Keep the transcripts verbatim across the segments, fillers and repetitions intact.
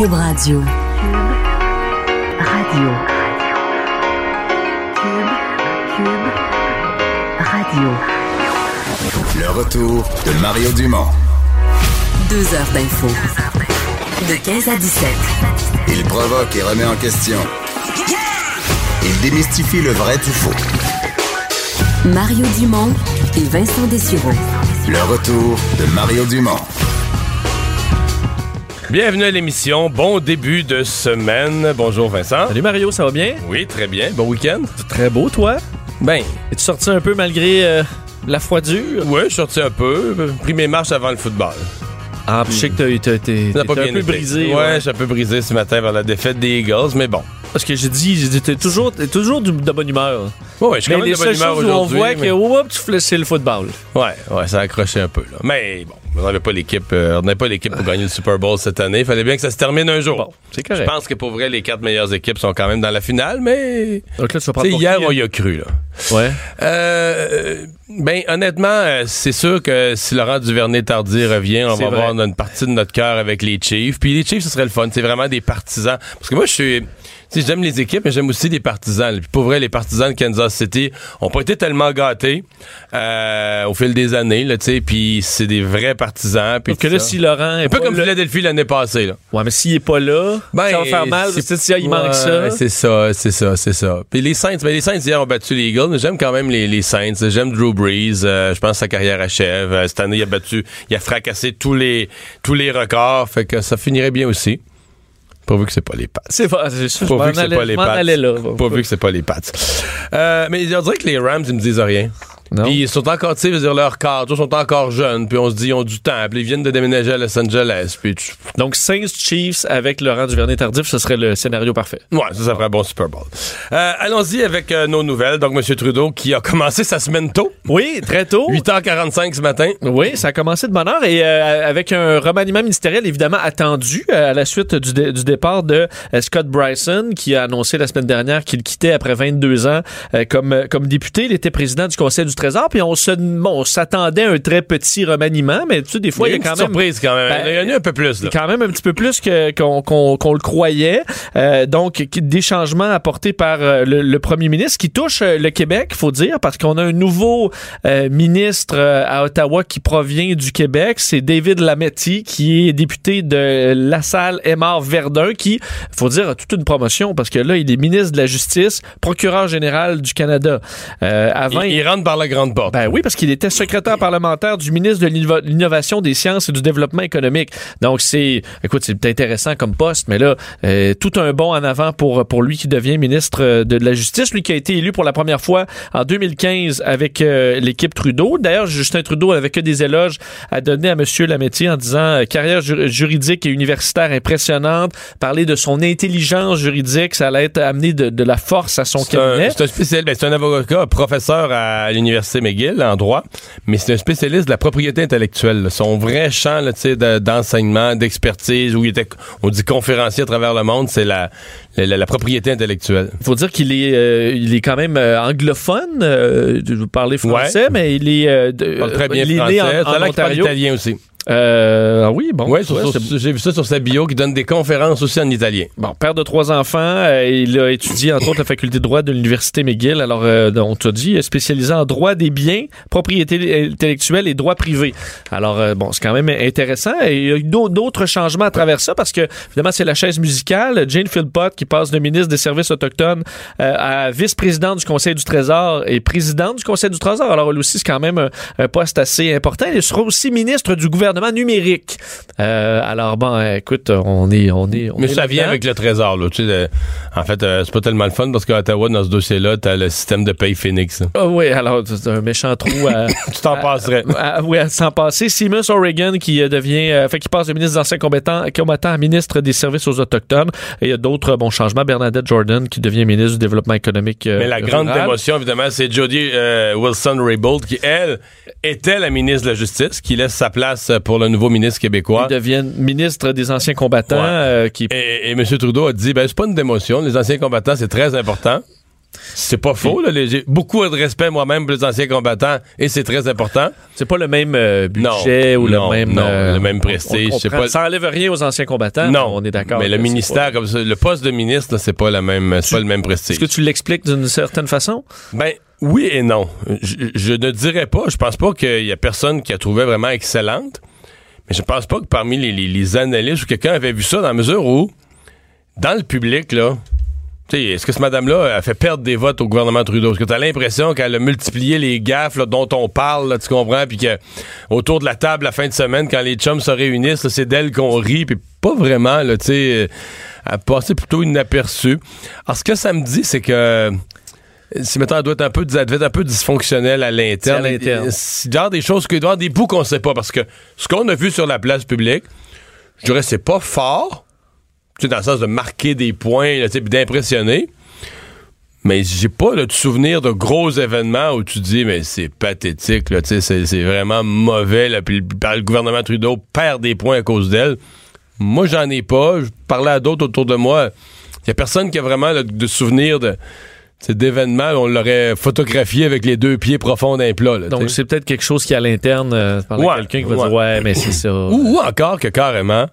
Cube Radio. Cube Radio. Cube, Cube Radio. Le retour de Mario Dumont. Deux heures d'info. De quinze à dix-sept. Il provoque et remet en question. Il démystifie le vrai du faux. Mario Dumont et Vincent Dessureau. Le retour de Mario Dumont. Bienvenue à l'émission. Bon début de semaine. Bonjour Vincent. Salut Mario, ça va bien? Oui, très bien. Bon week-end. C'est très beau, toi? Ben. Es-tu sorti un peu malgré euh, la froidure? Oui, je suis sorti un peu. Pris mes marches avant le football. Ah, puis je sais que t'as, t'as, t'es, t'es pas un bien peu été. brisé. Ouais, ouais. je suis un peu brisé ce matin vers la défaite des Eagles, mais bon. Parce que j'ai dit, j'ai dit t'es toujours, t'es toujours de bonne humeur. Ouais, ouais, je suis mais quand même les de bonne seules humeur choses où on aujourd'hui. voit mais... que oh, tu fais c'est le football. Ouais, ouais, ça a accroché un peu, là. Mais bon, on n'avait pas l'équipe, euh, on n'avait pas l'équipe pour gagner le Super Bowl cette année. Il fallait bien que ça se termine un jour. Bon, c'est correct. Je pense que pour vrai, les quatre meilleures équipes sont quand même dans la finale, mais. Donc là, tu vas prendre T'sais, pour hier, qui, on y a cru, là. Ouais. Euh, ben, honnêtement, euh, c'est sûr que si Laurent Duvernay-Tardy revient, on C'est va vrai. avoir une partie de notre cœur avec les Chiefs. Puis les Chiefs, ce serait le fun. C'est vraiment des partisans. Parce que moi, je suis... Tu sais, j'aime les équipes, mais j'aime aussi les partisans. Puis pour vrai, les partisans de Kansas City ont pas été tellement gâtés euh, au fil des années, là, tu sais. Puis c'est des vrais partisans. Puis Donc que là, si Laurent est un peu pas comme là... Philadelphie l'année passée, là. Ouais, mais s'il est pas là, Ben, ça va faire mal. c'est- C'est, il ouais, manque ça. C'est ça, c'est ça, c'est ça. Puis les Saints, ben les Saints hier ont battu les Eagles, mais j'aime quand même les, les Saints. J'aime Drew Brees. Euh, je pense que sa carrière achève. Euh, cette année, il a battu, il a fracassé tous les tous les records. Fait que ça finirait bien aussi. Pourvu que c'est pas les Pats. C'est pas, c'est ça, je Pourvu m'en que c'est allais- pas les je m'en Pats. allais là. Pourvu que c'est pas les Pats. Euh, mais on dirait que les Rams, ils me disent rien. Non. Puis ils sont encore, tu sais, je veux dire, leurs cadres sont encore jeunes. Puis on se dit, ils ont du temps. Puis ils viennent de déménager à Los Angeles. Puis tu... Donc, Saints Chiefs avec Laurent Duvernay-Tardif, ce serait le scénario parfait. Ouais, ça, ça ferait un bon Super Bowl. Euh, allons-y avec euh, nos nouvelles. Donc, M. Trudeau qui a commencé sa semaine tôt. Oui, très tôt. huit heures quarante-cinq ce matin. Oui, ça a commencé de bonne heure et euh, avec un remaniement ministériel évidemment attendu euh, à la suite du, dé- du départ de euh, Scott Bryson qui a annoncé la semaine dernière qu'il quittait après vingt-deux ans euh, comme, euh, comme député. Il était président du Conseil du Trésor puis on se bon, on s'attendait à un très petit remaniement, mais tu sais, des fois, il y a, une quand petite même... surprise quand même. Ben, il y en a eu un peu plus, là. Quand même un petit peu plus que, qu'on, qu'on, qu'on le croyait. Euh, donc, des changements apportés par euh, le, le premier ministre qui touche euh, le Québec, il faut dire, parce qu'on a un nouveau euh, ministre euh, à Ottawa qui provient du Québec. C'est David Lametti, qui est député de LaSalle-Aymar-Verdun, qui, il faut dire, a toute une promotion, parce que là, il est ministre de la Justice, procureur général du Canada. Euh, avant, il, il rentre par la grande porte. Ben oui, parce qu'il était secrétaire parlementaire du ministre de l'inno- l'Innovation, des Sciences et du Développement économique. Donc, c'est, écoute, c'est intéressant comme poste, mais là, euh, tout un bond en avant pour, pour lui qui devient ministre de la Justice. Lui qui a été élu pour la première fois en deux mille quinze avec euh, l'équipe Trudeau. D'ailleurs, Justin Trudeau n'avait que des éloges à donner à M. Lametti en disant euh, carrière ju- juridique et universitaire impressionnante, parler de son intelligence juridique, ça allait être amener de, de la force à son C'est cabinet. un, c'est un spécial, ben, c'est un avocat, professeur à l'Université McGill, en droit, mais c'est un spécialiste de la propriété intellectuelle. Là. Son vrai champ là, de, d'enseignement, d'expertise, où il était, on dit conférencier à travers le monde, c'est la, la, la propriété intellectuelle. Il faut dire qu'il est, euh, il est quand même euh, anglophone, euh, de parler français, Ouais. mais il est, euh, de, Il parle très bien il est français. né en, Ça a en l'air qu'il parle Ontario. italien aussi. Euh, ah oui, bon. Ouais, ouais, sur- sur- c'est- j'ai vu ça sur sa bio, qui donne des conférences aussi en italien. Bon, père de trois enfants, euh, il a étudié entre autres la faculté de droit de l'Université McGill. Alors, euh, on t'a dit, spécialisé en droit des biens, propriété intellectuelle et droit privé. Alors, euh, bon, c'est quand même intéressant. Et il y a eu d'autres d'autres changements à travers ça parce que, évidemment, c'est la chaise musicale. Jane Philpott, qui passe de ministre des Services autochtones euh, à vice-présidente du Conseil du Trésor et présidente du Conseil du Trésor. Alors, elle aussi, c'est quand même un, un poste assez important. Elle sera aussi ministre du gouvernement numérique. Euh, alors bon, euh, écoute, on est, on est, on Mais est ça vient là-dedans. avec le trésor, là. Tu sais, le- en fait, euh, c'est pas tellement le fun parce qu'à Ottawa, dans ce dossier-là, t'as le système de paye Phoenix. Ah oui, alors c'est un méchant trou à, Tu t'en à- passerais. à- à- oui, à s'en passer. Seamus O'Regan qui euh, devient, euh, fait qui passe de ministre des anciens combattants, combattants à ministre des services aux autochtones. Et il y a d'autres bons changements. Bernadette Jordan qui devient ministre du développement économique. euh, Mais la grande rural. démotion, évidemment, c'est Jody euh, Wilson-Raybould qui, elle, était la ministre de la Justice, qui laisse sa place pour le nouveau ministre québécois. Ils deviennent ministre des anciens combattants. Ouais. euh, qui... Et, et M. Trudeau a dit, ben, c'est pas une démotion. Les anciens combattants, c'est très important. C'est pas faux, là. J'ai beaucoup de respect moi-même pour les anciens combattants et c'est très important. C'est pas le même euh, budget non, ou non, le même non, euh, le même prestige. On, on, on c'est prend, pas... Ça enlève rien aux anciens combattants. Non, on est d'accord. Mais le ministère, pas... comme ça, le poste de ministre, là, c'est pas la même, c'est tu... pas le même prestige. Est-ce que tu l'expliques d'une certaine façon? Ben oui et non. Je, je ne dirais pas. Je pense pas qu'il y a personne qui a trouvé vraiment excellente. Mais je pense pas que parmi les, les, les analystes ou quelqu'un avait vu ça dans la mesure où, dans le public, là. Est-ce que cette madame-là a fait perdre des votes au gouvernement Trudeau? Est-ce que tu as l'impression qu'elle a multiplié les gaffes là, dont on parle, là, tu comprends? Puis qu'autour de la table, la fin de semaine, quand les chums se réunissent, là, c'est d'elle qu'on rit. Puis pas vraiment, là, tu sais, elle passait plutôt inaperçue. Alors, ce que ça me dit, c'est que si, mettons, elle doit être un peu, elle devait être un peu dysfonctionnelle à l'interne. C'est à l'interne. Il y a des choses, il doit y avoir des bouts qu'on sait pas. Parce que ce qu'on a vu sur la place publique, je dirais, c'est pas fort. Tu sais, dans le sens de marquer des points, là, tu sais, puis d'impressionner. Mais j'ai pas là, de souvenir de gros événements où tu dis, mais c'est pathétique, là, tu sais, c'est, c'est vraiment mauvais, là, puis le, le gouvernement Trudeau perd des points à cause d'elle. Moi, j'en ai pas. Je parlais à d'autres autour de moi. Il y a personne qui a vraiment là, de souvenirs de... C'est d'événements, on l'aurait photographié avec les deux pieds profonds d'un plat. Là, donc, t'sais. C'est peut-être quelque chose qui, à l'interne, euh, par ouais, quelqu'un qui va ouais. dire « Ouais, mais c'est ça. » Ou, ou encore que carrément,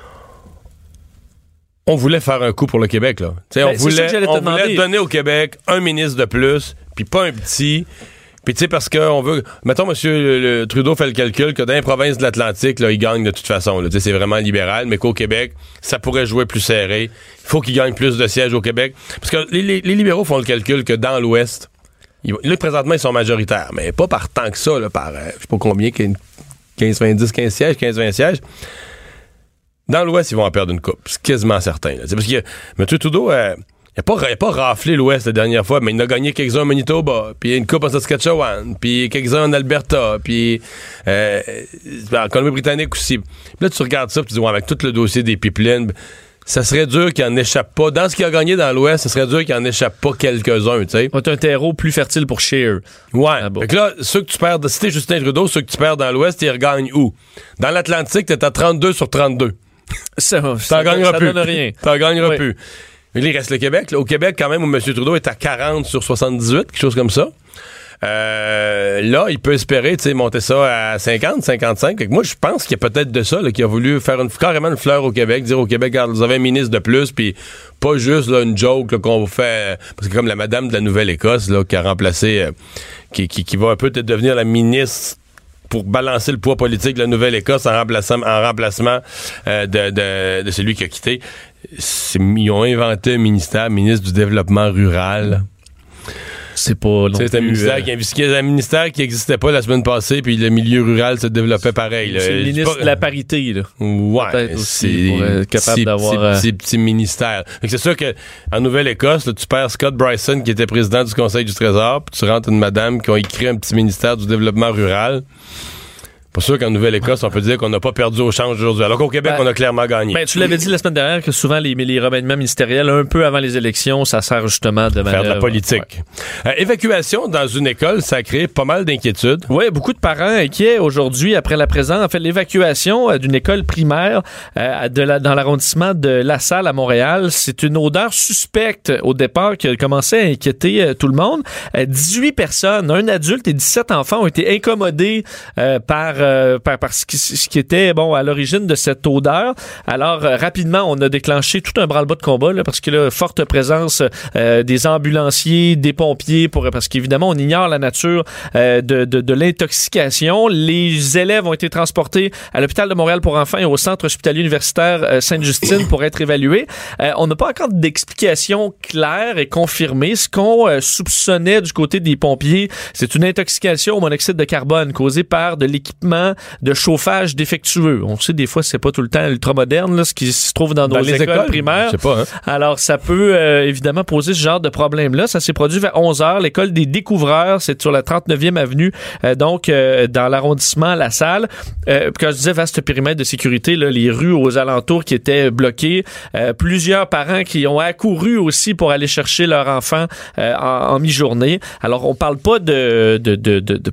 on voulait faire un coup pour le Québec. Là. Ben, on voulait, on voulait donner au Québec un ministre de plus, puis pas un petit... Puis tu sais, parce qu'on veut... Mettons, M. Le, le Trudeau fait le calcul que dans les provinces de l'Atlantique, là, il gagne de toute façon. Là, c'est vraiment libéral, mais qu'au Québec, ça pourrait jouer plus serré. Il faut qu'il gagne plus de sièges au Québec. Parce que les, les, les libéraux font le calcul que dans l'Ouest, ils, là, présentement, ils sont majoritaires, mais pas par tant que ça, là, par euh, je sais pas combien, quinze, vingt, dix, quinze sièges, quinze, vingt sièges. Dans l'Ouest, ils vont en perdre une coupe. C'est quasiment certain. Là. C'est parce que M. Trudeau... Euh, Il n'a pas, pas raflé l'Ouest la dernière fois, mais il a gagné quelques-uns au Manitoba, puis une coupe en Saskatchewan, puis quelques-uns en Alberta, puis euh, en Colombie-Britannique aussi. Puis là, tu regardes ça, puis tu dis, ouais, avec tout le dossier des pipelines, ça serait dur qu'il en échappe pas. Dans ce qu'il a gagné dans l'Ouest, ça serait dur qu'il en échappe pas quelques-uns, tu sais. C'est un terreau plus fertile pour Scheer. Ouais. Ah bon. Fait que là, ceux que tu perds, si t'es Justin Trudeau, ceux que tu perds dans l'Ouest, ils regagnent où? Dans l'Atlantique, t'es à trente-deux sur trente-deux. Ça, T'en ça, gagneras ça plus. donne rien. T'en gagneras oui. plus. Mais là, il reste le Québec. Là. Au Québec, quand même, où M. Trudeau est à quarante sur soixante-dix-huit, quelque chose comme ça. Euh, là, il peut espérer monter ça à cinquante, cinquante-cinq. Fait que moi, je pense qu'il y a peut-être de ça, là, qui a voulu faire une, carrément une fleur au Québec, dire au Québec, regarde, vous avez un ministre de plus, puis pas juste là, une joke là, qu'on vous fait... Parce que comme la madame de la Nouvelle-Écosse, là, qui a remplacé... Euh, qui, qui, qui va un peu peut-être devenir la ministre pour balancer le poids politique de la Nouvelle-Écosse en remplacement, en remplacement euh, de, de, de celui qui a quitté. C'est, ils ont inventé un ministère, ministre du développement rural. C'est pas non c'est un plus, ministère, euh... qui, un ministère qui n'existait pas la semaine passée, puis le milieu rural se développait pareil. Là. C'est le ministre pas... de la parité, là. Ouais, peut-être aussi, c'est pour être capable petit, d'avoir... Petit, euh... petit, petit ministère. Fait que c'est sûr qu'en Nouvelle-Écosse, là, tu perds Scott Bryson, qui était président du Conseil du Trésor, puis tu rentres une madame qui a écrit un petit ministère du développement rural. Pas sûr qu'en Nouvelle-Écosse, on peut dire qu'on n'a pas perdu au change aujourd'hui. Alors qu'au Québec, ben, on a clairement gagné. Ben, tu l'avais dit la semaine dernière que souvent les, les remaniements ministériels, un peu avant les élections, ça sert justement de faire de la politique. Ouais. Euh, évacuation dans une école, ça a créé pas mal d'inquiétudes. Oui, beaucoup de parents inquiets aujourd'hui après la présence, en fait, l'évacuation euh, d'une école primaire euh, de la, dans l'arrondissement de La Salle à Montréal. C'est une odeur suspecte au départ qui a commencé à inquiéter euh, tout le monde. Euh, dix-huit personnes, un adulte et dix-sept enfants ont été incommodés euh, par Euh, par, par ce, qui, ce qui était bon à l'origine de cette odeur. Alors euh, rapidement, on a déclenché tout un branle-bas de combat là, parce que là, forte présence euh, des ambulanciers, des pompiers, pour parce qu'évidemment, on ignore la nature euh, de, de, de l'intoxication. Les élèves ont été transportés à l'hôpital de Montréal pour enfants et au centre hospitalier universitaire euh, Sainte-Justine pour être évalués. Euh, on n'a pas encore d'explication claire et confirmée. Ce qu'on euh, soupçonnait du côté des pompiers, c'est une intoxication au monoxyde de carbone causée par de l'équipement de chauffage défectueux. On sait des fois c'est pas tout le temps ultra moderne là, ce qui se trouve dans, dans nos écoles, écoles primaires. Je sais pas, hein? Alors ça peut euh, évidemment poser ce genre de problème là. Ça s'est produit vers onze heures. L'école des découvreurs, c'est sur la trente-neuvième avenue, euh, donc euh, dans l'arrondissement La Salle. Euh, quand je disais vaste périmètre de sécurité, là, les rues aux alentours qui étaient bloquées, euh, plusieurs parents qui ont accouru aussi pour aller chercher leur enfant euh, en, en mi-journée. Alors on parle pas de, de, de, de, de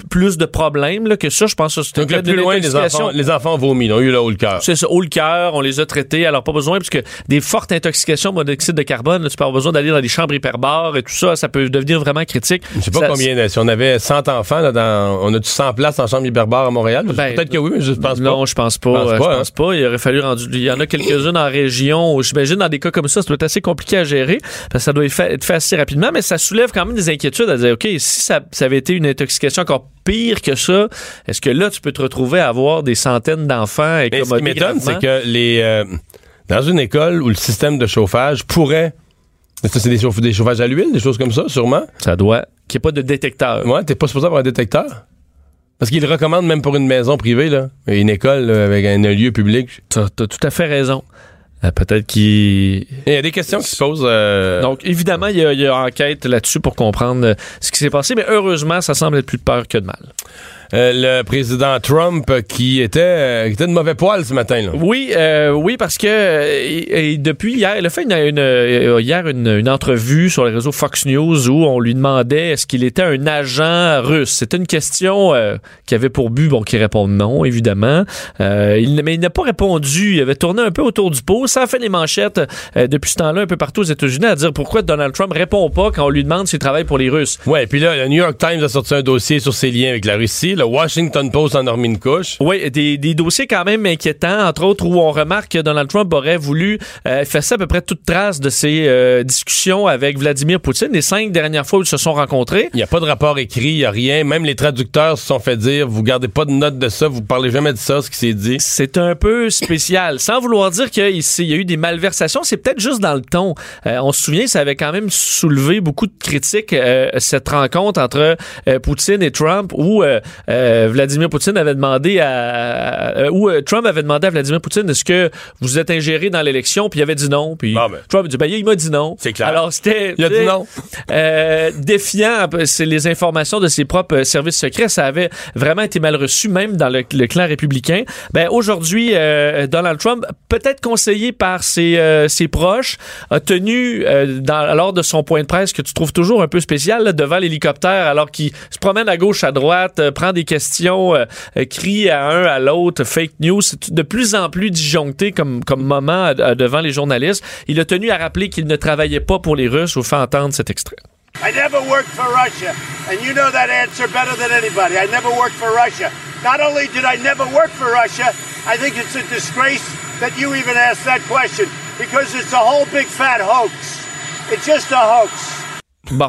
plus de problèmes là, que ça. Je pense que c'est donc le plus loin, les enfants, les enfants ont vomi, ils ont eu le haut le cœur. C'est ça, haut le cœur, on les a traités. Alors pas besoin, puisque des fortes intoxications au monoxyde de carbone, là, tu peux avoir besoin d'aller dans des chambres hyperbares et tout ça, ça peut devenir vraiment critique. Je sais pas ça, combien, là, si on avait cent enfants, là, dans, on a-tu cent places en chambre hyperbare à Montréal? Ben, peut-être que oui, mais je pense pas. Non, je pense pas. Je pense euh, pas, je hein. pense pas. Il aurait fallu rendre. Il y en a quelques-unes en région. Où, j'imagine dans des cas comme ça, ça doit être assez compliqué à gérer parce que ça doit être fait, être fait assez rapidement, mais ça soulève quand même des inquiétudes à dire, OK, si ça, ça avait été une intoxication encore pire que ça, est-ce que là, tu peux te retrouver à avoir des centaines d'enfants et mais ce qui m'étonne, c'est que les euh, dans une école où le système de chauffage pourrait... Ça, c'est des, chauffe- des chauffages à l'huile, des choses comme ça, sûrement? Ça doit... Qu'il n'y ait pas de détecteur. Ouais, t'es pas supposé avoir un détecteur? Parce qu'ils le recommandent même pour une maison privée, là. Une école là, avec un, un lieu public. T'as, t'as tout à fait raison. Euh, peut-être qu'il... Il y a des questions qui se posent. Euh... Donc, évidemment, il y a, il y a enquête là-dessus pour comprendre euh, ce qui s'est passé, mais heureusement, ça semble être plus de peur que de mal. Euh, le président Trump qui était, euh, qui était de mauvais poil ce matin. Là. Oui, euh, oui, parce que euh, et, et depuis hier, il a fait une, une, euh, hier une, une entrevue sur le réseau Fox News où on lui demandait est-ce qu'il était un agent russe. C'était une question euh, qui avait pour but, bon, qu'il réponde non, évidemment. Euh, il, mais il n'a pas répondu. Il avait tourné un peu autour du pot. Ça a fait les manchettes euh, depuis ce temps-là un peu partout aux États-Unis à dire pourquoi Donald Trump répond pas quand on lui demande s'il travaille pour les Russes. Ouais, puis là, le New York Times a sorti un dossier sur ses liens avec la Russie. Le Washington Post en a remis une couche. Oui, des, des dossiers quand même inquiétants, entre autres où on remarque que Donald Trump aurait voulu euh, effacer à peu près toute trace de ses euh, discussions avec Vladimir Poutine, les cinq dernières fois où ils se sont rencontrés. Il n'y a pas de rapport écrit, il n'y a rien. Même les traducteurs se sont fait dire, vous gardez pas de notes de ça, vous parlez jamais de ça, ce qui s'est dit. C'est un peu spécial. Sans vouloir dire qu'il y a eu des malversations, c'est peut-être juste dans le ton. Euh, on se souvient, ça avait quand même soulevé beaucoup de critiques, euh, cette rencontre entre euh, Poutine et Trump, où euh, euh, Vladimir Poutine avait demandé à... Euh, où euh, Trump avait demandé à Vladimir Poutine, est-ce que vous êtes ingéré dans l'élection? Puis il avait dit non. Puis bon, ben, Trump a dit, ben, il m'a dit non. C'est clair. Alors, c'était... Il a dit non. Euh, défiant, c'est les informations de ses propres services secrets. Ça avait vraiment été mal reçu, même dans le, le clan républicain. Ben, aujourd'hui, euh, Donald Trump, peut-être conseillé par ses, euh, ses proches, a tenu, euh, dans, lors de son point de presse, que tu trouves toujours un peu spécial, là, devant l'hélicoptère, alors qu'il se promène à gauche, à droite, euh, prend des questions, euh, euh, crie à un, à l'autre, fake news. C'est de plus en plus disjoncté comme, comme moment à, à, devant les journalistes. Il a tenu à rappeler qu'il ne travaillait pas pour les Russes. Je vous fais entendre cet extrait. I never worked for Russia, and you know that answer better than anybody. I never worked for Russia. Not only did I never work for Russia, I think it's a disgrace that you even asked that question, because it's a whole big fat hoax. It's just a hoax. Bon,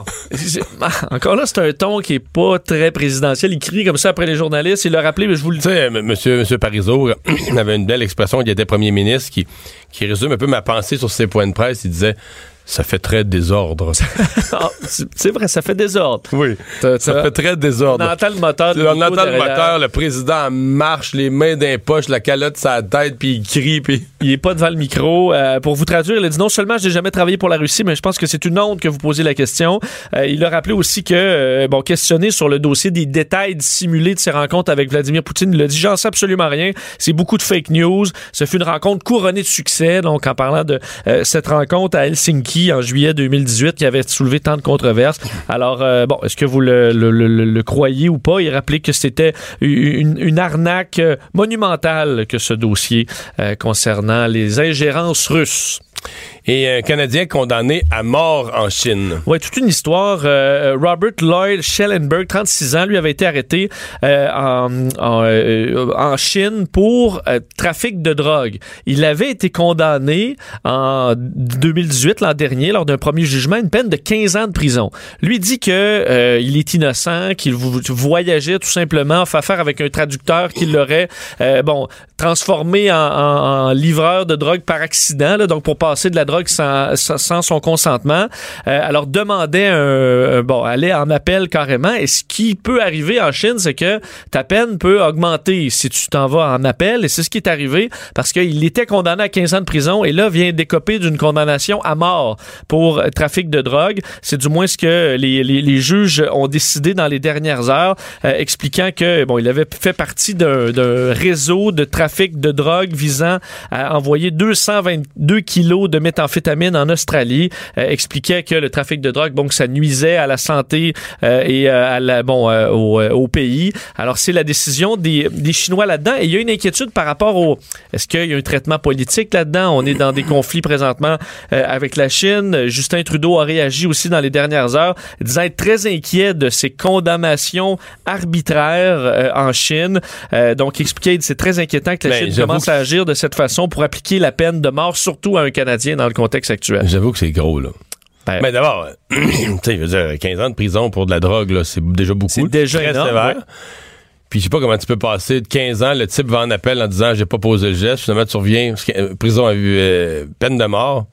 encore là, c'est un ton qui est pas très présidentiel. Il crie comme ça après les journalistes. Il l'a rappelé, mais je vous le dis. Tu sais, monsieur, monsieur Parizeau avait une belle expression, il était premier ministre, qui, qui résume un peu ma pensée sur ses points de presse. Il disait... Ça fait très désordre. Ah, c'est vrai, ça fait désordre. Oui, t'as, ça t'as, fait très désordre. On entend le moteur. On entend le moteur, le président marche, les mains dans les poches, la calotte sur la tête, puis il crie. Puis... Il est pas devant le micro. Euh, pour vous traduire, il a dit non seulement je n'ai jamais travaillé pour la Russie, mais je pense que c'est une honte que vous posez la question. Euh, il a rappelé aussi que, euh, bon, questionné sur le dossier des détails dissimulés de ses rencontres avec Vladimir Poutine, il a dit j'en sais absolument rien. C'est beaucoup de fake news. Ce fut une rencontre couronnée de succès. Donc, en parlant de euh, cette rencontre à Helsinki en juillet deux mille dix-huit qui avait soulevé tant de controverses. Alors, euh, bon, est-ce que vous le, le, le, le croyez ou pas? Il rappelait que c'était une, une arnaque monumentale que ce dossier euh, concernant les ingérences russes. Et un Canadien condamné à mort en Chine. Oui, toute une histoire. Euh, Robert Lloyd Schellenberg, trente-six ans, lui avait été arrêté euh, en, en, euh, en Chine pour euh, trafic de drogue. Il avait été condamné en deux mille dix-huit, l'an dernier, lors d'un premier jugement, une peine de quinze ans de prison. Lui dit que euh, il est innocent, qu'il voyageait tout simplement, fait affaire avec un traducteur qui l'aurait euh, bon transformé en, en, en livreur de drogue par accident, là, donc pour passer de la drogue sans, sans son consentement. Euh, alors demandait un, un bon, aller en appel carrément. Et ce qui peut arriver en Chine, c'est que ta peine peut augmenter si tu t'en vas en appel. Et c'est ce qui est arrivé parce qu'il était condamné à quinze ans de prison et là vient d'écoper d'une condamnation à mort pour trafic de drogue. C'est du moins ce que les, les, les juges ont décidé dans les dernières heures, euh, expliquant que bon, il avait fait partie d'un, d'un réseau de trafic de drogue visant à envoyer deux cent vingt-deux kilos de méthamphétamine méthamphétamine en Australie, euh, expliquait que le trafic de drogue, bon, que ça nuisait à la santé euh, et euh, à la, bon, euh, au, euh, au pays. Alors, c'est la décision des, des Chinois là-dedans. Et il y a une inquiétude par rapport au... Est-ce qu'il y a un traitement politique là-dedans? On est dans des conflits présentement euh, avec la Chine. Justin Trudeau a réagi aussi dans les dernières heures, disant être très inquiet de ces condamnations arbitraires euh, en Chine. Euh, donc, expliquait c'est très inquiétant que la Mais Chine commence à agir de cette façon pour appliquer la peine de mort, surtout à un Canadien dans le contexte actuel. J'avoue que c'est gros, là. Ben, mais d'abord, tu sais, je veux dire, quinze ans de prison pour de la drogue, là, c'est déjà beaucoup. C'est déjà très énorme, sévère. ouais. Puis je sais pas comment tu peux passer de quinze ans, le type va en appel en disant j'ai pas posé le geste, finalement tu reviens, prison à vue, euh, peine de mort.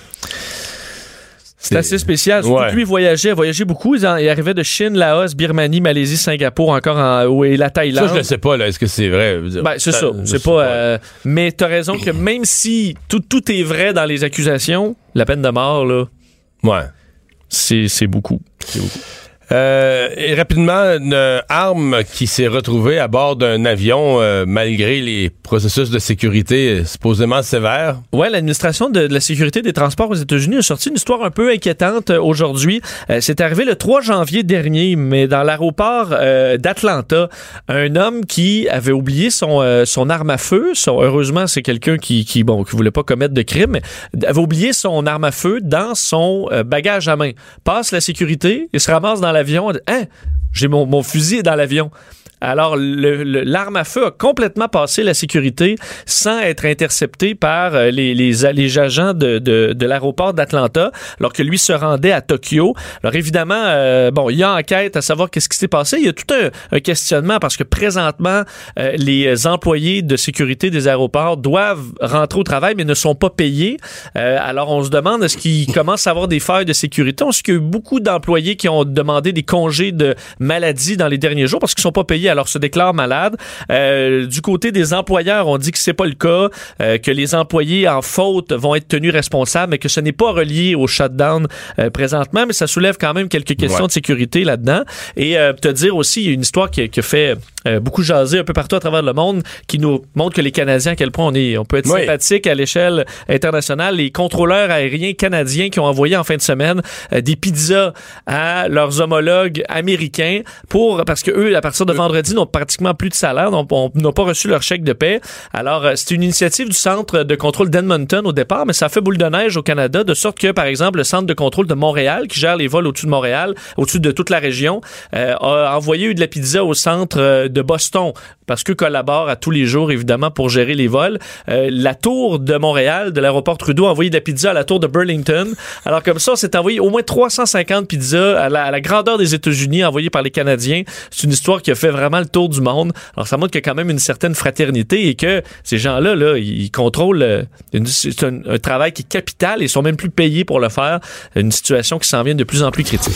C'est assez spécial. Surtout ouais. que lui, il voyageait, voyageait beaucoup. Il, en, il arrivait de Chine, Laos, Birmanie, Malaisie, Singapour, encore en, et la Thaïlande. Ça, je le sais pas, là. Est-ce que c'est vrai? Ben, c'est ça. ça. C'est pas, pas. Euh, mais t'as raison que même si tout, tout est vrai dans les accusations, la peine de mort, là. Ouais. C'est, c'est beaucoup. C'est beaucoup. Euh, et rapidement, une arme qui s'est retrouvée à bord d'un avion euh, malgré les processus de sécurité supposément sévères. Ouais, l'administration de, de la sécurité des transports aux États-Unis a sorti une histoire un peu inquiétante euh, aujourd'hui. Euh, c'est arrivé le trois janvier dernier, mais dans l'aéroport euh, d'Atlanta, un homme qui avait oublié son euh, son arme à feu. Son, heureusement, c'est quelqu'un qui qui bon qui voulait pas commettre de crime, mais avait oublié son arme à feu dans son euh, bagage à main. Passe la sécurité, il se ramasse dans l'avion. Hein, j'ai mon, mon fusil dans l'avion. Alors, le, le, l'arme à feu a complètement passé la sécurité sans être intercepté par euh, les, les, les agents de, de, de l'aéroport d'Atlanta, alors que lui se rendait à Tokyo. Alors, évidemment, euh, bon, il y a enquête à savoir qu'est-ce qui s'est passé. Il y a tout un, un questionnement parce que présentement, euh, les employés de sécurité des aéroports doivent rentrer au travail, mais ne sont pas payés. Euh, alors, on se demande, est-ce qu'ils commencent à avoir des failles de sécurité? On sait qu'il y a eu beaucoup d'employés qui ont demandé des congés de maladie dans les derniers jours parce qu'ils ne sont pas payés, alors se déclarent malades. Euh, du côté des employeurs, on dit que c'est pas le cas, euh, que les employés en faute vont être tenus responsables, mais que ce n'est pas relié au shutdown euh, présentement, mais ça soulève quand même quelques questions ouais. de sécurité là-dedans. Et euh, te dire aussi, il y a une histoire qui, qui fait euh, beaucoup jaser un peu partout à travers le monde, qui nous montre que les Canadiens, à quel point on est, on peut être oui. sympathique à l'échelle internationale. Les contrôleurs aériens canadiens qui ont envoyé en fin de semaine euh, des pizzas à leurs homologues américains pour, parce que eux, à partir de vendredi, n'ont pratiquement plus de salaire, n'ont, n'ont pas reçu leur chèque de paie. Alors, euh, c'est une initiative du Centre de contrôle d'Edmonton au départ, mais ça fait boule de neige au Canada, de sorte que, par exemple, le Centre de contrôle de Montréal, qui gère les vols au-dessus de Montréal, au-dessus de toute la région, euh, a envoyé de la pizza au Centre euh, de Boston, parce qu'eux collaborent à tous les jours, évidemment, pour gérer les vols. Euh, la tour de Montréal, de l'aéroport Trudeau, a envoyé de la pizza à la tour de Burlington. Alors, comme ça, on s'est envoyé au moins trois cent cinquante pizzas à la, à la grandeur des États-Unis, envoyées par les Canadiens. C'est une histoire qui a fait vraiment le tour du monde. Alors, ça montre qu'il y a quand même une certaine fraternité et que ces gens-là, là, ils contrôlent euh, une, c'est un, un travail qui est capital et ils sont même plus payés pour le faire. Une situation qui s'en vient de plus en plus critique.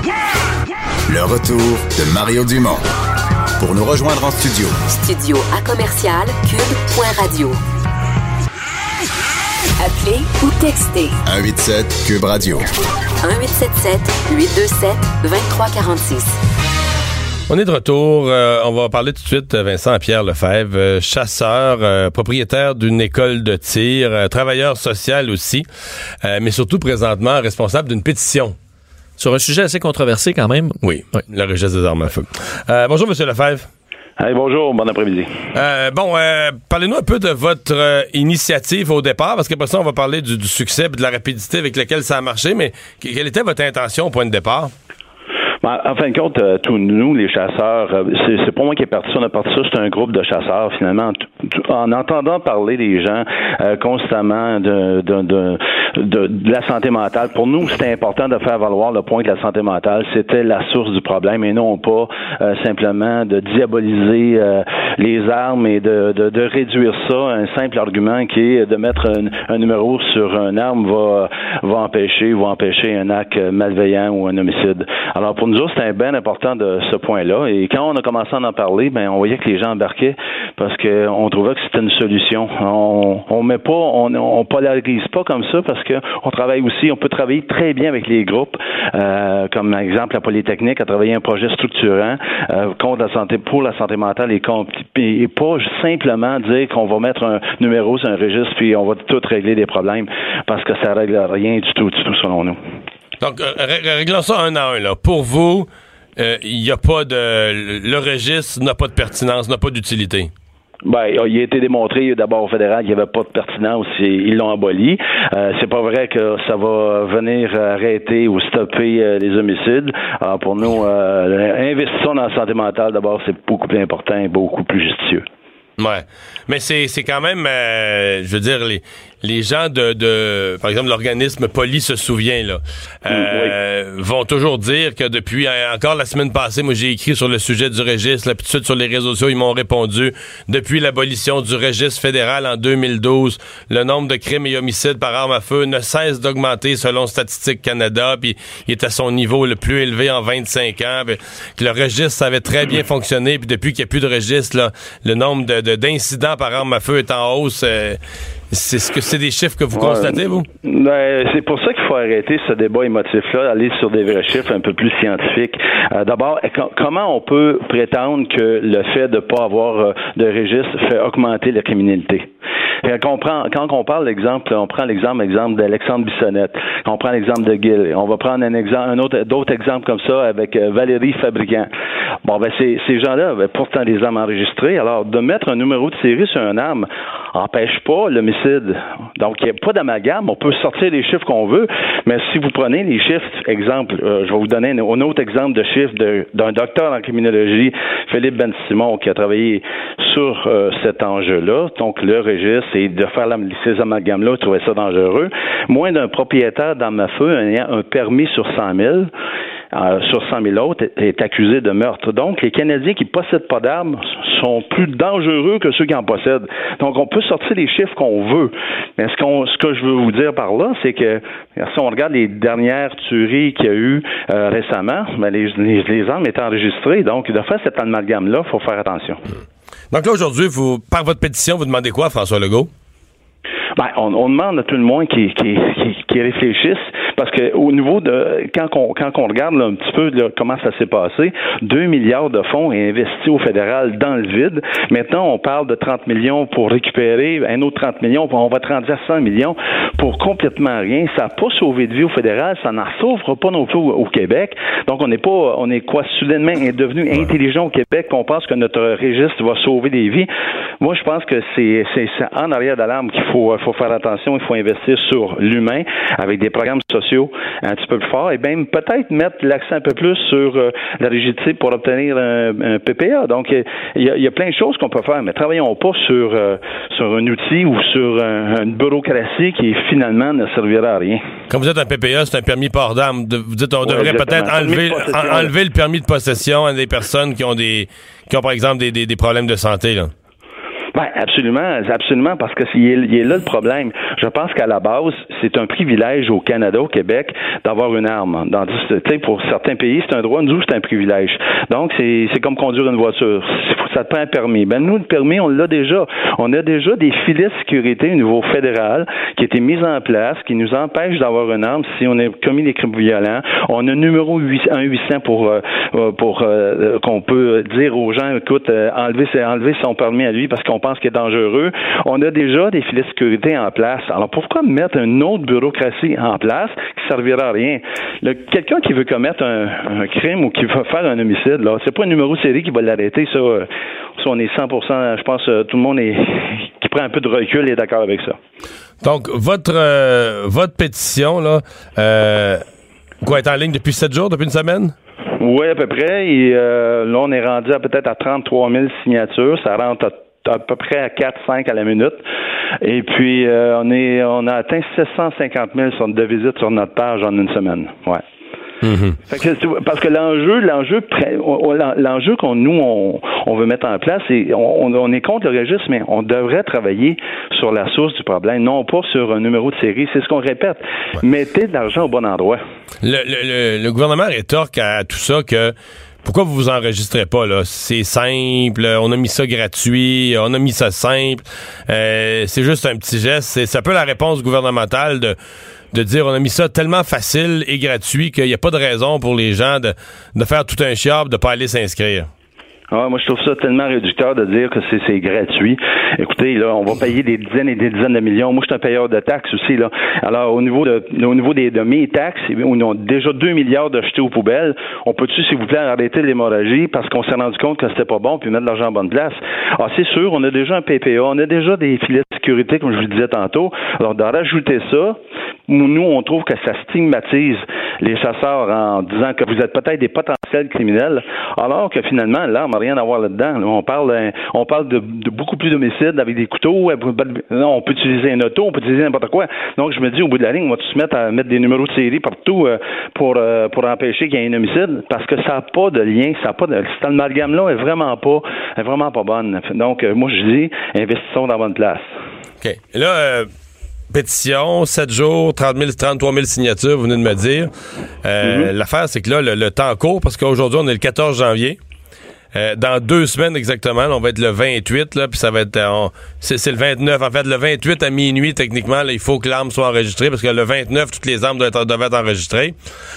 Le retour de Mario Dumont. Pour nous rejoindre en studio. Studio à commercial cube point radio. Appelez ou textez. un huit sept Cube Radio. un huit sept sept huit deux sept deux trois quatre six. On est de retour. Euh, on va parler tout de suite de Vincent Pierre Lefebvre, euh, chasseur, euh, propriétaire d'une école de tir, euh, travailleur social aussi, euh, mais surtout présentement responsable d'une pétition. Sur un sujet assez controversé quand même. Oui, oui. Le registre des armes à feu. Euh, bonjour, M. Lefebvre. Hey, bonjour, bon après-midi. Euh, bon, euh, parlez-nous un peu de votre euh, initiative au départ, parce qu'après ça, on va parler du, du succès et de la rapidité avec laquelle ça a marché, mais quelle était votre intention au point de départ? En fin de compte, euh, tous nous, les chasseurs, euh, c'est, c'est pas moi qui est parti ça, on a parti ça, c'est un groupe de chasseurs, finalement. T- t- en entendant parler des gens euh, constamment de, de, de, de, de la santé mentale, pour nous, c'était important de faire valoir le point que la santé mentale, c'était la source du problème et non pas euh, simplement de diaboliser euh, les armes et de, de, de réduire ça à un simple argument qui est de mettre un, un numéro sur une arme va, va empêcher, va empêcher un acte malveillant ou un homicide. Alors, pour nous autres, c'était bien important de ce point-là. Et quand on a commencé à en parler, ben on voyait que les gens embarquaient parce qu'on trouvait que c'était une solution. On on met pas, on, on polarise pas comme ça parce qu'on travaille aussi, on peut travailler très bien avec les groupes, euh, comme par exemple la Polytechnique a travaillé un projet structurant euh, contre la santé, pour la santé mentale et, contre, et pas simplement dire qu'on va mettre un numéro sur un registre puis on va tout régler des problèmes parce que ça règle rien du tout, du tout selon nous. Donc, euh, réglons ça un à un, là. Pour vous, il euh, n'y a pas de... Le registre n'a pas de pertinence, n'a pas d'utilité. Ben, il a été démontré d'abord au fédéral qu'il n'y avait pas de pertinence et ils l'ont aboli. Euh, c'est pas vrai que ça va venir arrêter ou stopper euh, les homicides. Alors pour nous, euh, investissons dans la santé mentale d'abord, c'est beaucoup plus important et beaucoup plus justicieux. Ouais, mais c'est c'est quand même, euh, je veux dire, les les gens de, de par exemple, l'organisme Poly se souvient, là, euh, oui. vont toujours dire que depuis, encore la semaine passée, moi j'ai écrit sur le sujet du registre, là, puis tout de suite sur les réseaux sociaux, ils m'ont répondu, depuis l'abolition du registre fédéral en deux mille douze, le nombre de crimes et homicides par arme à feu ne cesse d'augmenter selon Statistique Canada, puis il est à son niveau le plus élevé en vingt-cinq ans, puis que le registre, ça avait très bien fonctionné, puis depuis qu'il n'y a plus de registre, là, le nombre de, de, d'incidents par arme à feu est en hausse. Euh, c'est ce que c'est des chiffres que vous ouais, constatez, vous? Ben, c'est pour ça qu'il faut arrêter ce débat émotif-là, aller sur des vrais chiffres un peu plus scientifiques. Euh, d'abord, com- comment on peut prétendre que le fait de ne pas avoir euh, de registre fait augmenter la criminalité? Et quand on prend, quand on parle d'exemple, on prend l'exemple, exemple d'Alexandre Bissonnette, on prend l'exemple de Gill, on va prendre un exemple, un autre, d'autres exemples comme ça avec euh, Valérie Fabricant. Bon, ben, ces, ces gens-là, ben, pourtant des armes enregistrées, alors de mettre un numéro de série sur une arme empêche pas l'homicide. Donc, il n'y a pas d'amalgame, on peut sortir les chiffres qu'on veut, mais si vous prenez les chiffres, exemple, euh, je vais vous donner un, un autre exemple de chiffre de, d'un docteur en criminologie, Philippe Ben-Simon, qui a travaillé sur euh, cet enjeu-là, donc le registre, et de faire la, ces amalgames-là, il trouvait ça dangereux. Moins d'un propriétaire d'arme à feu ayant un permis sur cent mille, Euh, sur cent mille autres, est, est accusé de meurtre. Donc, les Canadiens qui ne possèdent pas d'armes sont plus dangereux que ceux qui en possèdent. Donc, on peut sortir les chiffres qu'on veut. Mais ce, qu'on, ce que je veux vous dire par là, c'est que si on regarde les dernières tueries qu'il y a eu euh, récemment, ben, les, les, les armes étaient enregistrées. Donc, de faire cet amalgame-là, il faut faire attention. Donc là, aujourd'hui, vous, par votre pétition, vous demandez quoi, François Legault? Ben, on, on demande à tout le monde qui, qui, qui, qui réfléchisse, parce que au niveau de quand on quand on regarde là, un petit peu là, comment ça s'est passé, deux milliards de fonds est investi au fédéral dans le vide. Maintenant, on parle de trente millions pour récupérer, un autre trente millions, on va te rendre à cent millions pour complètement rien. Ça n'a pas sauvé de vie au fédéral, ça n'en sauvera pas non plus au, au Québec. Donc, on n'est pas, on est quoi, soudainement est devenu intelligent au Québec, qu'on pense que notre registre va sauver des vies. Moi, je pense que c'est, c'est, c'est en arrière d'alarme qu'il faut, faut faire attention, il faut investir sur l'humain avec des programmes sociaux un petit peu plus forts et même peut-être mettre l'accent un peu plus sur euh, la rigidité pour obtenir un, un P P A. Donc, il y, a, il y a plein de choses qu'on peut faire, mais travaillons pas sur, euh, sur un outil ou sur un, une bureaucratie qui finalement ne servira à rien. Quand vous êtes un P P A, c'est un permis port d'armes. Vous dites on ouais, devrait exactement. peut-être enlever, en, enlever le permis de possession à des personnes qui ont des qui ont par exemple des, des, des problèmes de santé, là. Ben, absolument, absolument, parce que c'est, il est là le problème. Je pense qu'à la base, c'est un privilège au Canada, au Québec, d'avoir une arme. Dans, tu sais, pour certains pays, c'est un droit, nous, c'est un privilège. Donc, c'est, c'est comme conduire une voiture. Ça te prend un permis. Ben, nous, le permis, on l'a déjà. On a déjà des filets de sécurité au niveau fédéral qui ont été mis en place, qui nous empêchent d'avoir une arme si on a commis des crimes violents. On a un numéro un huit cents pour, euh, pour, euh, qu'on peut dire aux gens, écoute, euh, enlever, enlever son permis à lui parce qu'on pense qu'il est dangereux. On a déjà des filets de sécurité en place. Alors, pourquoi mettre une autre bureaucratie en place qui servira à rien? Le, quelqu'un qui veut commettre un, un crime ou qui veut faire un homicide, là, c'est pas un numéro de série qui va l'arrêter, ça. Ça, on est cent pour cent, je pense, tout le monde est, qui prend un peu de recul est d'accord avec ça. Donc, votre, euh, votre pétition, là, euh, quoi, est en ligne depuis sept jours, depuis une semaine? Oui, à peu près. Et euh, là, on est rendu à peut-être à trente-trois mille signatures. Ça rentre à à peu près à quatre cinq à la minute. Et puis, euh, on est, on a atteint sept cent cinquante mille de visites sur notre page en une semaine. Ouais. Mm-hmm. Fait que, parce que l'enjeu, l'enjeu, l'enjeu qu'on nous on, on veut mettre en place, c'est on, on est contre le registre, mais on devrait travailler sur la source du problème, non pas sur un numéro de série. C'est ce qu'on répète. Ouais. Mettez de l'argent au bon endroit. Le, le, le, le gouvernement rétorque à tout ça que pourquoi vous vous enregistrez pas, là? C'est simple, on a mis ça gratuit, on a mis ça simple, euh, c'est juste un petit geste. C'est, c'est un peu la réponse gouvernementale de, de dire on a mis ça tellement facile et gratuit qu'il n'y a pas de raison pour les gens de, de faire tout un chiab, de pas aller s'inscrire. Ah, moi, je trouve ça tellement réducteur de dire que c'est, c'est gratuit. Écoutez, là, on va payer des dizaines et des dizaines de millions. Moi, je suis un payeur de taxes aussi, là. Alors, au niveau de, au niveau des, de mes taxes, on a déjà deux milliards de jetés aux poubelles. On peut-tu, s'il vous plaît, arrêter l'hémorragie parce qu'on s'est rendu compte que c'était pas bon puis mettre l'argent en bonne place? Ah, c'est sûr, on a déjà un P P A, on a déjà des filets de sécurité, comme je vous le disais tantôt. Alors, d'en rajouter ça, nous, on trouve que ça stigmatise les chasseurs en disant que vous êtes peut-être des potentiels criminels, alors que finalement, l'arme n'a rien à voir là-dedans. On parle, on parle de, de beaucoup plus d'homicides avec des couteaux. On peut utiliser un auto, on peut utiliser n'importe quoi. Donc, je me dis, au bout de la ligne, on va tous se mettre à mettre des numéros de série partout euh, pour euh, pour empêcher qu'il y ait un homicide, parce que ça n'a pas de lien, ça n'a pas de, cette amalgame-là est vraiment pas, est vraiment pas bonne. Donc, euh, moi, je dis, investissons dans la bonne place. OK. Et là, euh... pétition, sept jours, trente mille, trente-trois mille signatures, vous venez de me dire. Euh, mm-hmm. L'affaire, c'est que là, le, le temps court, parce qu'aujourd'hui, on est le quatorze janvier. Euh, dans deux semaines exactement, là, on va être le vingt-huit, là, puis ça va être... On, c'est, c'est le vingt-neuf. En fait, le vingt-huit à minuit, techniquement, là, il faut que l'arme soit enregistrée, parce que le vingt-neuf, toutes les armes doivent être, doivent être enregistrées.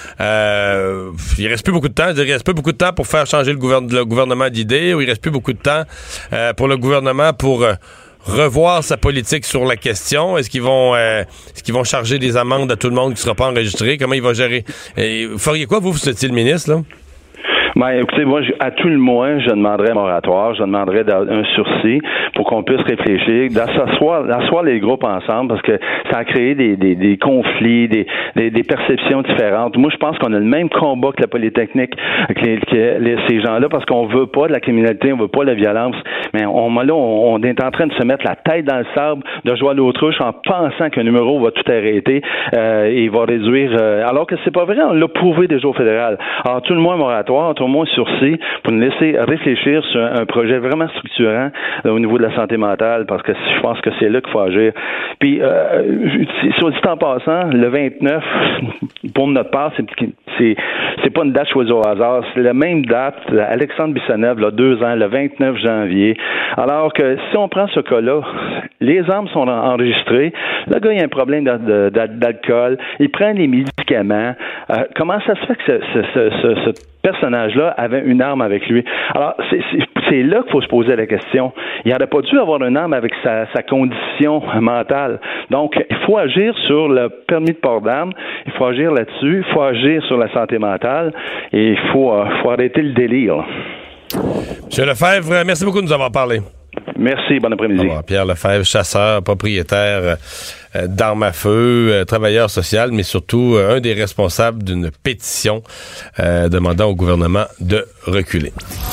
Euh, il reste plus beaucoup de temps. Il reste plus beaucoup de temps pour faire changer le, gouverne, le gouvernement d'idées, ou il reste plus beaucoup de temps euh, pour le gouvernement pour... Euh, revoir sa politique sur la question. Est-ce qu'ils vont euh, est-ce qu'ils vont charger des amendes à tout le monde qui ne sera pas enregistré? Comment il va gérer? Et, vous feriez quoi, vous, vous étiez le ministre, là? Ben, écoutez, moi, je, à tout le moins, je demanderais un moratoire, je demanderais un sursis pour qu'on puisse réfléchir, d'asseoir, d'asseoir les groupes ensemble, parce que ça a créé des, des, des conflits, des, des, des perceptions différentes. Moi, je pense qu'on a le même combat que la Polytechnique, que, les, que les, ces gens-là, parce qu'on veut pas de la criminalité, on veut pas de la violence, mais on, là, on, on est en train de se mettre la tête dans le sable, de jouer à l'autruche en pensant qu'un numéro va tout arrêter euh, et va réduire, euh, alors que c'est pas vrai, on l'a prouvé déjà au fédéral. Alors, tout le moins moratoire, tout le moins sursis, pour nous laisser réfléchir sur un, un projet vraiment structurant euh, au niveau de la santé mentale, parce que je pense que c'est là qu'il faut agir. Puis, euh, sur dit en passant, le vingt-neuf, pour notre part, c'est, c'est, c'est pas une date choisie au hasard, c'est la même date, Alexandre Bissonneuve, là, deux ans, le vingt-neuf janvier. Alors que si on prend ce cas-là, les armes sont enregistrées, le gars, il a un problème de, de, d'alcool, il prend les médicaments. Euh, comment ça se fait que ce, ce, ce, ce, ce personnage-là avait une arme avec lui? Alors, c'est, c'est, c'est là qu'il faut se poser la question. Il n'aurait pas dû avoir une arme avec sa, sa condition mentale. Donc, il faut agir sur le permis de port d'armes, il faut agir là-dessus, il faut agir sur la santé mentale, et il faut, euh, faut arrêter le délire. Monsieur Lefebvre, merci beaucoup de nous avoir parlé. Merci, bon après-midi. Alors, Pierre Lefebvre, chasseur, propriétaire euh, d'armes à feu, euh, travailleur social, mais surtout euh, un des responsables d'une pétition euh, demandant au gouvernement de reculer.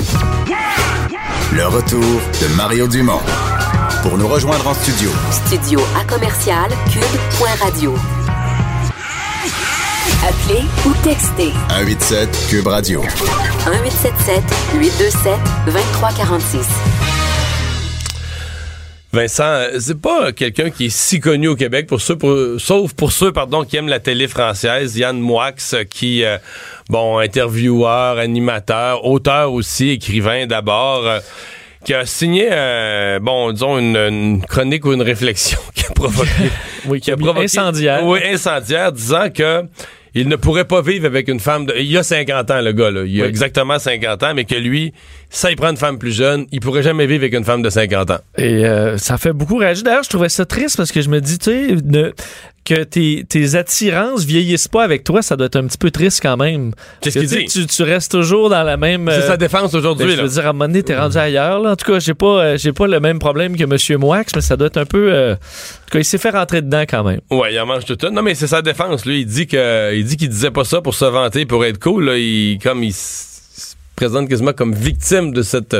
Le retour de Mario Dumont. Pour nous rejoindre en studio. Studio à commercial cube point radio. Appelez ou textez. un huit sept Cube Radio. un huit sept sept huit deux sept deux trois quatre six. Vincent, c'est pas quelqu'un qui est si connu au Québec, pour ceux, pour, sauf pour ceux pardon, qui aiment la télé française. Yann Moix, qui, euh, bon, intervieweur, animateur, auteur aussi, écrivain d'abord, euh, qui a signé, euh, bon, disons, une, une chronique ou une réflexion qui a provoqué... oui, qui a, qui a provoqué... Incendiaire. Oui, incendiaire, disant que il ne pourrait pas vivre avec une femme de... Il a cinquante ans, le gars, là. Il a oui. exactement cinquante ans, mais que lui, ça, il prend une femme plus jeune, il pourrait jamais vivre avec une femme de cinquante ans. Et euh, ça fait beaucoup réagir. D'ailleurs, je trouvais ça triste parce que je me dis, tu sais, ne... que tes, tes attirances vieillissent pas avec toi, ça doit être un petit peu triste quand même. Qu'est-ce qu'il dit? Tu, tu restes toujours dans la même... C'est euh, sa défense aujourd'hui. Ben, je veux dire, à un moment donné, t'es rendu ailleurs. Là. En tout cas, j'ai pas, euh, j'ai pas le même problème que M. Moix, mais ça doit être un peu... Euh, en tout cas, il s'est fait rentrer dedans quand même. Ouais, il en mange tout ça. Non, mais c'est sa défense. Lui, il dit que, il dit qu'il disait pas ça pour se vanter, pour être cool. Là. Il, comme il se présente quasiment comme victime de cette...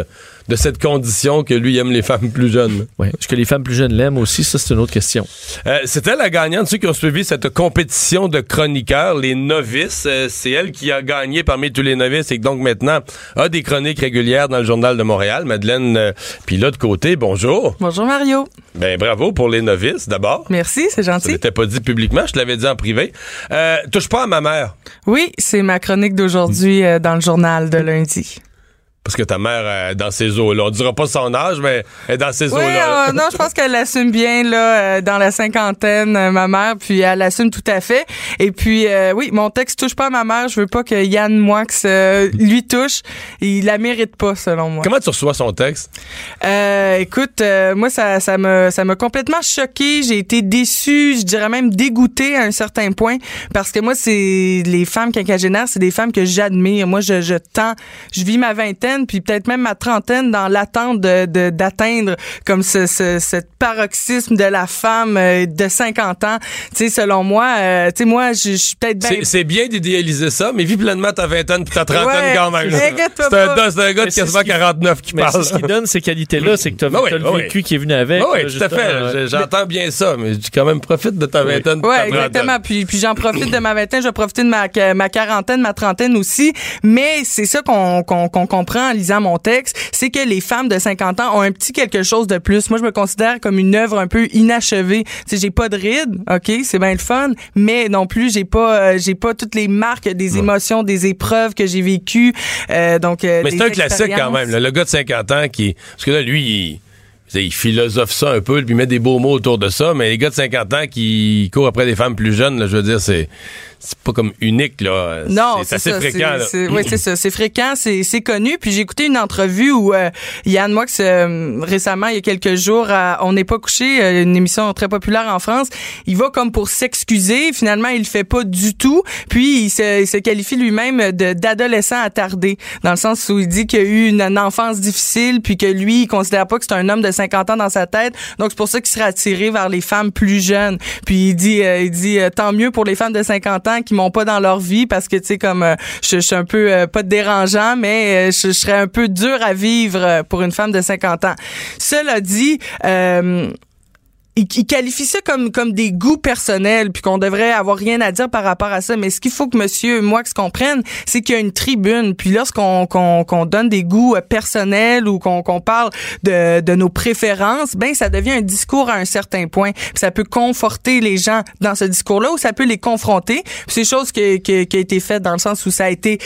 de cette condition que lui aime les femmes plus jeunes. Ouais. Est-ce que les femmes plus jeunes l'aiment aussi? Ça, c'est une autre question. Euh, c'était la gagnante, ceux qui ont suivi cette compétition de chroniqueurs, les novices. Euh, c'est elle qui a gagné parmi tous les novices et donc maintenant a des chroniques régulières dans le Journal de Montréal. Madeleine, euh, puis là de côté, bonjour. Bonjour Mario. Ben bravo pour les novices d'abord. Merci, c'est gentil. Ça n'était pas dit publiquement, je te l'avais dit en privé. Euh, touche pas à ma mère. Oui, c'est ma chronique d'aujourd'hui euh, dans le journal de lundi. Parce que ta mère est dans ces eaux-là. On dira pas son âge, mais elle est dans ces oui, eaux-là. Euh, non, je pense qu'elle l'assume bien, là, euh, dans la cinquantaine, euh, ma mère, puis elle l'assume tout à fait. Et puis, euh, oui, mon texte touche pas à ma mère. Je veux pas que Yann Moix euh, lui touche. Il la mérite pas, selon moi. Comment tu reçois son texte? Euh, écoute, euh, moi, ça, ça me, ça m'a complètement choquée. J'ai été déçue, je dirais même dégoûtée à un certain point, parce que moi, c'est les femmes quinquagénaires, c'est des femmes que j'admire. Moi, je, je tends, je vis ma vingtaine, puis peut-être même ma trentaine dans l'attente de, de d'atteindre comme ce, ce cet paroxysme de la femme euh, de cinquante ans. Tu sais, selon moi, euh, tu sais, moi, je suis peut-être bien... C'est, c'est bien d'idéaliser ça, mais vis pleinement ta vingtaine puis ta trentaine ouais, quand même. C'est, c'est, un, c'est un gars de quasiment quarante-neuf qui mais parle. Ce qui donne ces qualités-là, c'est que tu as oui, le oui. vécu qui est venu avec. Oui, oui, tout à fait. Euh, J'entends mais... bien ça, mais tu quand même profite de ta vingtaine. Oui, exactement. Puis, puis j'en profite de ma vingtaine, je vais profiter de ma, ma quarantaine, ma trentaine aussi. Mais c'est ça qu'on, qu'on, qu'on comprend en lisant mon texte, c'est que les femmes de cinquante ans ont un petit quelque chose de plus. Moi, je me considère comme une œuvre un peu inachevée. Tu sais, j'ai pas de rides, ok, c'est bien le fun, mais non plus, j'ai pas, euh, j'ai pas toutes les marques des ouais. émotions, des épreuves que j'ai vécues. Euh, donc, euh, mais c'est un classique quand même. Là, le gars de cinquante ans qui, parce que là, lui, il... il philosophe ça un peu, puis il met des beaux mots autour de ça, mais les gars de cinquante ans qui courent après des femmes plus jeunes, là, je veux dire, c'est c'est pas comme unique, là. Non, c'est, c'est assez ça, fréquent, c'est, là. C'est, oui, c'est ça. C'est fréquent, c'est, c'est connu. Puis j'ai écouté une entrevue où euh, Yann Moix, euh, récemment, il y a quelques jours, à On n'est pas couché, euh, une émission très populaire en France, il va comme pour s'excuser. Finalement, il le fait pas du tout. Puis il se, il se qualifie lui-même de, d'adolescent attardé, dans le sens où il dit qu'il a eu une, une enfance difficile, puis que lui, il considère pas que c'est un homme de cinquante ans dans sa tête. Donc c'est pour ça qu'il serait attiré vers les femmes plus jeunes. Puis il dit, euh, il dit euh, tant mieux pour les femmes de cinquante ans qui m'ont pas dans leur vie, parce que tu sais comme euh, je, je suis un peu euh, pas dérangeant, mais euh, je, je serais un peu dur à vivre pour une femme de cinquante ans. Cela dit, euh, Il, il qualifie ça comme comme des goûts personnels, puis qu'on devrait avoir rien à dire par rapport à ça. Mais ce qu'il faut que Monsieur Moix comprenne, c'est qu'il y a une tribune. Puis lorsqu'on qu'on, qu'on donne des goûts personnels ou qu'on, qu'on parle de, de nos préférences, ben ça devient un discours à un certain point. Puis ça peut conforter les gens dans ce discours-là, ou ça peut les confronter. Puis c'est chose qui, qui, qui a été faite dans le sens où ça a été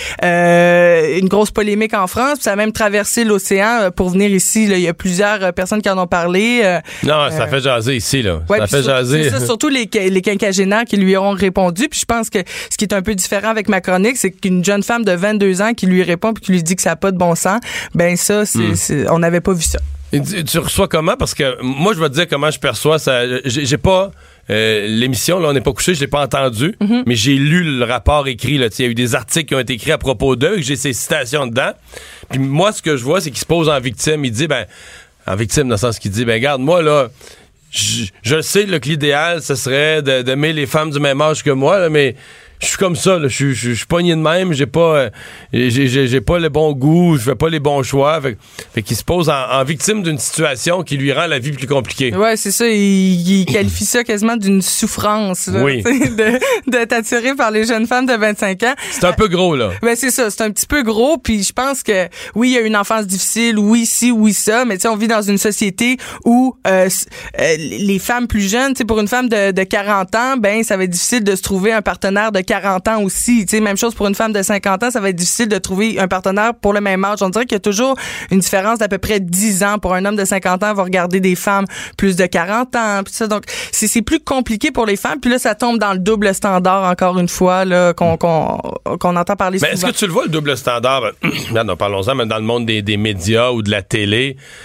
euh, une grosse polémique en France. Puis ça a même traversé l'océan pour venir ici. Là. Il y a plusieurs personnes qui en ont parlé. Euh, non, ça euh, fait jaser. Ici, là. Ouais, ça fait sur, jaser. C'est ça, surtout les, les quinquagénaires qui lui auront répondu. Puis je pense que ce qui est un peu différent avec ma chronique, c'est qu'une jeune femme de vingt-deux ans qui lui répond puis qui lui dit que ça n'a pas de bon sens, ben ça, c'est, mm. c'est, on n'avait pas vu ça. Et tu, tu reçois comment? Parce que moi, je vais te dire comment je perçois ça. J'ai, j'ai pas... Euh, l'émission, là, on n'est pas couché, je l'ai pas entendu, mm-hmm. mais j'ai lu le rapport écrit. Là, il y a eu des articles qui ont été écrits à propos d'eux, et j'ai ces citations dedans. Puis moi, ce que je vois, c'est qu'il se pose en victime. Il dit, ben, en victime dans le sens qu'il dit, ben, regarde, moi, là, Je, je sais là, que l'idéal, ce serait de, d'aimer les femmes du même âge que moi, là, mais je suis comme ça, là, je, je, je suis pogné de même, j'ai pas euh, j'ai, j'ai, j'ai pas le bon goût, je fais pas les bons choix. Fait, fait qu'il se pose en, en victime d'une situation qui lui rend la vie plus compliquée. Ouais, c'est ça, il, il qualifie ça quasiment d'une souffrance, là, oui. de, d'être attiré par les jeunes femmes de vingt-cinq ans. C'est un peu gros, là. Ben c'est ça, c'est un petit peu gros, puis je pense que oui, il y a une enfance difficile, oui, ci, oui, ça, mais tu sais, on vit dans une société où euh, euh, les femmes plus jeunes, tu sais, pour une femme de, de quarante ans, ben ça va être difficile de se trouver un partenaire de quarante ans aussi. Tu sais, même chose pour une femme de cinquante ans, ça va être difficile de trouver un partenaire pour le même âge. On dirait qu'il y a toujours une différence d'à peu près dix ans. Pour un homme de cinquante ans, il va regarder des femmes plus de quarante ans. Puis ça, donc, c'est, c'est plus compliqué pour les femmes. Puis là, ça tombe dans le double standard, encore une fois, là, qu'on, qu'on, qu'on entend parler mais souvent. Est-ce que tu le vois, le double standard? Non, parlons-en, mais dans le monde des, des médias ou de la télé,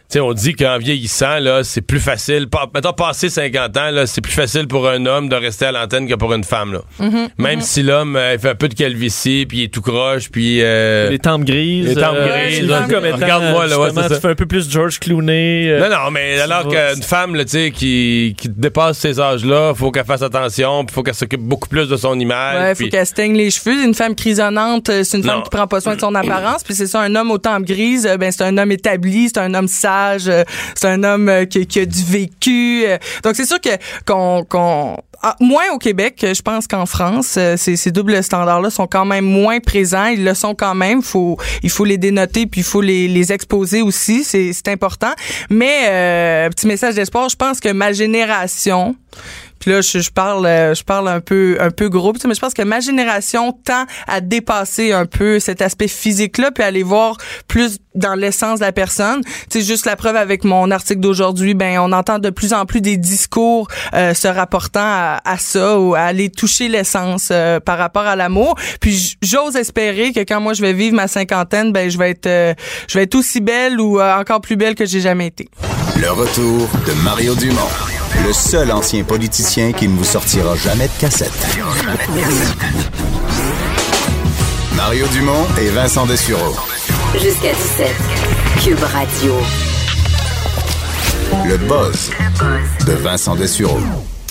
sais, on dit qu'en vieillissant, là, c'est plus facile. Pa- mettons, passé cinquante ans, là, c'est plus facile pour un homme de rester à l'antenne que pour une femme, là. Mm-hmm, Même mm-hmm. si l'homme, euh, il fait un peu de calvitie, puis il est tout croche, puis... Euh, les tempes grises. Les tempes euh, grises. Là, comme étant, regarde-moi, là, ouais, c'est tu ça. fais un peu plus George Clooney. Euh, non, non, mais alors qu'une femme, là, tu sais, qui, qui dépasse ces âges-là, faut qu'elle fasse attention, puis faut qu'elle s'occupe beaucoup plus de son image. Ouais, pis... faut qu'elle se teigne les cheveux. Une femme grisonnante, c'est une non. femme qui prend pas soin de son apparence, puis c'est ça, un homme aux tempes grises, ben c'est un homme établi, c'est un homme sage, c'est un homme qui, qui a du vécu. Donc c'est sûr que qu'on, qu'on ah, moins au Québec, je pense qu'en France, ces, ces doubles standards-là sont quand même moins présents. Ils le sont quand même. Faut, il faut les dénoter puis il faut les, les exposer aussi. C'est, c'est important. Mais euh, petit message d'espoir. Je pense que ma génération. Puis là, je, je parle, je parle un peu, un peu gros, mais je pense que ma génération tend à dépasser un peu cet aspect physique-là, puis aller voir plus dans l'essence de la personne. Tu sais, juste la preuve avec mon article d'aujourd'hui, ben, on entend de plus en plus des discours euh, se rapportant à, à ça ou à aller toucher l'essence euh, par rapport à l'amour. Puis j'ose espérer que quand moi je vais vivre ma cinquantaine, ben, je vais être, euh, je vais être aussi belle ou euh, encore plus belle que j'ai jamais été. Le retour de Mario Dumont. Le seul ancien politicien qui ne vous sortira jamais de cassette. Mario Dumont et Vincent Dessureau. Jusqu'à dix-sept. Cube Radio. Le buzz de Vincent Dessureau.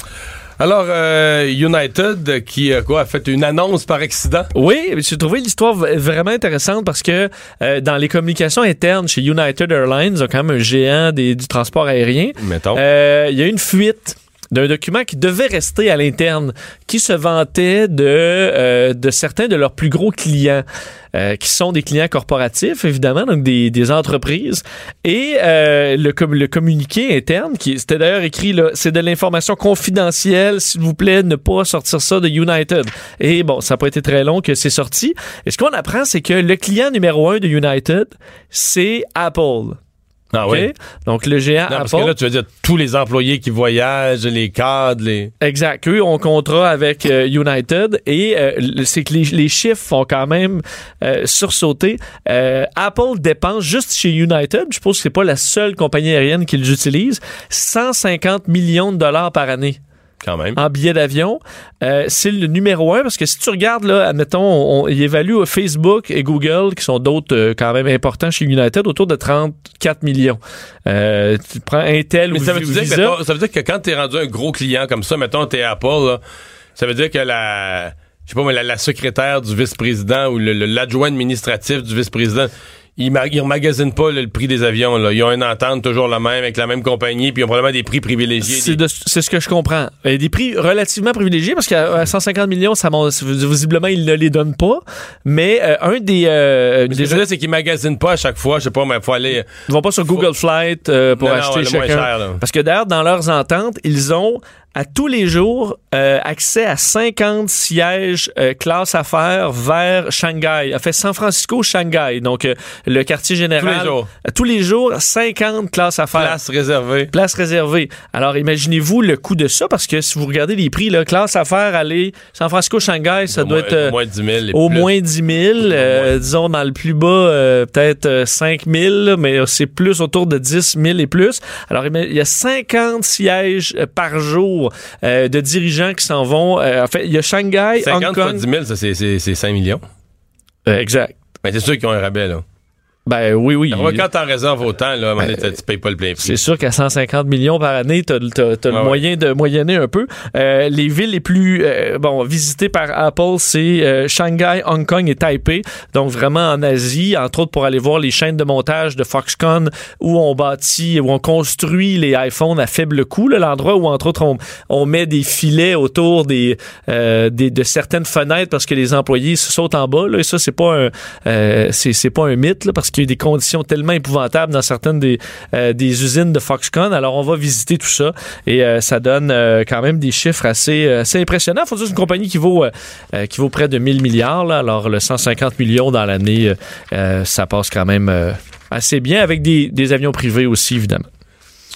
Alors, euh, United qui euh, quoi, a fait une annonce par accident. Oui, j'ai trouvé l'histoire vraiment intéressante parce que euh, dans les communications internes chez United Airlines, quand même un géant des, du transport aérien, mettons, euh, il y a eu une fuite d'un document qui devait rester à l'interne, qui se vantait de, euh, de certains de leurs plus gros clients, euh, qui sont des clients corporatifs, évidemment, donc des, des entreprises. Et euh, le, com- le communiqué interne, qui c'était d'ailleurs écrit, là, c'est de l'information confidentielle, s'il vous plaît, ne pas sortir ça de United. Et bon, ça n'a pas été très long que c'est sorti. Et ce qu'on apprend, c'est que le client numéro un de United, c'est Apple. Ah okay? oui. Donc, le géant non, Apple. Parce que là, tu veux dire tous les employés qui voyagent, les cadres, les... Exact. Eux ont contrat avec euh, United et euh, c'est que les, les chiffres font quand même euh, sursauter. Euh, Apple dépense juste chez United, je suppose que c'est pas la seule compagnie aérienne qui les utilise, cent cinquante millions de dollars par année. Quand même. En billets d'avion. Euh, c'est le numéro un parce que si tu regardes, là, admettons, on, on, il évalue Facebook et Google, qui sont d'autres euh, quand même importants chez United, autour de trente-quatre millions. Euh, tu prends Intel Mais ou ça veut, dire Visa. que, mettons, ça veut dire que quand t'es rendu un gros client comme ça, mettons, t'es Apple, là, ça veut dire que la, je sais pas, mais la, la secrétaire du vice-président ou le, le, l'adjoint administratif du vice-président, Ils ne magasinent pas là, le prix des avions. Là. Ils ont une entente toujours la même avec la même compagnie, puis ils ont probablement des prix privilégiés. C'est, des... de, c'est ce que je comprends. Et des prix relativement privilégiés, parce qu'à cent cinquante millions, ça visiblement, ils ne les donnent pas. Mais euh, un des... Euh, mais des ce que je veux dire, c'est qu'ils ne magasinent pas à chaque fois. Je sais pas, mais il faut aller... Ils vont pas sur Google faut... Flight euh, pour non, acheter non, chacun. Cher, parce que d'ailleurs, dans leurs ententes, ils ont à tous les jours euh, accès à cinquante sièges euh, classe affaires vers Shanghai. En fait, San Francisco, Shanghai. Donc, euh, le quartier général. Tous les jours. À tous les jours, cinquante classes affaires. Place réservée. Place réservée. Alors, imaginez-vous le coût de ça, parce que si vous regardez les prix, là, classe affaires, aller San Francisco, Shanghai, ça au doit moins, être... Euh, au moins dix mille. Au plus. moins dix mille. Euh, disons, dans le plus bas, euh, peut-être euh, cinq mille, mais c'est plus autour de dix mille et plus. Alors, il y a cinquante sièges euh, par jour euh, de dirigeants qui s'en vont. Euh, en fait, il y a Shanghai, cinquante Hong Kong... fois dix mille, ça, c'est, c'est, c'est cinq millions. Euh, exact. Mais c'est sûr qu'ils ont un rabais, là. Ben oui, oui. Alors, quand t'en réserves autant, là, ben, tu payes pas le plein prix. C'est sûr qu'à cent cinquante millions par année, t'as, t'as, t'as ah, le moyen ouais. de moyenner un peu. Euh, les villes les plus euh, bon visitées par Apple, c'est euh, Shanghai, Hong Kong et Taipei. Donc vraiment en Asie, entre autres pour aller voir les chaînes de montage de Foxconn où on bâtit, où on construit les iPhones à faible coût. Là, l'endroit où entre autres on, on met des filets autour des, euh, des de certaines fenêtres parce que les employés se sautent en bas. Là, et ça c'est pas un euh, c'est, c'est pas un mythe là, parce que qu'il y a des conditions tellement épouvantables dans certaines des, euh, des usines de Foxconn. Alors, on va visiter tout ça et euh, ça donne euh, quand même des chiffres assez, assez impressionnants. Il faut dire que c'est une compagnie qui vaut, euh, qui vaut près de mille milliards. Là. Alors, le cent cinquante millions dans l'année, euh, ça passe quand même euh, assez bien avec des, des avions privés aussi, évidemment.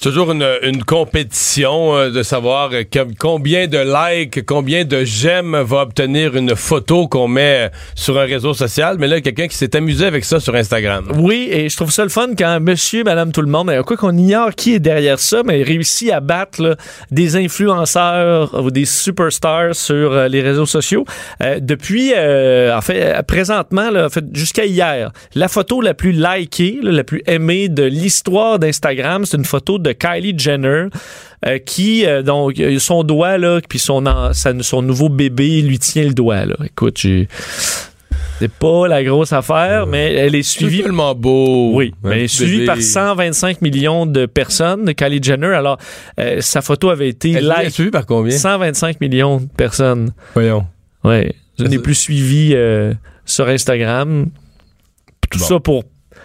C'est toujours une, une compétition euh, de savoir euh, que, combien de likes, combien de j'aime va obtenir une photo qu'on met sur un réseau social. Mais là, il y a quelqu'un qui s'est amusé avec ça sur Instagram. Oui, et je trouve ça le fun quand monsieur, madame, tout le monde, quoi qu'on ignore qui est derrière ça, mais réussit à battre là, des influenceurs ou des superstars sur euh, les réseaux sociaux. Euh, depuis, euh, en fait, présentement, là, en fait, jusqu'à hier, la photo la plus likée, là, la plus aimée de l'histoire d'Instagram, c'est une photo de Kylie Jenner euh, qui, euh, donc, son doigt, là, puis son, son nouveau bébé lui tient le doigt, là. Écoute, j'ai... C'est pas la grosse affaire, mais elle est suivie... C'est tellement beau! Oui, mais elle est suivie par cent vingt-cinq millions de personnes, de Kylie Jenner. Alors, euh, sa photo avait été... Elle like, est suivie par combien? cent vingt-cinq millions de personnes. Voyons. Oui, je n'ai plus suivi euh, sur Instagram. Tout bon. Ça pour...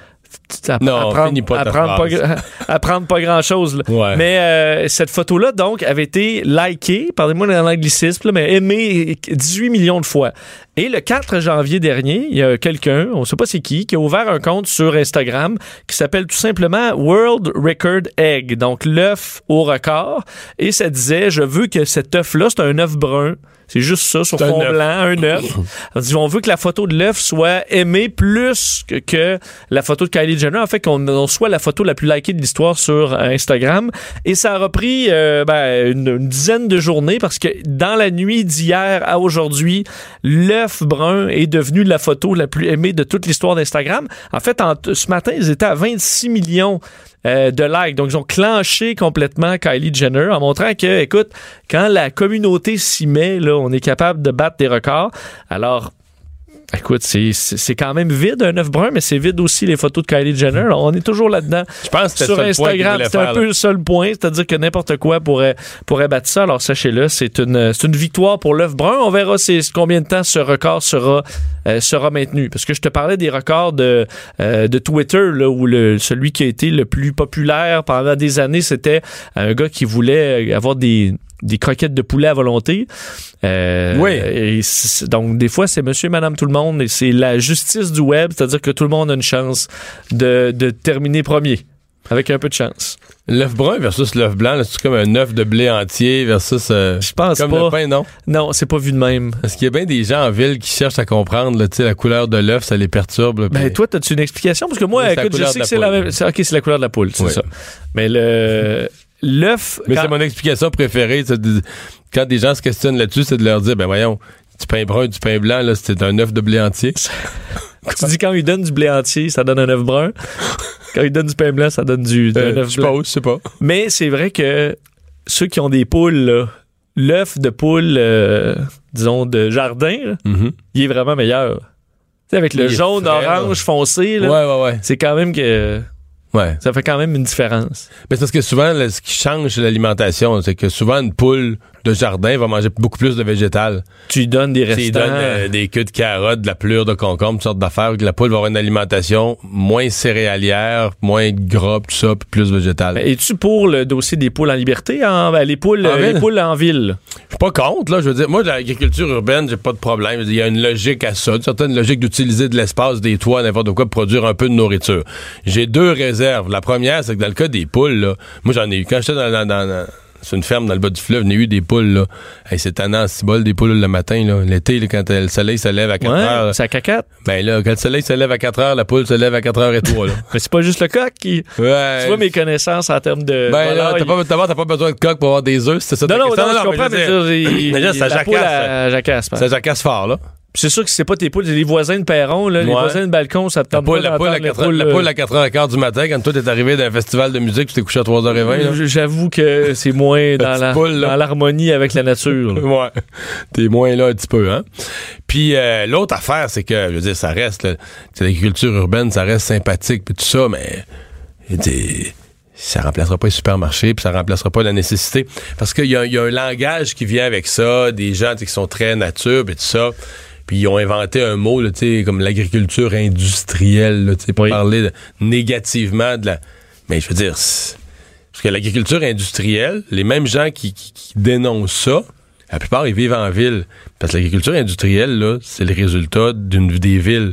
À, non, apprendre, pas, apprendre, pas, apprendre pas grand-chose. Là. Ouais. Mais euh, cette photo-là, donc, avait été likée, pardonnez-moi dans l'anglicisme, là, mais aimée dix-huit millions de fois. Et le quatre janvier dernier, il y a quelqu'un, on ne sait pas c'est qui, qui a ouvert un compte sur Instagram qui s'appelle tout simplement World Record Egg, donc l'œuf au record. Et ça disait, je veux que cet œuf-là, c'est un œuf brun. C'est juste ça, sur fond blanc, un œuf. On veut que la photo de l'œuf soit aimée plus que, que la photo de Kylie Jenner. En fait, qu'on on soit la photo la plus likée de l'histoire sur Instagram. Et ça a repris euh, ben, une, une dizaine de journées parce que dans la nuit d'hier à aujourd'hui, l'œuf brun est devenu la photo la plus aimée de toute l'histoire d'Instagram. En fait, en, ce matin, ils étaient à vingt-six millions Euh, de likes. Donc, ils ont clenché complètement Kylie Jenner en montrant que, écoute, quand la communauté s'y met, là, on est capable de battre des records. Alors, écoute, c'est, c'est, c'est quand même vide un œuf brun, mais c'est vide aussi les photos de Kylie Jenner. Alors, on est toujours là-dedans. Je pense que sur Instagram, c'est un peu le seul point, c'est-à-dire que n'importe quoi pourrait, pourrait battre ça. Alors, sachez-le, c'est une, c'est une victoire pour l'œuf brun. On verra c'est, combien de temps ce record sera Euh, sera maintenu. Parce que je te parlais des records de, euh, de Twitter, là, où le, celui qui a été le plus populaire pendant des années, c'était un gars qui voulait avoir des, des croquettes de poulet à volonté. Euh, oui. Et donc, des fois, c'est monsieur et madame tout le monde, et c'est la justice du web, c'est-à-dire que tout le monde a une chance de, de terminer premier. Avec un peu de chance. L'œuf brun versus l'œuf blanc, là, c'est comme un œuf de blé entier versus euh, je pense comme pas. le pain, non? Non, c'est pas vu de même. Parce qu'il y a bien des gens en ville qui cherchent à comprendre là, la couleur de l'œuf, ça les perturbe. Là, ben pis... toi, as-tu une explication? Parce que moi, oui, écoute, je sais que c'est la même... C'est, OK, c'est la couleur de la poule, c'est oui. ça. Mais le... l'œuf... Mais quand... c'est mon explication préférée. De... Quand des gens se questionnent là-dessus, c'est de leur dire, ben voyons, du pain brun, du pain blanc, là, c'est un œuf de blé entier. Tu dis quand il donne du blé entier, ça donne un œuf brun. Quand il donne du pain blanc, ça donne du euh, un œuf je blanc. Je sais pas. Mais c'est vrai que ceux qui ont des poules, là, l'œuf de poule, euh, disons, de jardin, là, mm-hmm. il est vraiment meilleur. Tu sais, avec il le jaune, frais, orange, là. Foncé, là, ouais, ouais, ouais. c'est quand même que... Ouais. Ça fait quand même une différence. Mais c'est parce que souvent, là, ce qui change, c'est l'alimentation. C'est que souvent, une poule de jardin va manger beaucoup plus de végétal. Tu lui donnes des restants. Tu lui donnes euh, des queues de carottes, de la pelure de concombre, toutes sortes d'affaires. Que la poule va avoir une alimentation moins céréalière, moins gras, tout ça, puis plus végétale. Es-tu pour le dossier des poules en liberté? En, ben, les, poules, en les poules en ville? Je suis pas contre, là. Je veux dire, moi, l'agriculture urbaine, j'ai pas de problème. Il y a une logique à ça. Une certaine logique d'utiliser de l'espace, des toits, n'importe quoi, pour produire un peu de nourriture. J'ai deux réserves. La première, c'est que dans le cas des poules, là, moi, j'en ai eu. Quand j'étais dans, dans, dans, dans sur une ferme dans le bas du fleuve, j'en ai eu des poules, là. Hey, c'est tannant, c'est bol des poules le matin, là. L'été, là, quand le soleil se lève à quatre ouais, heures. C'est à cacate. Ben là, quand le soleil se lève à quatre heures, la poule se lève à quatre heures et trois, là. Mais c'est pas juste le coq qui. Ouais. Tu vois mes connaissances en termes de. Ben là, t'as il... pas, t'as, pas besoin de coq pour avoir des œufs, c'est ça? Non, non, non, non, je non, comprends, mais, dire, mais, dire, mais là, ça jacasse. jacasse. Ça jacasse fort, là. C'est sûr que c'est pas tes poules, c'est les voisins de Perron, là, ouais. Les voisins de balcon, ça te tente pas la poule, à quatre heures, la poule à quatre heures quinze du matin, quand toi t'es arrivé d'un festival de musique, tu t'es couché à trois heures vingt. Là. J'avoue que c'est moins dans, la, poule, dans l'harmonie avec la nature. Là. Ouais, t'es moins là un petit peu, hein. Puis euh, l'autre affaire, c'est que, je veux dire, ça reste, là, l'agriculture urbaine, ça reste sympathique, puis tout ça, mais t'sais, ça remplacera pas les supermarchés, puis ça remplacera pas la nécessité. Parce qu'il y a, y a un langage qui vient avec ça, des gens qui sont très nature, puis tout ça. Puis ils ont inventé un mot, là, comme l'agriculture industrielle, là, pour oui. parler de, négativement de la... Mais je veux dire, parce que l'agriculture industrielle, les mêmes gens qui, qui, qui dénoncent ça, la plupart, ils vivent en ville. Parce que l'agriculture industrielle, là, c'est le résultat d'une des villes.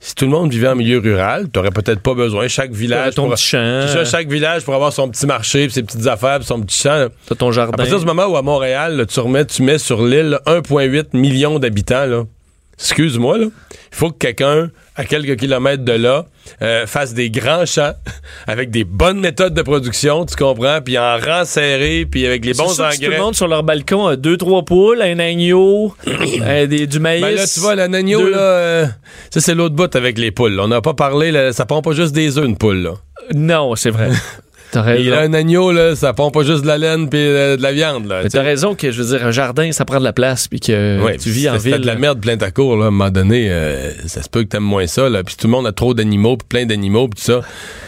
si tout le monde vivait en milieu rural, t'aurais peut-être pas besoin. Chaque village... ton pour, petit champ. Déjà, chaque village pour avoir son petit marché, puis ses petites affaires, puis son petit champ. T'as ton jardin. À partir du moment où à Montréal, là, tu remets, tu mets sur l'île un virgule huit million d'habitants, là. Excuse-moi, là. Il faut que quelqu'un, à quelques kilomètres de là, euh, fasse des grands champs avec des bonnes méthodes de production, tu comprends, puis en rang serré, puis avec les c'est bons sûr engrais. Que si tout le monde sur leur balcon a deux, trois poules, un agneau, euh, des, du maïs. Ben là, tu vois, l'agneau, deux... là, euh, ça, c'est l'autre bout avec les poules. On n'a pas parlé, là, ça prend pas juste des œufs, une poule, là. Non, c'est vrai. T'as raison. Et là, un agneau, là, ça prend pas juste de la laine puis euh, de la viande, là. Mais t'as raison que, je veux dire, un jardin, ça prend de la place, puis que ouais, tu vis en ville. C'est de la merde plein ta cour, là, à un moment donné, euh, ça se peut que t'aimes moins ça, là, puis tout le monde a trop d'animaux, puis plein d'animaux, puis tout ça.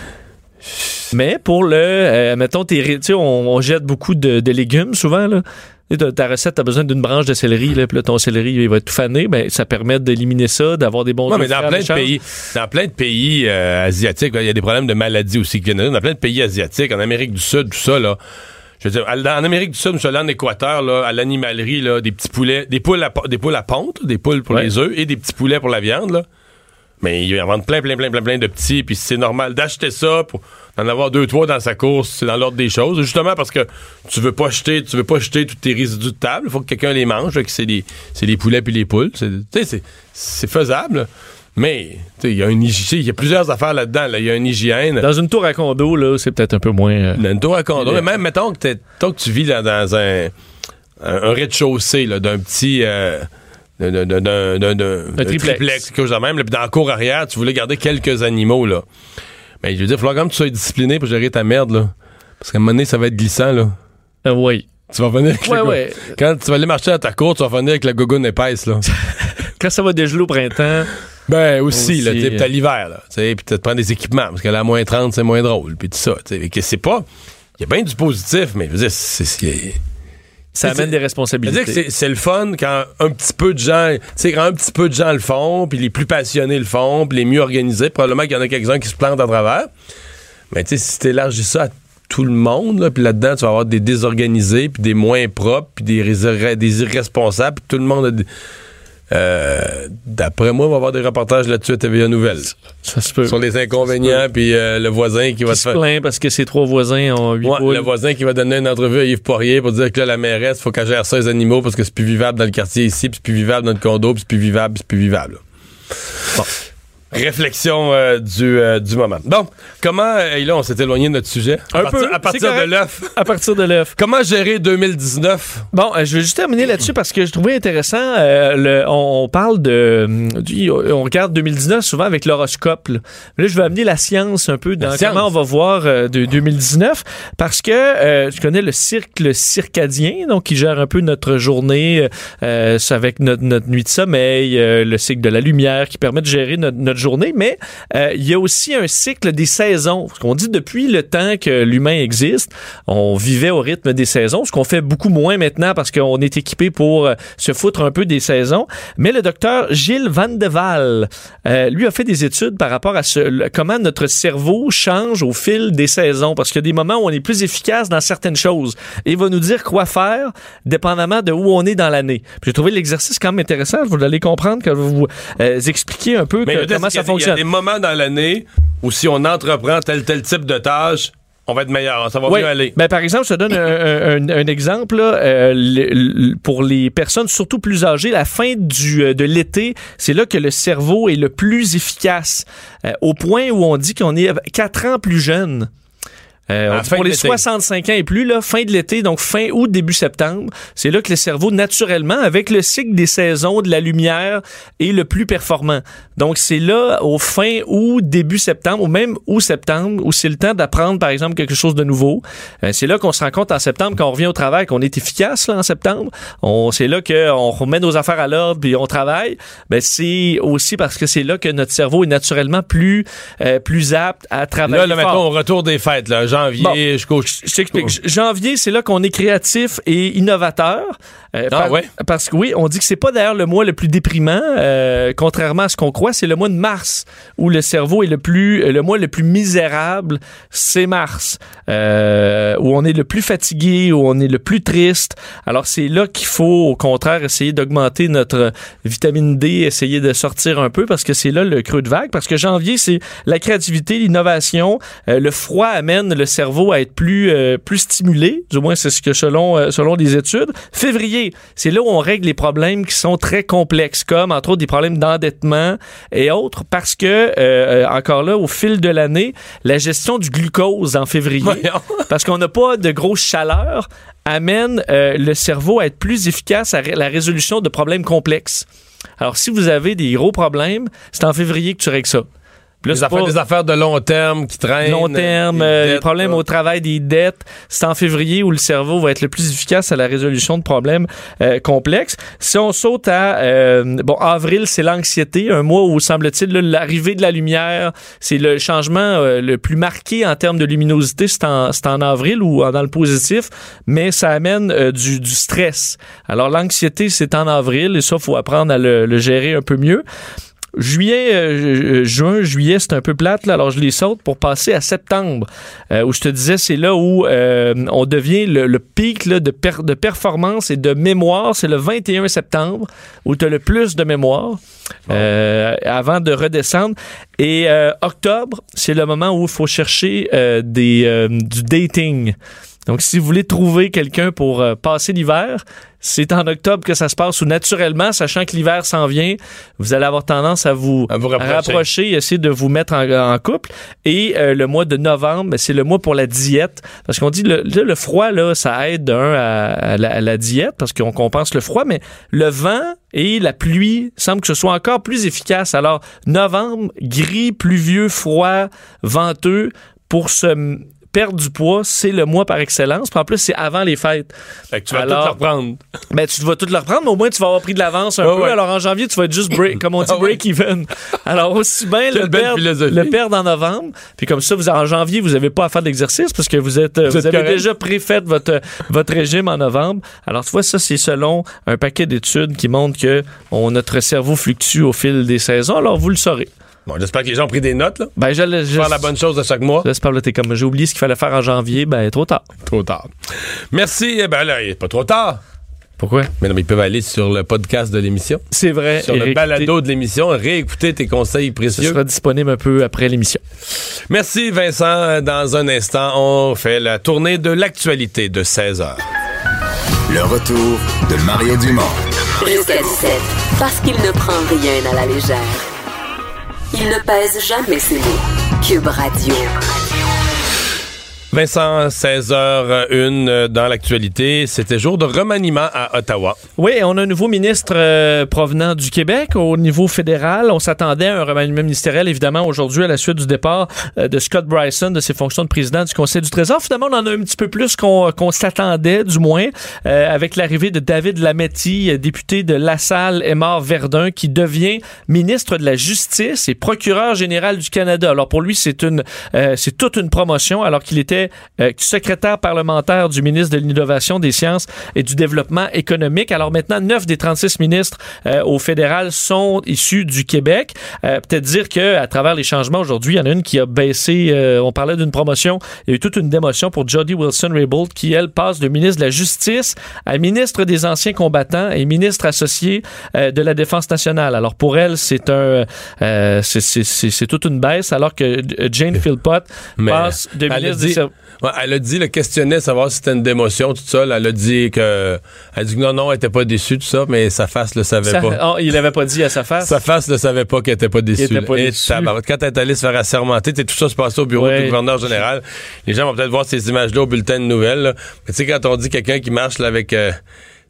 Mais pour le, euh, mettons, tu sais, on, on jette beaucoup de, de légumes, souvent, là. Ta, ta recette, t'as besoin d'une branche de céleri, là, puis là, ton céleri, il va être tout fané, ben, ça permet d'éliminer ça, d'avoir des bons... Non, mais dans plein de pays, dans plein de pays euh, asiatiques, il y a des problèmes de maladies aussi qui viennent. Dans plein de pays asiatiques, en Amérique du Sud, tout ça, là. Je veux dire, en Amérique du Sud, je suis allé en Équateur, là, à l'animalerie, là, des petits poulets, des poules à, des poules à ponte, des poules pour ouais. les œufs et des petits poulets pour la viande, là. Mais ils en vendent plein, plein, plein, plein, plein de petits, puis c'est normal d'acheter ça pour d'en avoir deux, trois dans sa course, c'est dans l'ordre des choses. Justement parce que tu veux pas jeter, tu veux pas jeter tous tes résidus de table, il faut que quelqu'un les mange, que c'est les, c'est les poulets puis les poules. Tu sais, c'est, c'est faisable. Mais il y a une il y a plusieurs affaires là-dedans. Il y a une hygiène. Dans une tour à condo, là, c'est peut-être un peu moins. Euh... Dans une tour à condo, mais même mettons que, que tu vis là, dans un, un, un rez-de-chaussée là, d'un petit. Euh, d'un, d'un, d'un, d'un, d'un un triplex, triplex quelque chose de même. Là, puis dans la cour arrière, tu voulais garder quelques animaux, là. Mais je veux dire, il va falloir quand même que tu sois discipliné pour gérer ta merde, là. Parce qu'à un moment donné, ça va être glissant, là. Euh, oui. Tu vas venir avec ouais, la ouais. go- Quand tu vas aller marcher à ta cour, tu vas venir avec la gogoune épaisse, là. Quand ça va dégeler au printemps. Ben, aussi, aussi là, tu sais, euh... pis t'as l'hiver, là. Tu sais, pis tu te prends des équipements, parce que là, à moins trente, c'est moins drôle, pis tout ça, tu sais. C'est pas. Il y a bien du positif, mais je veux dire, c'est ce qui est. Ça amène des responsabilités. C'est, c'est le fun quand un petit peu de gens, tu sais, quand un petit peu de gens le font, puis les plus passionnés le font, puis les mieux organisés, probablement qu'il y en a quelques-uns qui se plantent à travers. Mais tu sais, si t'élargis ça à tout le monde, là, puis là-dedans, tu vas avoir des désorganisés, puis des moins propres, puis des, irré- des irresponsables, puis tout le monde a des... Euh, d'après moi, on va avoir des reportages là-dessus à T V A Nouvelles. Ça se peut. Sur les inconvénients, puis euh, le voisin qui, qui va se te faire... plaint parce que ses trois voisins ont huit ouais, poules. Le voisin qui va donner une entrevue à Yves Poirier pour dire que là, la mairesse, il faut qu'elle gère ça, les animaux, parce que c'est plus vivable dans le quartier ici, puis c'est plus vivable dans le condo, puis c'est plus vivable, puis c'est plus vivable. Bon. Réflexion euh, du, euh, du moment. Bon, comment, et là, on s'est éloigné de notre sujet. Un à partir, peu. À partir de l'œuf. À partir de l'œuf. Comment gérer deux mille dix-neuf? Bon, euh, je vais juste terminer là-dessus parce que je trouvais intéressant. Euh, le, on, on parle de. Du, on regarde deux mille dix-neuf souvent avec l'horoscope. Là, là je vais amener la science un peu dans la comment science. On va voir euh, de deux mille dix-neuf parce que euh, je connais le cercle circadien, donc qui gère un peu notre journée euh, avec notre, notre nuit de sommeil, euh, le cycle de la lumière qui permet de gérer notre, notre journée, mais euh, il y a aussi un cycle des saisons. Ce qu'on dit depuis le temps que l'humain existe, on vivait au rythme des saisons, ce qu'on fait beaucoup moins maintenant parce qu'on est équipé pour euh, se foutre un peu des saisons. Mais le docteur Gilles Van de Waal, euh, lui a fait des études par rapport à ce, le, comment notre cerveau change au fil des saisons, parce qu'il y a des moments où on est plus efficace dans certaines choses. Et il va nous dire quoi faire, dépendamment de où on est dans l'année. Puis j'ai trouvé l'exercice quand même intéressant. Vous allez comprendre quand vous vous euh, expliquer un peu que, comment ça fonctionne. Il y a des moments dans l'année où si on entreprend tel tel type de tâche, on va être meilleur, ça va oui. mieux aller. Ben, par exemple, je te donne un, un, un exemple. Là, euh, le, le, pour les personnes surtout plus âgées, la fin du, de l'été, c'est là que le cerveau est le plus efficace, euh, au point où on dit qu'on est quatre ans plus jeune. Euh, pour les soixante-cinq ans et plus, là, fin de l'été, donc fin août, début septembre, c'est là que le cerveau, naturellement, avec le cycle des saisons, de la lumière, est le plus performant. Donc, c'est là, au fin août, début septembre, ou même août-septembre, où c'est le temps d'apprendre, par exemple, quelque chose de nouveau. Euh, c'est là qu'on se rend compte en septembre, quand on revient au travail, qu'on est efficace, là, en septembre. On, c'est là qu'on remet nos affaires à l'ordre, puis on travaille. Ben, c'est aussi parce que c'est là que notre cerveau est naturellement plus, euh, plus apte à travailler là, là, fort. mettons, au retour des fêtes, là, janvier Bon, jusqu'au... Je t'explique. Janvier, c'est là qu'on est créatif et innovateur. Euh, ah par, ouais? Parce que oui, on dit que c'est pas d'ailleurs le mois le plus déprimant, euh, contrairement à ce qu'on croit, c'est le mois de mars où le cerveau est le plus, le mois le plus misérable, c'est mars, euh, où on est le plus fatigué, où on est le plus triste. Alors c'est là qu'il faut au contraire essayer d'augmenter notre vitamine D, essayer de sortir un peu parce que c'est là le creux de vague. Parce que janvier, c'est la créativité, l'innovation, euh, le froid amène le cerveau à être plus euh, plus stimulé, du moins c'est ce que selon euh, selon les études. Février, c'est là où on règle les problèmes qui sont très complexes, comme entre autres des problèmes d'endettement et autres, parce que euh, encore là, au fil de l'année, la gestion du glucose en février, parce qu'on n'a pas de grosse chaleur, amène euh, le cerveau à être plus efficace à ré- la résolution de problèmes complexes. Alors si vous avez des gros problèmes, c'est en février que tu règles ça. Là, Des affaires, des affaires de long terme qui traînent. Long terme, euh, les problèmes là. au travail, des dettes. C'est en février où le cerveau va être le plus efficace à la résolution de problèmes euh, complexes. Si on saute à... Euh, bon, avril, c'est l'anxiété. Un mois où, semble-t-il, là, l'arrivée de la lumière, c'est le changement euh, le plus marqué en termes de luminosité. C'est en, c'est en avril ou dans le positif, mais ça amène euh, du, du stress. Alors, l'anxiété, c'est en avril et ça, il faut apprendre à le, le gérer un peu mieux. Juillet, euh, juin, juillet, c'est un peu plate, là, alors je les saute pour passer à septembre, euh, où je te disais, c'est là où euh, on devient le, le pic là, de, per- de performance et de mémoire, c'est le vingt et un septembre, où tu as le plus de mémoire, euh, avant de redescendre. Et euh, octobre, c'est le moment où il faut chercher euh, des, euh, du dating. Donc, si vous voulez trouver quelqu'un pour euh, passer l'hiver, c'est en octobre que ça se passe, ou naturellement, sachant que l'hiver s'en vient, vous allez avoir tendance à vous, à vous rapprocher. rapprocher, essayer de vous mettre en, en couple. Et euh, le mois de novembre, c'est le mois pour la diète. Parce qu'on dit, le, le, le froid, là, ça aide d'un à, à, la, à la diète, parce qu'on compense le froid, mais le vent et la pluie semblent que ce soit encore plus efficace. Alors, novembre, gris, pluvieux, froid, venteux, pour se... perdre du poids, c'est le mois par excellence. Puis en plus, c'est avant les fêtes. Fait que tu vas Alors, tout le reprendre. Ben, tu vas tout le reprendre, mais au moins, tu vas avoir pris de l'avance un ouais, peu. ouais. Alors, en janvier, tu vas être juste break, comme on dit, Ah ouais. break-even. Alors, aussi bien le perdre, le perdre en novembre. Puis comme ça, vous, en janvier, vous n'avez pas à faire d'exercice parce que vous êtes, vous, vous êtes avez correct. Déjà préfait votre, votre régime en novembre. Alors, tu vois, ça, c'est selon un paquet d'études qui montrent que on, notre cerveau fluctue au fil des saisons. Alors, vous le saurez. Bon, j'espère que les gens ont pris des notes, là. Ben, je, je, faire la bonne chose de chaque mois. J'espère que t'es comme, j'ai oublié ce qu'il fallait faire en janvier. Ben, trop tard. Trop tard. Merci. Ben là, il n'est pas trop tard. Pourquoi? Mais non, mais ils peuvent aller sur le podcast de l'émission. C'est vrai. Sur le balado de l'émission, réécouter tes conseils précieux. Ce sera disponible un peu après l'émission. Merci, Vincent. Dans un instant, on fait la tournée de l'actualité de seize heures. Le retour de Mario Dumont. Jusqu'à dix-sept, parce qu'il ne prend rien à la légère. Il ne pèse jamais ses mots. Cube Radio. Vincent, seize heures une dans l'actualité. C'était jour de remaniement à Ottawa. Oui, on a un nouveau ministre euh, provenant du Québec au niveau fédéral. On s'attendait à un remaniement ministériel, évidemment, aujourd'hui, à la suite du départ euh, de Scott Bryson de ses fonctions de président du Conseil du Trésor. Finalement, on en a un petit peu plus qu'on, qu'on s'attendait, du moins, euh, avec l'arrivée de David Lametti, député de LaSalle-Aymar-Verdun, qui devient ministre de la Justice et procureur général du Canada. Alors, pour lui, c'est une, euh, c'est toute une promotion, alors qu'il était Euh, secrétaire parlementaire du ministre de l'Innovation, des Sciences et du Développement économique. Alors maintenant, neuf des trente-six ministres euh, au fédéral sont issus du Québec. Euh, peut-être dire qu'à travers les changements aujourd'hui, il y en a une qui a baissé. Euh, on parlait d'une promotion. Il y a eu toute une démotion pour Jody Wilson-Raybould qui, elle, passe de ministre de la Justice à ministre des Anciens combattants et ministre associé euh, de la Défense nationale. Alors pour elle, c'est un, euh, c'est, c'est, c'est, c'est toute une baisse, alors que Jane Philpott Mais passe de ministre dit, des Services. Ouais, elle a dit, le questionnait savoir si c'était une démotion, tout ça. Là, elle a dit que, elle a dit que non, non, elle était pas déçue, tout ça, mais sa face le savait Ça, pas. Oh, il l'avait pas dit à sa face. Sa face ne savait pas qu'elle était pas déçue. Il était pas Et déçu. tabarouette, quand elle est allée se faire assermenter, tout ça se passait au bureau ouais. du gouverneur général. Les gens vont peut-être voir ces images-là au bulletin de nouvelles. Là. Mais tu sais, quand on dit quelqu'un qui marche là, avec... Euh,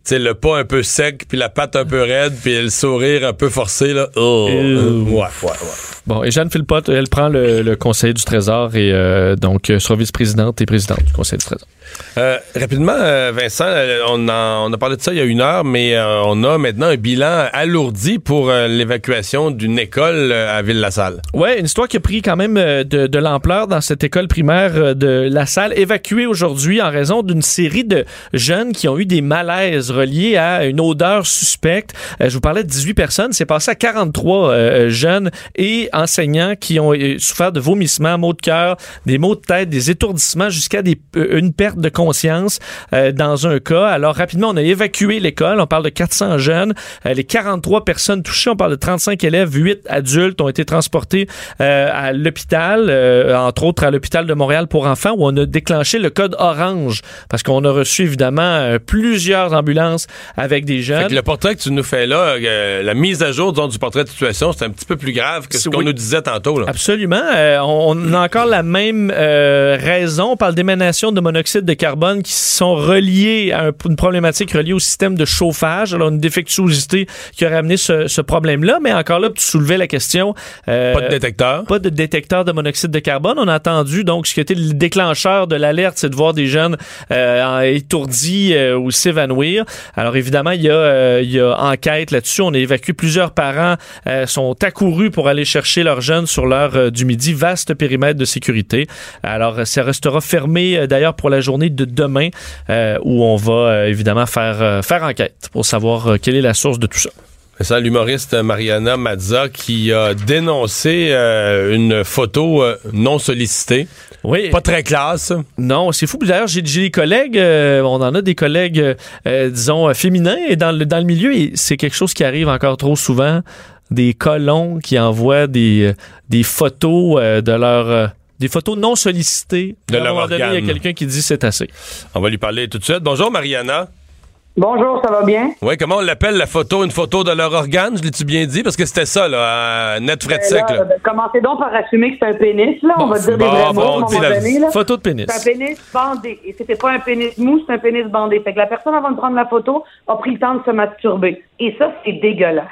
sais, le pas un peu sec, puis la patte un peu raide, puis le sourire un peu forcé, là. Oh, euh, ouais, ouais, ouais. Bon, et Jeanne Philpott, elle prend le, le conseil du Trésor et euh, donc sera vice-présidente et présidente du conseil du Trésor. Euh, rapidement, euh, Vincent, on, en, on a parlé de ça il y a une heure, mais euh, on a maintenant un bilan alourdi pour euh, l'évacuation d'une école euh, à Ville-la-Salle. Oui, une histoire qui a pris quand même euh, de, de l'ampleur dans cette école primaire euh, de La Salle, évacuée aujourd'hui en raison d'une série de jeunes qui ont eu des malaises reliés à une odeur suspecte. Euh, je vous parlais de dix-huit personnes, c'est passé à quarante-trois euh, jeunes et enseignants qui ont euh, souffert de vomissements, maux de cœur, des maux de tête, des étourdissements jusqu'à des, euh, une perte de conscience euh, dans un cas. Alors rapidement, on a évacué l'école. On parle de quatre cents jeunes. Euh, les quarante-trois personnes touchées, on parle de trente-cinq élèves, huit adultes ont été transportés euh, à l'hôpital, euh, entre autres à l'hôpital de Montréal pour enfants, où on a déclenché le code orange parce qu'on a reçu évidemment euh, plusieurs ambulances avec des jeunes. Fait que le portrait que tu nous fais là, euh, la mise à jour disons, du portrait de situation, c'est un petit peu plus grave que ce qu'on oui. nous disait tantôt. Là. Absolument. Euh, on, on a encore la même euh, raison. On parle d'émanation de monoxyde de carbone qui sont reliés à un, une problématique reliée au système de chauffage. Alors, une défectuosité qui aurait amené ce, ce problème-là. Mais encore là, tu soulevais la question. Euh, pas de détecteur. Pas de détecteur de monoxyde de carbone. On a entendu, donc, ce qui était le déclencheur de l'alerte, c'est de voir des jeunes euh, étourdis euh, ou s'évanouir. Alors, évidemment, il y a, euh, il y a enquête là-dessus. On a évacué plusieurs parents, euh, sont accourus pour aller chercher leurs jeunes sur l'heure euh, du midi. Vaste périmètre de sécurité. Alors, ça restera fermé, euh, d'ailleurs, pour la journée de demain, euh, où on va euh, évidemment faire, euh, faire enquête pour savoir euh, quelle est la source de tout ça. C'est ça, l'humoriste Mariana Mazza qui a dénoncé euh, une photo euh, non sollicitée. Oui. Pas très classe. Non, c'est fou. D'ailleurs, j'ai, j'ai des collègues, euh, on en a des collègues, euh, disons, féminins, et dans le, dans le milieu, et c'est quelque chose qui arrive encore trop souvent, des colons qui envoient des, des photos euh, de leur... Euh, des photos non sollicitées. De leur organe. Il y a quelqu'un qui dit c'est assez. On va lui parler tout de suite. Bonjour, Mariana. Bonjour, ça va bien? Oui, comment on l'appelle, la photo? Une photo de leur organe, je l'ai-tu bien dit? Parce que c'était ça, là, net frais de sec. Là. Ben, commencez donc par assumer que c'est un pénis, là. Bon, on va dire bon, des vrais bon, mots, on la donné, là. Photo de pénis. C'est un pénis bandé. Et c'était pas un pénis mou, c'est un pénis bandé. Fait que la personne, avant de prendre la photo, a pris le temps de se masturber. Et ça, c'est dégueulasse.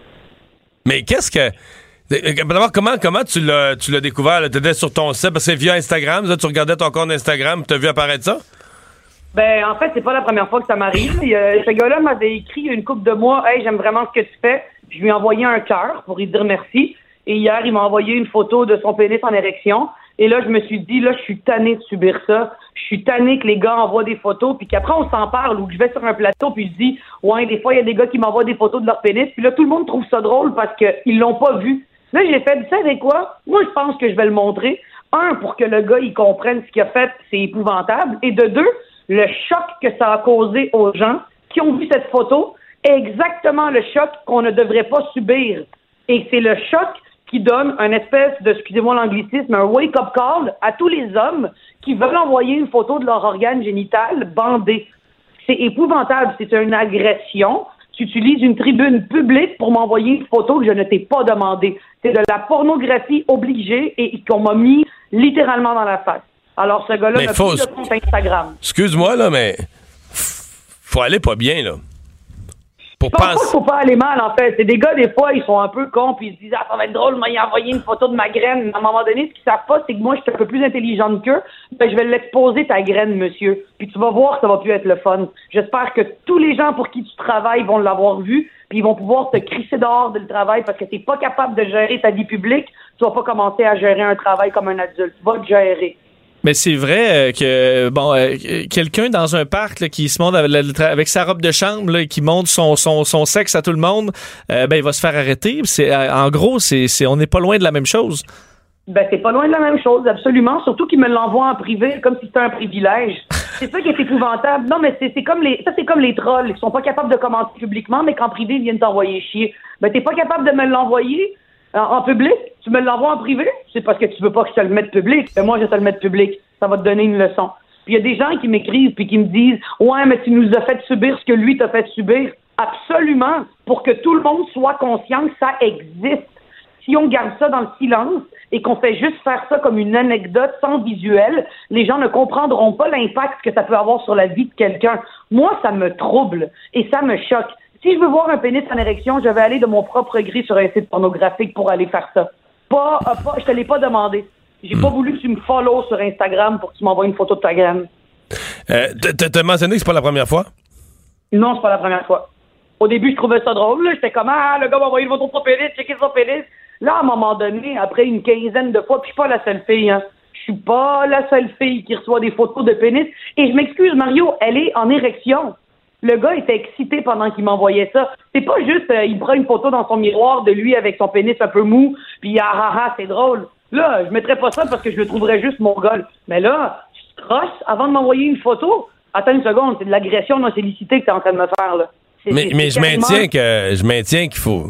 Mais qu'est-ce que... D'abord, comment, comment tu l'as, tu l'as découvert? Tu étais sur ton site, parce que c'est via Instagram, ça, tu regardais ton compte Instagram, tu as vu apparaître ça? Ben, en fait, c'est pas la première fois que ça m'arrive. Ce gars-là m'avait écrit il y a une couple de mois, « Hey, j'aime vraiment ce que tu fais. » Je lui ai envoyé un cœur pour lui dire merci. Et hier, il m'a envoyé une photo de son pénis en érection. Et là, je me suis dit, là, je suis tanné de subir ça. Je suis tanné que les gars envoient des photos, puis qu'après, on s'en parle, ou que je vais sur un plateau, puis je dis, « Ouais, des fois, il y a des gars qui m'envoient des photos de leur pénis. » Puis là, tout le monde trouve ça drôle parce qu'ils l'ont pas vu. Là, j'ai fait, tu sais quoi? Moi, je pense que je vais le montrer. Un, pour que le gars, il comprenne ce qu'il a fait, c'est épouvantable. Et de deux, le choc que ça a causé aux gens qui ont vu cette photo est exactement le choc qu'on ne devrait pas subir. Et c'est le choc qui donne un espèce de, excusez-moi l'anglicisme, un wake-up call à tous les hommes qui veulent envoyer une photo de leur organe génital bandé. C'est épouvantable. C'est une agression. Tu utilises une tribune publique pour m'envoyer une photo que je ne t'ai pas demandé. C'est de la pornographie obligée et qu'on m'a mis littéralement dans la face. Alors, ce gars-là n'a faut... plus de compte Instagram. Excuse-moi, là, mais faut aller pas bien, là. Pour je pense pense... pas qu'il faut pas aller mal, en fait. C'est des gars, des fois, ils sont un peu cons, puis ils se disent « Ah, ça va être drôle, il m'a envoyé une photo de ma graine. » À un moment donné, ce qu'ils savent pas, c'est que moi, je suis un peu plus intelligente qu'eux. Ben, je vais l'exposer, ta graine, monsieur. Puis tu vas voir que ça va plus être le fun. J'espère que tous les gens pour qui tu travailles vont l'avoir vu, puis ils vont pouvoir te crisser dehors de le travail parce que t'es pas capable de gérer ta vie publique. Tu vas pas commencer à gérer un travail comme un adulte. Tu vas te gérer. Mais c'est vrai euh, que bon euh, quelqu'un dans un parc là, qui se montre avec, avec sa robe de chambre là, et qui montre son, son, son sexe à tout le monde, euh, ben il va se faire arrêter. C'est en gros c'est, c'est on n'est pas loin de la même chose. Ben c'est pas loin de la même chose, absolument. Surtout qu'il me l'envoie en privé comme si c'était un privilège. C'est ça qui est épouvantable. Non mais c'est, c'est comme les ça c'est comme les trolls qui sont pas capables de commenter publiquement mais qu'en privé ils viennent t'envoyer chier. Ben t'es pas capable de me l'envoyer. En public, tu me l'envoies en privé, c'est parce que tu veux pas que je te le mette public. Mais moi, je vais te le mettre public. Ça va te donner une leçon. Puis il y a des gens qui m'écrivent puis qui me disent « Ouais, mais tu nous as fait subir ce que lui t'a fait subir. » Absolument. Pour que tout le monde soit conscient que ça existe. Si on garde ça dans le silence et qu'on fait juste faire ça comme une anecdote sans visuel, les gens ne comprendront pas l'impact que ça peut avoir sur la vie de quelqu'un. Moi, ça me trouble et ça me choque. Si je veux voir un pénis en érection, je vais aller de mon propre gré sur un site pornographique pour aller faire ça. Pas, euh, pas, je te l'ai pas demandé. J'ai pas voulu que tu me follow sur Instagram pour que tu m'envoies une photo de ta graine. Euh, t'as mentionné que c'est pas la première fois? Non, c'est pas la première fois. Au début, je trouvais ça drôle. Là. J'étais comme, ah, le gars m'a envoyé une photo de son pénis, checker son pénis. Là, à un moment donné, après une quinzaine de fois, puis je suis pas la seule fille, hein. Je suis pas la seule fille qui reçoit des photos de pénis. Et je m'excuse, Mario, elle est en érection. Le gars était excité pendant qu'il m'envoyait ça. C'est pas juste, euh, il prend une photo dans son miroir de lui avec son pénis un peu mou, puis ah ah ah, c'est drôle. Là, je mettrais pas ça parce que je le trouverais juste mongol. Mais là, tu te crosses avant de m'envoyer une photo. Attends une seconde, c'est de l'agression non sollicitée que t'es en train de me faire, là. C'est, mais c'est, mais c'est je quasiment... maintiens que je maintiens qu'il faut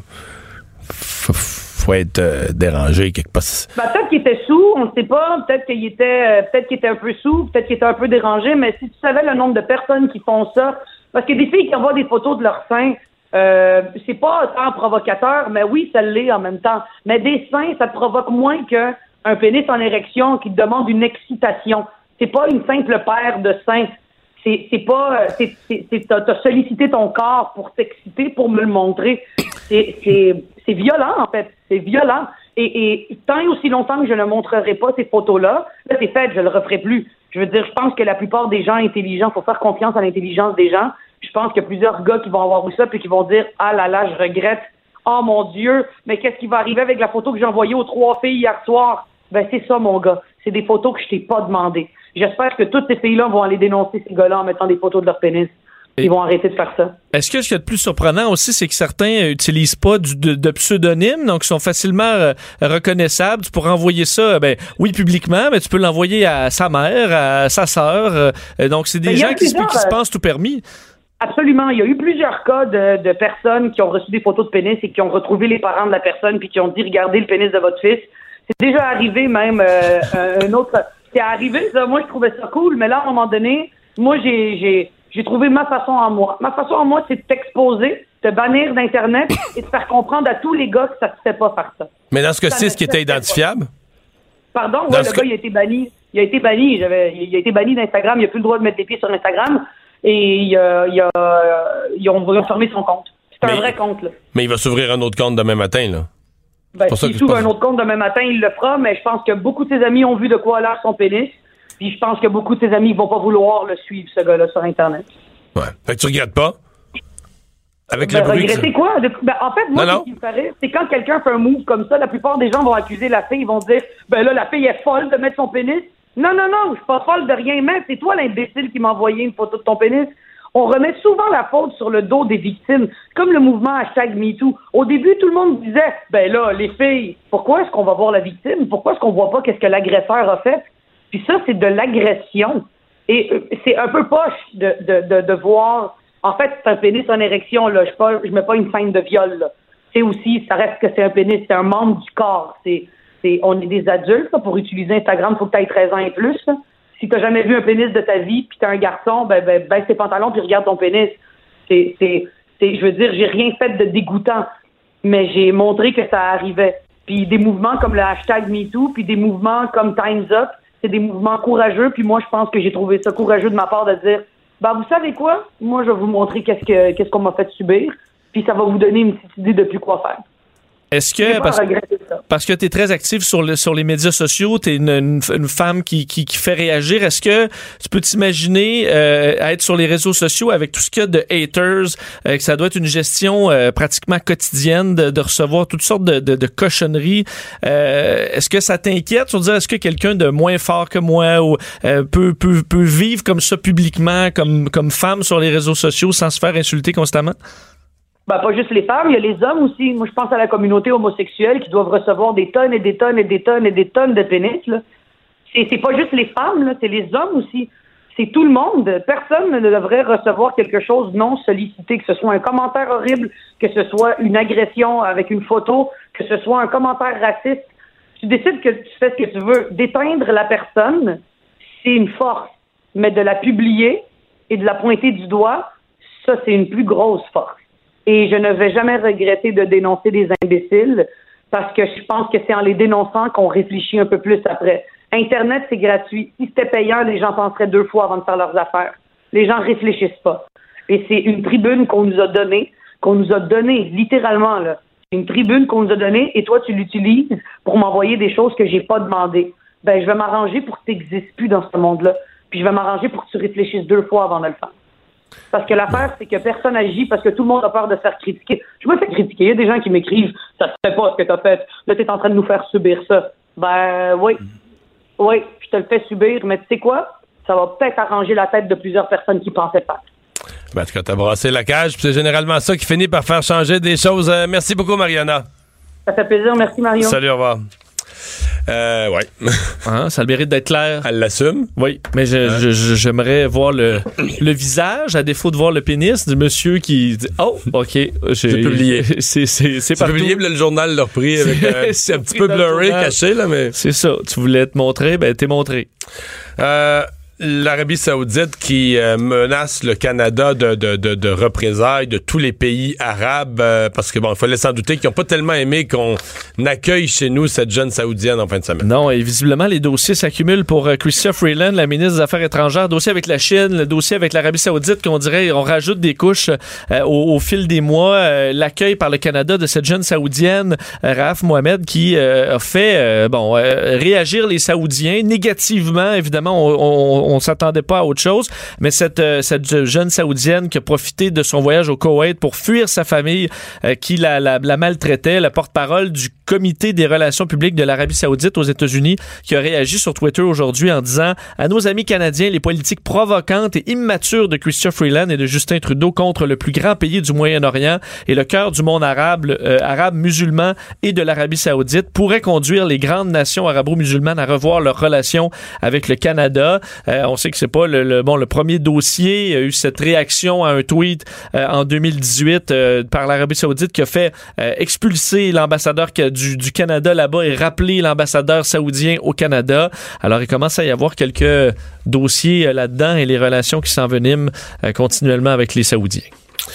faut, faut être euh, dérangé quelque part. Ben, peut-être qu'il était sous, on ne sait pas. Peut-être qu'il était euh, peut-être qu'il était un peu sous, peut-être qu'il était un peu dérangé. Mais si tu savais le nombre de personnes qui font ça, parce que des filles qui envoient des photos de leurs seins, euh, c'est pas tant provocateur, mais oui, ça l'est en même temps. Mais des seins, ça te provoque moins qu'un pénis en érection qui te demande une excitation. C'est pas une simple paire de seins. C'est, c'est pas, c'est, c'est, c'est t'as, t'as sollicité ton corps pour t'exciter, pour me le montrer. C'est, c'est, c'est violent, en fait. C'est violent. Et, et tant et aussi longtemps que je ne montrerai pas ces photos-là, là, c'est fait, je le referai plus. Je veux dire, je pense que la plupart des gens intelligents, faut faire confiance à l'intelligence des gens. Je pense qu'il y a plusieurs gars qui vont avoir eu ça puis qui vont dire, ah là là, je regrette. Oh mon Dieu, mais qu'est-ce qui va arriver avec la photo que j'ai envoyée aux trois filles hier soir? Ben, c'est ça, mon gars. C'est des photos que je t'ai pas demandées. J'espère que toutes ces filles-là vont aller dénoncer ces gars-là en mettant des photos de leur pénis. Ils vont arrêter de faire ça. Est-ce que ce qu'il y a de plus surprenant aussi, c'est que certains n'utilisent pas du, de, de pseudonymes, donc ils sont facilement euh, reconnaissables. Tu pourrais envoyer ça, ben oui, publiquement, mais tu peux l'envoyer à sa mère, à sa sœur. Euh, donc, c'est des mais gens qui, plusieurs, qui se pensent tout permis. Absolument. Il y a eu plusieurs cas de, de personnes qui ont reçu des photos de pénis et qui ont retrouvé les parents de la personne puis qui ont dit, regardez le pénis de votre fils. C'est déjà arrivé même euh, un autre... C'est arrivé, ça. Moi, je trouvais ça cool, mais là, à un moment donné, moi, j'ai, j'ai, j'ai trouvé ma façon à moi. Ma façon à moi, c'est de t'exposer, de bannir d'Internet et de faire comprendre à tous les gars que ça ne se fait pas faire ça. Mais dans ce cas-ci, ce qui était identifiable? Pardon, ouais, le ce gars, que... il a été banni. Il a été banni. J'avais, il a été banni d'Instagram. Il n'a plus le droit de mettre des pieds sur Instagram. Et il a, il a, ils ont fermé son compte. C'est un mais, vrai compte, là. Mais il va s'ouvrir un autre compte demain matin, là. Ben, s'il s'ouvre un autre compte demain matin, il le fera, mais je pense que beaucoup de ses amis ont vu de quoi a l'air son pénis, puis je pense que beaucoup de ses amis vont pas vouloir le suivre, ce gars-là, sur Internet. Ouais. Fait que tu regrettes pas? Avec ben, le bruit regretter que... quoi? Ben, en fait, moi, non, non. ce qui me ferait, c'est quand quelqu'un fait un move comme ça, la plupart des gens vont accuser la fille, ils vont dire, ben là, la fille est folle de mettre son pénis. Non, non, non, je suis pas folle de rien mettre, c'est toi l'imbécile qui m'a envoyé une photo de ton pénis. On remet souvent la faute sur le dos des victimes, comme le mouvement hashtag MeToo. Au début, tout le monde disait, ben là, les filles, pourquoi est-ce qu'on va voir la victime? Pourquoi est-ce qu'on voit pas qu'est-ce que l'agresseur a fait? Puis ça, c'est de l'agression. Et euh, c'est un peu poche de, de, de, de voir... En fait, c'est un pénis en érection, là. Je pas, je mets pas une scène de viol, là. C'est aussi, ça reste que c'est un pénis, c'est un membre du corps. C'est, c'est, on est des adultes, là. Pour utiliser Instagram, il faut que tu aies treize ans et plus, là. Si t'as jamais vu un pénis de ta vie, puis t'es un garçon, ben, ben, baisse tes pantalons puis regarde ton pénis. C'est, c'est, c'est, je veux dire, j'ai rien fait de dégoûtant, mais j'ai montré que ça arrivait. Puis des mouvements comme le hashtag MeToo, puis des mouvements comme Time's Up, c'est des mouvements courageux, puis moi, je pense que j'ai trouvé ça courageux de ma part de dire, ben, vous savez quoi? Moi, je vais vous montrer qu'est-ce que, qu'est-ce qu'on m'a fait subir, puis ça va vous donner une petite idée de plus quoi faire. Est-ce que, parce, parce que tu es très active sur, le, sur les médias sociaux, tu es une, une, une femme qui, qui, qui fait réagir, est-ce que tu peux t'imaginer euh, être sur les réseaux sociaux avec tout ce qu'il y a de haters, euh, que ça doit être une gestion euh, pratiquement quotidienne de, de recevoir toutes sortes de, de, de cochonneries? Euh, est-ce que ça t'inquiète sur dire est-ce que quelqu'un de moins fort que moi ou, euh, peut, peut, peut vivre comme ça publiquement, comme, comme femme sur les réseaux sociaux sans se faire insulter constamment? Ben, pas juste les femmes, il y a les hommes aussi. Moi, je pense à la communauté homosexuelle qui doivent recevoir des tonnes et des tonnes et des tonnes et des tonnes de pénis, là. C'est, c'est pas juste les femmes, là, c'est les hommes aussi. C'est tout le monde. Personne ne devrait recevoir quelque chose non sollicité, que ce soit un commentaire horrible, que ce soit une agression avec une photo, que ce soit un commentaire raciste. Tu décides que tu fais ce que tu veux. D'éteindre la personne, c'est une force. Mais de la publier et de la pointer du doigt, ça, c'est une plus grosse force. Et je ne vais jamais regretter de dénoncer des imbéciles parce que je pense que c'est en les dénonçant qu'on réfléchit un peu plus après. Internet, c'est gratuit. Si c'était payant, les gens penseraient deux fois avant de faire leurs affaires. Les gens réfléchissent pas. Et c'est une tribune qu'on nous a donnée, qu'on nous a donnée, littéralement, là. Une tribune qu'on nous a donnée, et toi, tu l'utilises pour m'envoyer des choses que j'ai pas demandées. Ben, je vais m'arranger pour que tu n'existes plus dans ce monde-là. Puis je vais m'arranger pour que tu réfléchisses deux fois avant de le faire. Parce que l'affaire, c'est que personne agit parce que tout le monde a peur de se faire critiquer. Je me fais critiquer. Il y a des gens qui m'écrivent « Ça se fait pas ce que t'as fait. Là, t'es en train de nous faire subir ça. » Ben, oui. Oui, je te le fais subir. Mais tu sais quoi? Ça va peut-être arranger la tête de plusieurs personnes qui pensaient pas. Ben, en tout cas, t'as brassé la cage, puis c'est généralement ça qui finit par faire changer des choses. Euh, merci beaucoup, Mariana. Ça fait plaisir. Merci, Mario. Salut, au revoir. Euh, ouais. Hein, ça a le mérite d'être clair. Elle l'assume. Oui, mais je, hein? je, je, j'aimerais voir le, le visage, à défaut de voir le pénis, du monsieur qui dit « Oh, OK. J'ai, c'est publié. » C'est, c'est, c'est partout. C'est publié, le journal l'a repris avec un, un petit peu blurry, caché, là, mais... C'est ça. Tu voulais te montrer, ben t'es montré. Euh... L'Arabie Saoudite qui euh, menace le Canada de, de, de, de représailles de tous les pays arabes euh, parce que bon, il fallait s'en douter qu'ils n'ont pas tellement aimé qu'on accueille chez nous cette jeune Saoudienne en fin de semaine. Non, et visiblement, les dossiers s'accumulent pour euh, Chrystia Freeland, la ministre des Affaires étrangères. Dossier avec la Chine, le dossier avec l'Arabie Saoudite, qu'on dirait, on rajoute des couches euh, au, au fil des mois. Euh, l'accueil par le Canada de cette jeune Saoudienne, euh, Raaf Mohamed, qui euh, a fait euh, bon euh, réagir les Saoudiens négativement. Évidemment, on, on on s'attendait pas à autre chose, mais cette, euh, cette jeune Saoudienne qui a profité de son voyage au Koweït pour fuir sa famille euh, qui la, la, la maltraitait, le porte-parole du comité des relations publiques de l'Arabie Saoudite aux États-Unis qui a réagi sur Twitter aujourd'hui en disant à nos amis canadiens les politiques provocantes et immatures de Chrystia Freeland et de Justin Trudeau contre le plus grand pays du Moyen-Orient et le cœur du monde arabe, euh, arabe musulman et de l'Arabie Saoudite pourraient conduire les grandes nations arabo-musulmanes à revoir leurs relations avec le Canada. Euh, on sait que c'est pas le, le bon le premier dossier. Il y a eu cette réaction à un tweet euh, en deux mille dix-huit euh, par l'Arabie Saoudite qui a fait euh, expulser l'ambassadeur du, du Canada là-bas et rappeler l'ambassadeur saoudien au Canada. Alors il commence à y avoir quelques dossiers euh, là-dedans et les relations qui s'enveniment euh, continuellement avec les Saoudiens.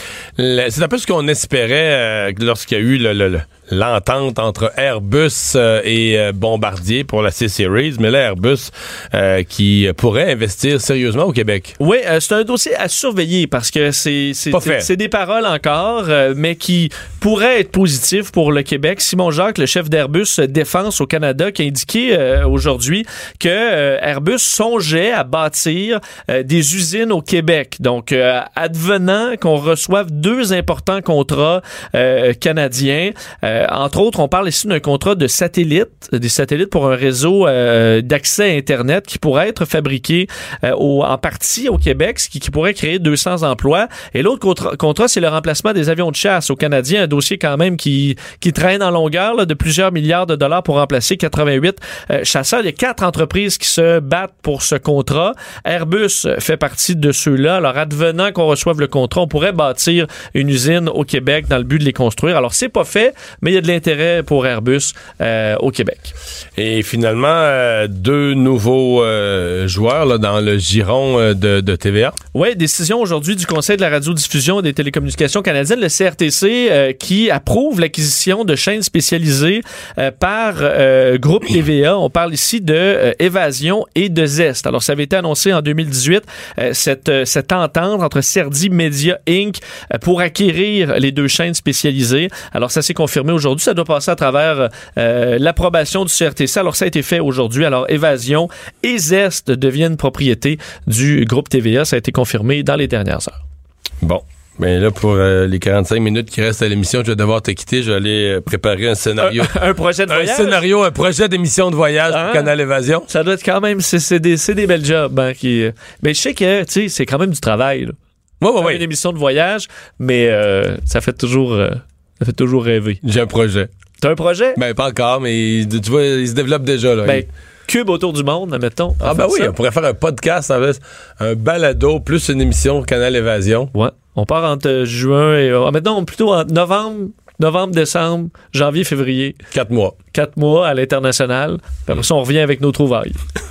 Le, c'est un peu ce qu'on espérait euh, lorsqu'il y a eu le, le, le, l'entente entre Airbus euh, et euh, Bombardier pour la C-Series, mais là, Airbus euh, qui pourrait investir sérieusement au Québec. Oui, euh, c'est un dossier à surveiller parce que c'est, c'est, c'est, c'est des paroles encore, euh, mais qui pourraient être positifs pour le Québec. Simon Jacques, le chef d'Airbus Défense au Canada, qui a indiqué euh, aujourd'hui que euh, Airbus songeait à bâtir euh, des usines au Québec. Donc, euh, advenant qu'on reçoive deux importants contrats euh, canadiens, euh, entre autres, on parle ici d'un contrat de satellites, des satellites pour un réseau euh, d'accès à Internet qui pourrait être fabriqué euh, au, en partie au Québec, ce qui, qui pourrait créer deux cents emplois. Et l'autre contra- contrat, c'est le remplacement des avions de chasse aux Canadiens, un dossier quand même qui, qui traîne en longueur là, de plusieurs milliards de dollars pour remplacer quatre-vingt-huit euh, chasseurs. Il y a quatre entreprises qui se battent pour ce contrat. Airbus fait partie de ceux-là. Alors, advenant qu'on reçoive le contrat, on pourrait bâtir une usine au Québec dans le but de les construire. Alors, c'est pas fait, mais il y a de l'intérêt pour Airbus euh, au Québec. Et finalement, euh, deux nouveaux euh, joueurs là, dans le giron euh, de, de T V A. Oui, décision aujourd'hui du Conseil de la radiodiffusion et des télécommunications canadiennes, le C R T C, euh, qui approuve l'acquisition de chaînes spécialisées euh, par euh, Groupe T V A. On parle ici de euh, Évasion et de Zest. Alors, ça avait été annoncé en deux mille dix-huit, euh, cette, euh, cette entente entre Cerdi Media Incorporated euh, pour acquérir les deux chaînes spécialisées. Alors, ça s'est confirmé aujourd'hui. Ça doit passer à travers euh, l'approbation du C R T C. Alors, ça a été fait aujourd'hui. Alors, Évasion et Zest deviennent propriété du groupe T V A. Ça a été confirmé dans les dernières heures. Bon. Mais là, pour euh, les quarante-cinq minutes qui restent à l'émission, je vais devoir te quitter. Je vais aller euh, préparer un scénario. Un, un projet de voyage? Un scénario, un projet d'émission de voyage hein? Pour Canal Évasion. Ça doit être quand même... C'est, c'est, des, c'est des belles jobs. Hein, qui, mais je sais que, tu sais, c'est quand même du travail. Là. Oui, oui, oui. Une émission de voyage, mais euh, ça fait toujours... Euh, Ça fait toujours rêver. J'ai un projet. T'as un projet? Ben, pas encore, mais il, tu vois, il se développe déjà, là. Ben, Cube autour du monde, admettons. Ah, ben oui, ça. On pourrait faire un podcast, en fait, un balado, plus une émission Canal Évasion. Ouais. On part entre juin et... Ah, maintenant, plutôt en novembre, novembre, décembre, janvier, février. Quatre mois. Quatre mois à l'international. Puis après ça, on revient avec nos trouvailles.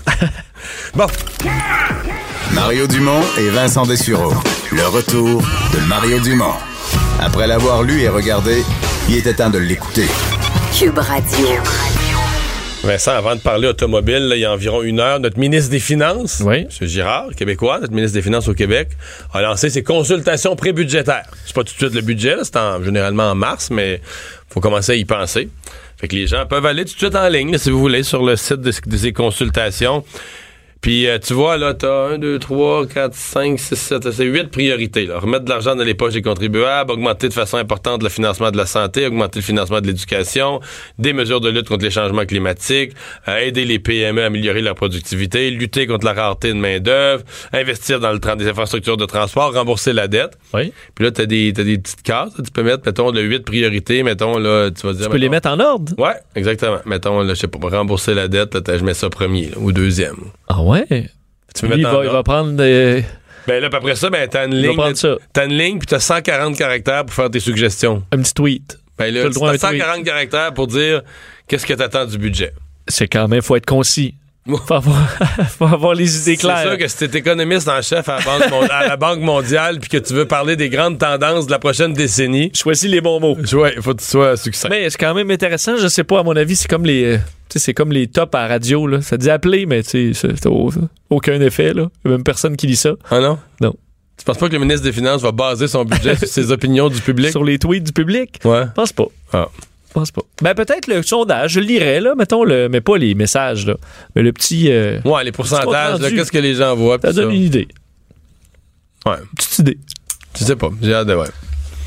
Bon. Mario Dumont et Vincent Dessureau. Le retour de Mario Dumont. Après l'avoir lu et regardé, il était temps de l'écouter. Cube Radio. Vincent, avant de parler automobile, là, il y a environ une heure, notre ministre des Finances, oui. M. Girard, québécois, notre ministre des Finances au Québec, a lancé ses consultations prébudgétaires. C'est pas tout de suite le budget, là, c'est en, généralement en mars, mais il faut commencer à y penser. Fait que les gens peuvent aller tout de suite en ligne, là, si vous voulez, sur le site de, de ces consultations. Puis, euh, tu vois, là, t'as un, deux, trois, quatre, cinq, six, sept, c'est huit priorités, là. Remettre de l'argent dans les poches des contribuables, augmenter de façon importante le financement de la santé, augmenter le financement de l'éducation, des mesures de lutte contre les changements climatiques, euh, aider les P M E à améliorer leur productivité, lutter contre la rareté de main-d'œuvre, investir dans le tra- des infrastructures de transport, rembourser la dette. Oui. Puis là, t'as des, t'as des petites cases, tu peux mettre, mettons, le huit priorités, mettons, là, tu vas dire... Tu peux mettons, les mettre en ordre? Ouais, exactement. Mettons, là, je sais pas, rembourser la dette, là, je mets ça premier, là, ou deuxième. Ah ouais? Tu peux Lui, mettre il, en va, il va prendre des... Ben là, puis après ça, ben t'as une ligne. prendre ça. T'as une ligne, puis t'as cent quarante caractères pour faire tes suggestions. Un petit tweet. Ben là, T'as le droit à un t'as cent quarante tweet. caractères pour dire qu'est-ce que t'attends du budget. C'est quand même, faut être concis. Faut avoir, faut avoir les idées claires. C'est sûr que si t'es économiste en chef à la Banque, Mon- à la Banque mondiale, puis que tu veux parler des grandes tendances de la prochaine décennie, choisis les bons mots. Ouais, il faut que tu sois succinct. Mais c'est quand même intéressant. Je sais pas, à mon avis, c'est comme les... euh, Tu sais, c'est comme les tops à la radio, là. Ça dit appeler, mais tu sais, ça- ça a aucun effet, là. Il y a même personne qui lit ça. Ah non? Non. Tu penses pas que le ministre des Finances va baser son budget sur ses opinions du public? Sur les tweets du public? Ouais. Je pense pas. Ah. Je pense pas. Ben, peut-être le sondage, je le lirais, là, mettons, le, mais pas les messages, là. Mais le petit... euh, Ouais, les pourcentages, là, rendu. qu'est-ce que les gens voient? ça pis donne ça. une idée. Ouais. Petite idée. Je sais pas. J'ai hâte de... Ouais.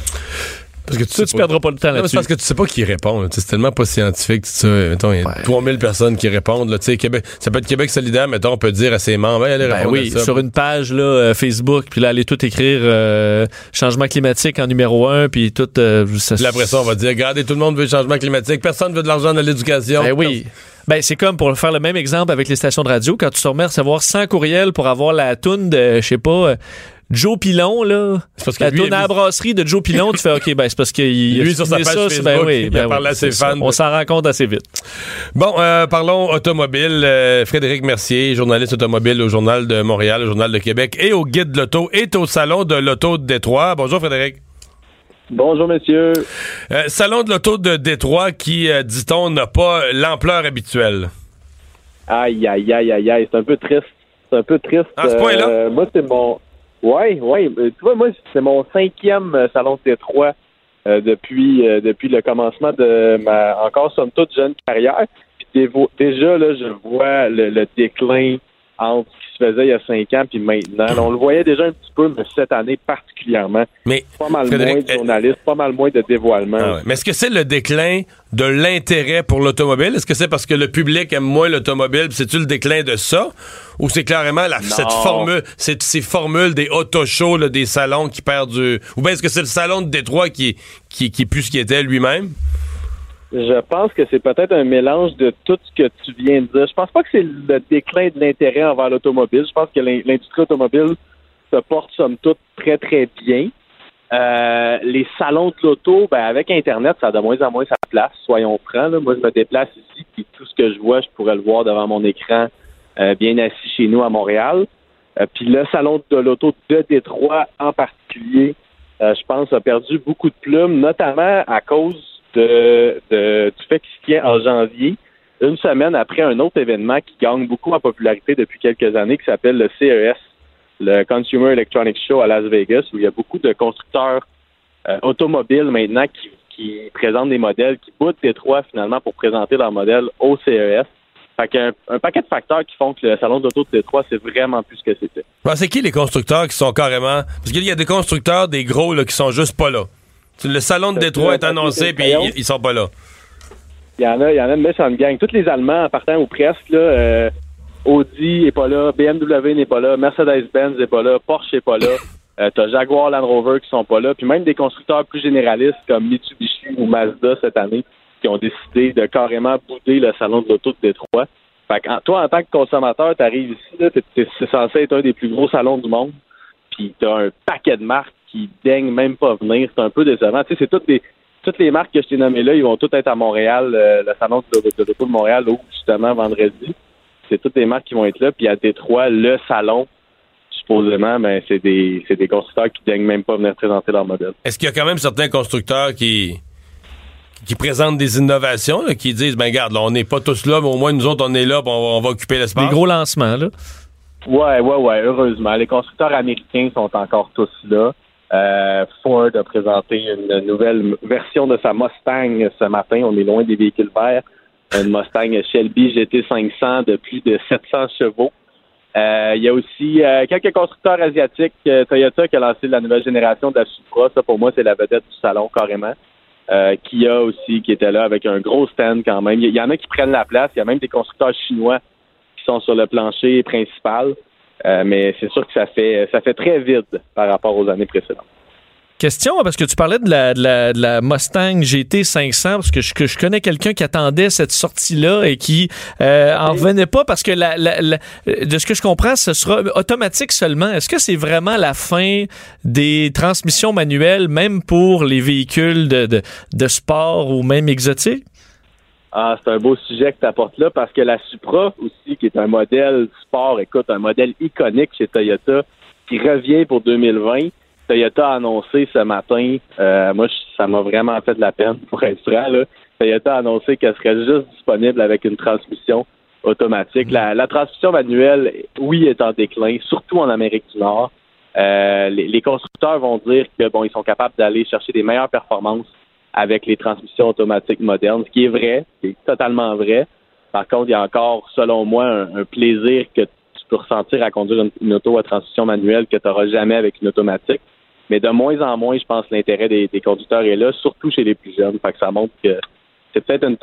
Parce que tu, Ça, sais tu pas- perdras pas le temps Non, mais c'est là-dessus. parce que tu sais pas qui répond. Là. C'est tellement pas scientifique, tout ça. Mettons, il y a Ouais. trois mille personnes qui répondent. Là. Tu sais, Québec, ça peut être Québec solidaire, mettons, on peut dire à ses membres, allez Ben répondre oui, à ça. sur une page là, euh, Facebook, puis là, aller tout écrire euh, changement climatique en numéro un, puis tout... Euh, ça, Puis après ça, on va dire, regardez, tout le monde veut le changement climatique, personne veut de l'argent dans l'éducation. Ben oui. Ben, c'est comme pour faire le même exemple avec les stations de radio, quand tu te remets à recevoir cent courriels pour avoir la toune de, je sais pas, euh, Joe Pilon, là. C'est parce que La lui, toune à lui- la brasserie de Joe Pilon, tu fais, OK, ben, c'est parce qu'il Lui, sur sa signé page ça, Facebook, ben oui, il ben a oui, parlé à ses c'est ça. fans. On s'en rend compte assez vite. Bon, euh, parlons automobile. Euh, Frédéric Mercier, journaliste automobile au Journal de Montréal, au Journal de Québec et au Guide de l'auto, est au Salon de l'auto de Détroit. Bonjour, Frédéric. Bonjour, messieurs. Euh, Salon de l'auto de Détroit qui, euh, dit-on, n'a pas l'ampleur habituelle. Aïe, aïe, aïe, aïe, aïe. C'est un peu triste. C'est un peu triste. À ce point-là? Euh, moi, c'est mon... Oui, oui. Tu vois, moi, c'est mon cinquième euh, Salon de Détroit euh, depuis, euh, depuis le commencement de ma encore, somme toute, jeune carrière. Puis dévo- déjà, là, je vois le, le déclin entre ce qui se faisait il y a cinq ans puis maintenant. Là, on le voyait déjà un petit peu, mais cette année particulièrement. Mais, Pas mal Frédéric, moins de journalistes, pas mal moins de dévoilements. Ah ouais. Mais est-ce que c'est le déclin de l'intérêt pour l'automobile? Est-ce que c'est parce que le public aime moins l'automobile? Puis c'est-tu le déclin de ça? Ou c'est carrément la, cette formule, cette, ces formules des auto-shows, là, des salons qui perdent du... Ou bien est-ce que c'est le salon de Détroit qui, qui, qui est plus ce qu'il était lui-même? Je pense que c'est peut-être un mélange de tout ce que tu viens de dire. Je pense pas que c'est le déclin de l'intérêt envers l'automobile. Je pense que l'in- l'industrie automobile se porte, somme toute, très, très bien. Euh, les salons de l'auto, ben, avec Internet, ça a de moins en moins sa place, soyons francs. Là. Moi, je me déplace ici, puis tout ce que je vois, je pourrais le voir devant mon écran, euh, bien assis chez nous à Montréal. Euh, puis le salon de l'auto de Détroit, en particulier, euh, je pense, a perdu beaucoup de plumes, notamment à cause de, de, du fait qu'il se tient en janvier, une semaine après un autre événement qui gagne beaucoup en popularité depuis quelques années, qui s'appelle le C E S, le Consumer Electronics Show à Las Vegas, où il y a beaucoup de constructeurs euh, automobiles maintenant qui, qui présentent des modèles, qui boutent Détroit finalement pour présenter leurs modèles au C E S. Fait qu'un un paquet de facteurs qui font que le salon de l'auto de Détroit, c'est vraiment plus ce que c'était. Ben, c'est qui les constructeurs qui sont carrément... Parce qu'il y a des constructeurs, des gros, là, qui sont juste pas là. Le salon de Détroit est annoncé, puis ils, ils sont pas là. Il y en a, il y en a une méchante gang. Tous les Allemands, en partant ou presque, là, euh, Audi n'est pas là, B M W n'est pas là, Mercedes-Benz n'est pas là, Porsche n'est pas là. Euh, t'as Jaguar, Land Rover qui sont pas là. Puis même des constructeurs plus généralistes comme Mitsubishi ou Mazda cette année qui ont décidé de carrément bouder le salon de l'auto de Détroit. Fait que, en, toi, en tant que consommateur, t'arrives ici, là, t'es, t'es, c'est censé être un des plus gros salons du monde. Puis t'as un paquet de marques qui daignent même pas venir. C'est un peu décevant. Tu sais, c'est toutes les toutes les marques que je t'ai nommées là, ils vont toutes être à Montréal, euh, le salon de, de, de l'auto de Montréal, où justement vendredi. C'est toutes les marques qui vont être là. Puis à Détroit, le salon, supposément, ben c'est des c'est des constructeurs qui daignent même pas venir présenter leur modèle. Est-ce qu'il y a quand même certains constructeurs qui qui présentent des innovations, là, qui disent, ben regarde, là, on n'est pas tous là, mais au moins nous autres, on est là, puis on va, on va occuper l'espace. Des gros lancements, là. Ouais, ouais, ouais, heureusement. Les constructeurs américains sont encore tous là. Euh, Ford a présenté une nouvelle version de sa Mustang ce matin. On est loin des véhicules verts. Une Mustang Shelby G T cinq cents de plus de sept cents chevaux. Euh, il y a aussi euh, quelques constructeurs asiatiques. Euh, Toyota qui a lancé la nouvelle génération de la Supra. Ça, pour moi, c'est la vedette du salon, carrément. Euh, Kia aussi, qui était là avec un gros stand quand même. Il y, y en a qui prennent la place. Il y a même des constructeurs chinois qui sont sur le plancher principal. Euh, mais c'est sûr que ça fait ça fait très vide par rapport aux années précédentes. Question, parce que tu parlais de la, de la, de la Mustang G T cinq cents, parce que je, que je connais quelqu'un qui attendait cette sortie-là et qui euh, en revenait pas, parce que la, la, la, de ce que je comprends, ce sera automatique seulement. Est-ce que c'est vraiment la fin des transmissions manuelles, même pour les véhicules de, de, de sport ou même exotiques? Ah, c'est un beau sujet que tu apportes là, parce que la Supra aussi, qui est un modèle sport, écoute, un modèle iconique chez Toyota, qui revient pour deux mille vingt. Toyota a annoncé ce matin, euh, moi, ça m'a vraiment fait de la peine, pour être franc, là. Toyota a annoncé qu'elle serait juste disponible avec une transmission automatique. La, la transmission manuelle, oui, est en déclin, surtout en Amérique du Nord. Euh, les, les constructeurs vont dire que bon, ils sont capables d'aller chercher des meilleures performances avec les transmissions automatiques modernes, ce qui est vrai, c'est totalement vrai. Par contre, il y a encore, selon moi, un, un plaisir que tu peux ressentir à conduire une, une auto à transmission manuelle que tu n'auras jamais avec une automatique. Mais de moins en moins, je pense que l'intérêt des, des conducteurs est là, surtout chez les plus jeunes. Fait que ça montre que c'est peut-être une,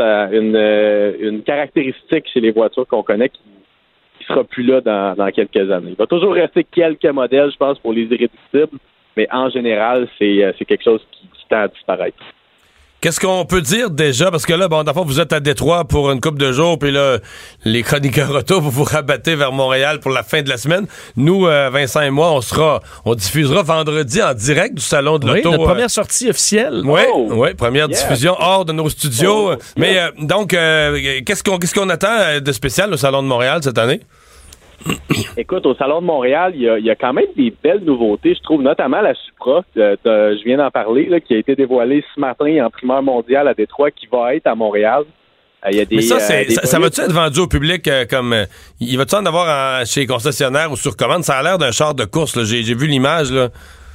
une, une caractéristique chez les voitures qu'on connaît qui ne sera plus là dans, dans quelques années. Il va toujours rester quelques modèles, je pense, pour les irréductibles, mais en général, c'est, c'est quelque chose qui, qui tend à disparaître. Qu'est-ce qu'on peut dire déjà? Parce que là, bon, d'abord, vous êtes à Détroit pour une couple de jours, puis là, les chroniqueurs auto, vous vous rabattez vers Montréal pour la fin de la semaine. Nous, euh, Vincent et moi, on sera, on diffusera vendredi en direct du Salon de oui, l'Auto. notre euh, première sortie officielle. Oui, oh. oui, première yeah. diffusion hors de nos studios. Oh, Mais yeah. euh, donc, euh, qu'est-ce qu'on, qu'est-ce qu'on attend de spécial au Salon de Montréal cette année? Écoute, au Salon de Montréal, il y a, il y a quand même des belles nouveautés, je trouve, notamment la Supra, euh, je viens d'en parler, là, qui a été dévoilée ce matin en primeur mondiale à Détroit, qui va être à Montréal. Euh, il y a des, Mais ça, c'est, euh, des ça, ça va-tu être vendu au public euh, comme... Euh, il va-tu en avoir en, chez les concessionnaires ou sur commande? Ça a l'air d'un char de course, là. J'ai, j'ai vu l'image, là.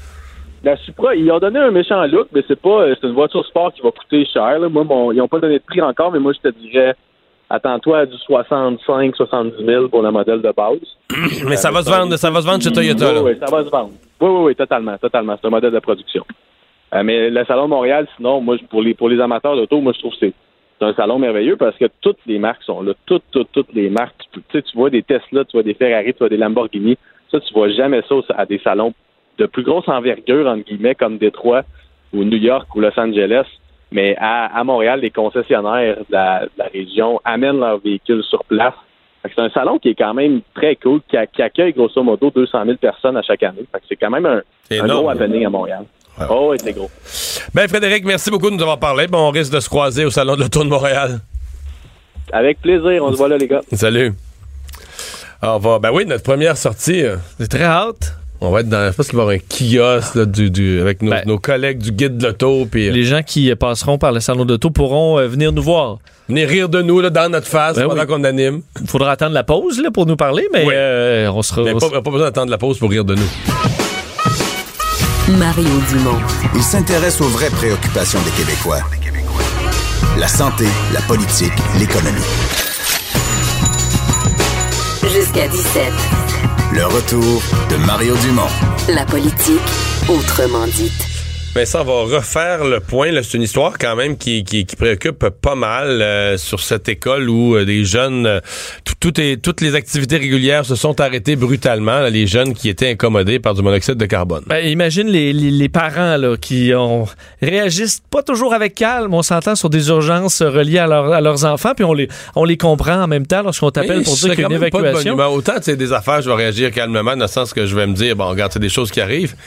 La Supra, ils ont donné un méchant look, mais c'est pas, c'est une voiture sport qui va coûter cher, là. Moi, bon, ils n'ont pas donné de prix encore, mais moi, je te dirais... Attends-toi à du soixante-cinq à soixante-dix mille pour le modèle de base. Mais ça va se vendre, ça va se vendre chez Toyota, là. Oui, oui, ça va se vendre. Oui, oui, oui, totalement, totalement. C'est un modèle de production. Euh, mais le Salon de Montréal, sinon, moi, pour les, pour les amateurs d'auto, moi, je trouve que c'est, c'est un salon merveilleux parce que toutes les marques sont là. Toutes, toutes, toutes les marques. Tu sais, tu vois des Tesla, tu vois des Ferrari, tu vois des Lamborghini. Ça, tu vois jamais ça à des salons de plus grosse envergure, entre guillemets, comme Détroit ou New York ou Los Angeles. Mais à, à Montréal, les concessionnaires de la, de la région amènent leurs véhicules sur place. Fait que c'est un salon qui est quand même très cool, qui, a, qui accueille grosso modo deux cent mille personnes à chaque année. Fait que c'est quand même un, un gros happening à Montréal. Ouais. Oh, oui, c'est gros. Ben Frédéric, merci beaucoup de nous avoir parlé. Bon, on risque de se croiser au Salon de l'Auto de Montréal. Avec plaisir, on se voit là, les gars. Salut. Alors, on va, ben oui, notre première sortie. C'est très hâte. On va être dans, je pense qu'il va y avoir un kiosque là, du, du, avec nos, ben, nos collègues du guide de l'auto. Pis, les gens qui passeront par le salon d'auto pourront euh, venir nous voir. Venir rire de nous là, dans notre face ben pendant oui. qu'on anime. Il faudra attendre la pause là, pour nous parler, mais oui. euh, on sera... Mais on pas, sera... pas besoin d'attendre la pause pour rire de nous. Mario Dumont. Il s'intéresse aux vraies préoccupations des Québécois. La santé, la politique, l'économie. Jusqu'à dix-sept. Le retour de Mario Dumont. La politique, autrement dite. Vincent, on va refaire le point. Là, c'est une histoire quand même qui, qui, qui préoccupe pas mal euh, sur cette école où euh, des jeunes, euh, tout, tout est, toutes les activités régulières se sont arrêtées brutalement. Là, les jeunes qui étaient incommodés par du monoxyde de carbone. Ben, imagine les, les, les parents là, qui ont, réagissent pas toujours avec calme. On s'entend sur des urgences reliées à, leur, à leurs enfants, puis on les, on les comprend en même temps lorsqu'on t'appelle oui, pour dire qu'il y a une évacuation. Autant, tu sais, des affaires, je vais réagir calmement dans le sens que je vais me dire, bon, regarde, c'est des choses qui arrivent.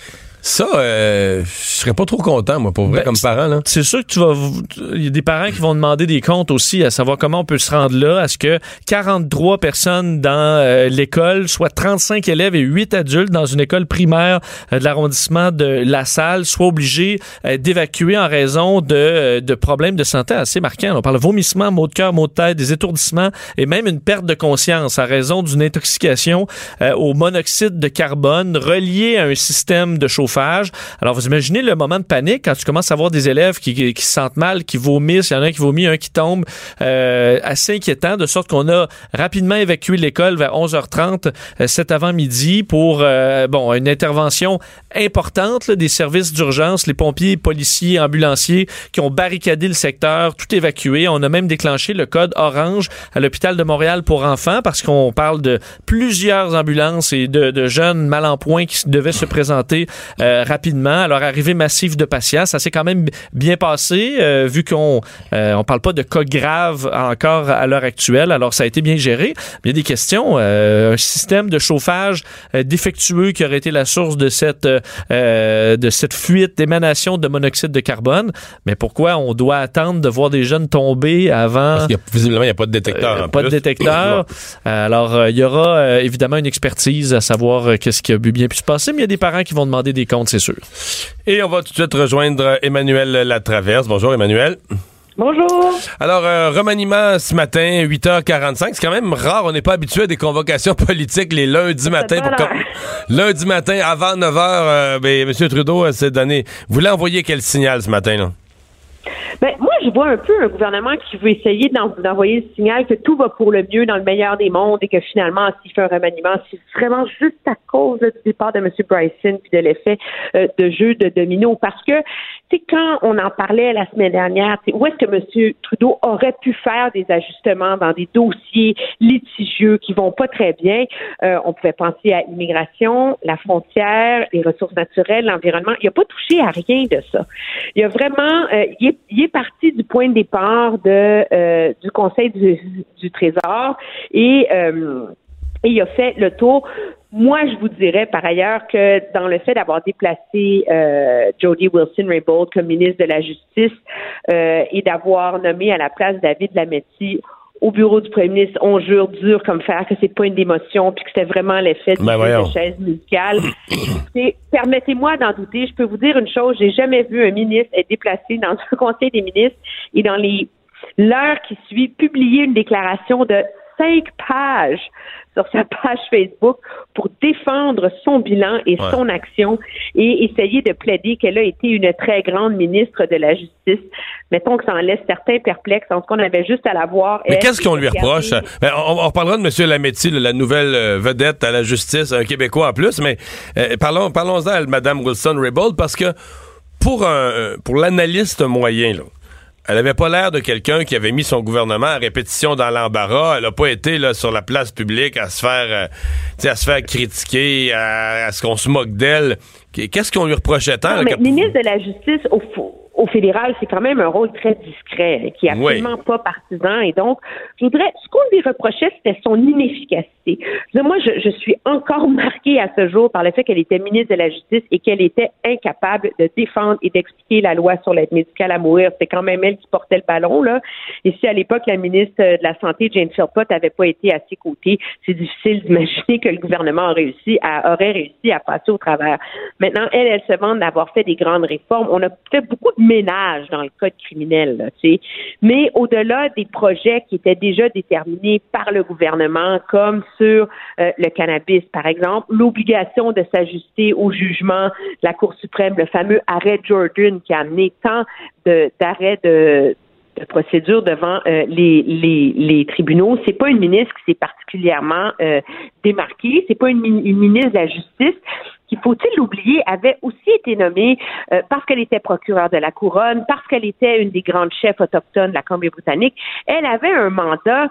Ça, euh, je serais pas trop content, moi, pour vrai, ben, comme parent. Là. C'est sûr que tu vas... Il y a des parents qui vont demander des comptes aussi, à savoir comment on peut se rendre là, à ce que quarante-trois personnes dans euh, l'école, soit trente-cinq élèves et huit adultes dans une école primaire euh, de l'arrondissement de La Salle, soient obligés euh, d'évacuer en raison de, euh, de problèmes de santé assez marquants. On parle de vomissements, maux de cœur, maux de tête, des étourdissements et même une perte de conscience à raison d'une intoxication euh, au monoxyde de carbone reliée à un système de chauffage. Alors, vous imaginez le moment de panique quand tu commences à voir des élèves qui, qui, qui se sentent mal, qui vomissent, il y en a un qui vomit, un qui tombe, euh, assez inquiétant, de sorte qu'on a rapidement évacué l'école vers onze heures trente euh, cet avant-midi pour euh, bon une intervention importante là, des services d'urgence, les pompiers, policiers, ambulanciers qui ont barricadé le secteur, tout évacué. On a même déclenché le code orange à l'hôpital de Montréal pour enfants parce qu'on parle de plusieurs ambulances et de, de jeunes mal en point qui devaient se présenter Euh, rapidement. Alors, arrivée massive de patients, ça s'est quand même bien passé, euh, vu qu'on euh, on parle pas de cas graves encore à l'heure actuelle. Alors, ça a été bien géré. Mais il y a des questions. Euh, un système de chauffage euh, défectueux qui aurait été la source de cette euh, de cette fuite d'émanation de monoxyde de carbone. Mais pourquoi on doit attendre de voir des jeunes tomber avant? Parce qu'il y a, visiblement, il n'y a pas de détecteur. Euh, en pas plus. de détecteur. Alors, euh, il y aura euh, évidemment une expertise à savoir euh, qu'est-ce qui a bien pu se passer, mais il y a des parents qui vont demander des comptes, c'est sûr. Et on va tout de suite rejoindre Emmanuel Latraverse. Bonjour, Emmanuel. Bonjour. Alors, euh, remaniement ce matin, huit heures quarante-cinq. C'est quand même rare. On n'est pas habitué à des convocations politiques les lundis matins. Pour com- lundi matin, avant neuf heures, euh, ben, M. Trudeau s'est donné. Vous voulez envoyer quel signal ce matin, là? Ben, moi, je vois un peu un gouvernement qui veut essayer d'en, d'envoyer le signal que tout va pour le mieux dans le meilleur des mondes et que finalement, s'il fait un remaniement, c'est vraiment juste à cause là, du départ de M. Bryson puis de l'effet euh, de jeu de domino. Parce que, tu sais, quand on en parlait la semaine dernière, où est-ce que M. Trudeau aurait pu faire des ajustements dans des dossiers litigieux qui vont pas très bien? Euh, on pouvait penser à l'immigration, la frontière, les ressources naturelles, l'environnement. Il n'a pas touché à rien de ça. Il a vraiment... Euh, il est, il est parti du point de départ de, euh, du Conseil du, du Trésor et, euh, et il a fait le tour. Moi, je vous dirais par ailleurs que dans le fait d'avoir déplacé euh, Jody Wilson-Raybould comme ministre de la Justice euh, et d'avoir nommé à la place David Lametti au bureau du premier ministre, on jure dur comme fer que c'est pas une démotion puis que c'était vraiment l'effet ben de chaise musicale. C'est, permettez-moi d'en douter. Je peux vous dire une chose, j'ai jamais vu un ministre être déplacé dans un conseil des ministres et dans les l'heure qui suit publier une déclaration de cinq pages sur sa page Facebook pour défendre son bilan et ouais. son action et essayer de plaider qu'elle a été une très grande ministre de la Justice. Mettons que ça en laisse certains perplexes. En tout cas, on avait juste à la voir. Mais qu'est-ce qu'on lui reproche? Ben, on, on reparlera de M. Lametti, la nouvelle euh, vedette à la justice, un Québécois en plus, mais euh, parlons, parlons-en à Mme Wilson-Raybould parce que pour, un, pour l'analyste moyen, là, elle avait pas l'air de quelqu'un qui avait mis son gouvernement à répétition dans l'embarras. Elle a pas été là sur la place publique à se faire, euh, à se faire critiquer, à, à ce qu'on se moque d'elle. Qu'est-ce qu'on lui reprochait tant? Non, mais ministre de la Justice au, au fédéral, c'est quand même un rôle très discret, hein, qui est absolument oui. pas partisan. Et donc, je voudrais, ce qu'on lui reprochait, c'était son inefficacité. Je moi, je, je suis encore marquée à ce jour par le fait qu'elle était ministre de la Justice et qu'elle était incapable de défendre et d'expliquer la loi sur l'aide médicale à mourir. C'est quand même elle qui portait le ballon, là. Et si à l'époque, la ministre de la Santé, Jane Philpott, n'avait pas été à ses côtés, c'est difficile d'imaginer que le gouvernement a réussi à, aurait réussi à passer au travers. Maintenant, elle, elle se vante d'avoir fait des grandes réformes. On a fait beaucoup de ménage dans le code criminel, là, tu sais. Mais au-delà des projets qui étaient déjà déterminés par le gouvernement, comme sur euh, le cannabis, par exemple, l'obligation de s'ajuster au jugement de la Cour suprême, le fameux arrêt Jordan qui a amené tant de, d'arrêts de de procédure devant euh, les, les les tribunaux. C'est pas une ministre qui s'est particulièrement euh, démarquée. C'est pas une, une ministre de la Justice qui, faut-il l'oublier, avait aussi été nommée euh, parce qu'elle était procureure de la Couronne, parce qu'elle était une des grandes chefs autochtones de la Colombie-Britannique. Elle avait un mandat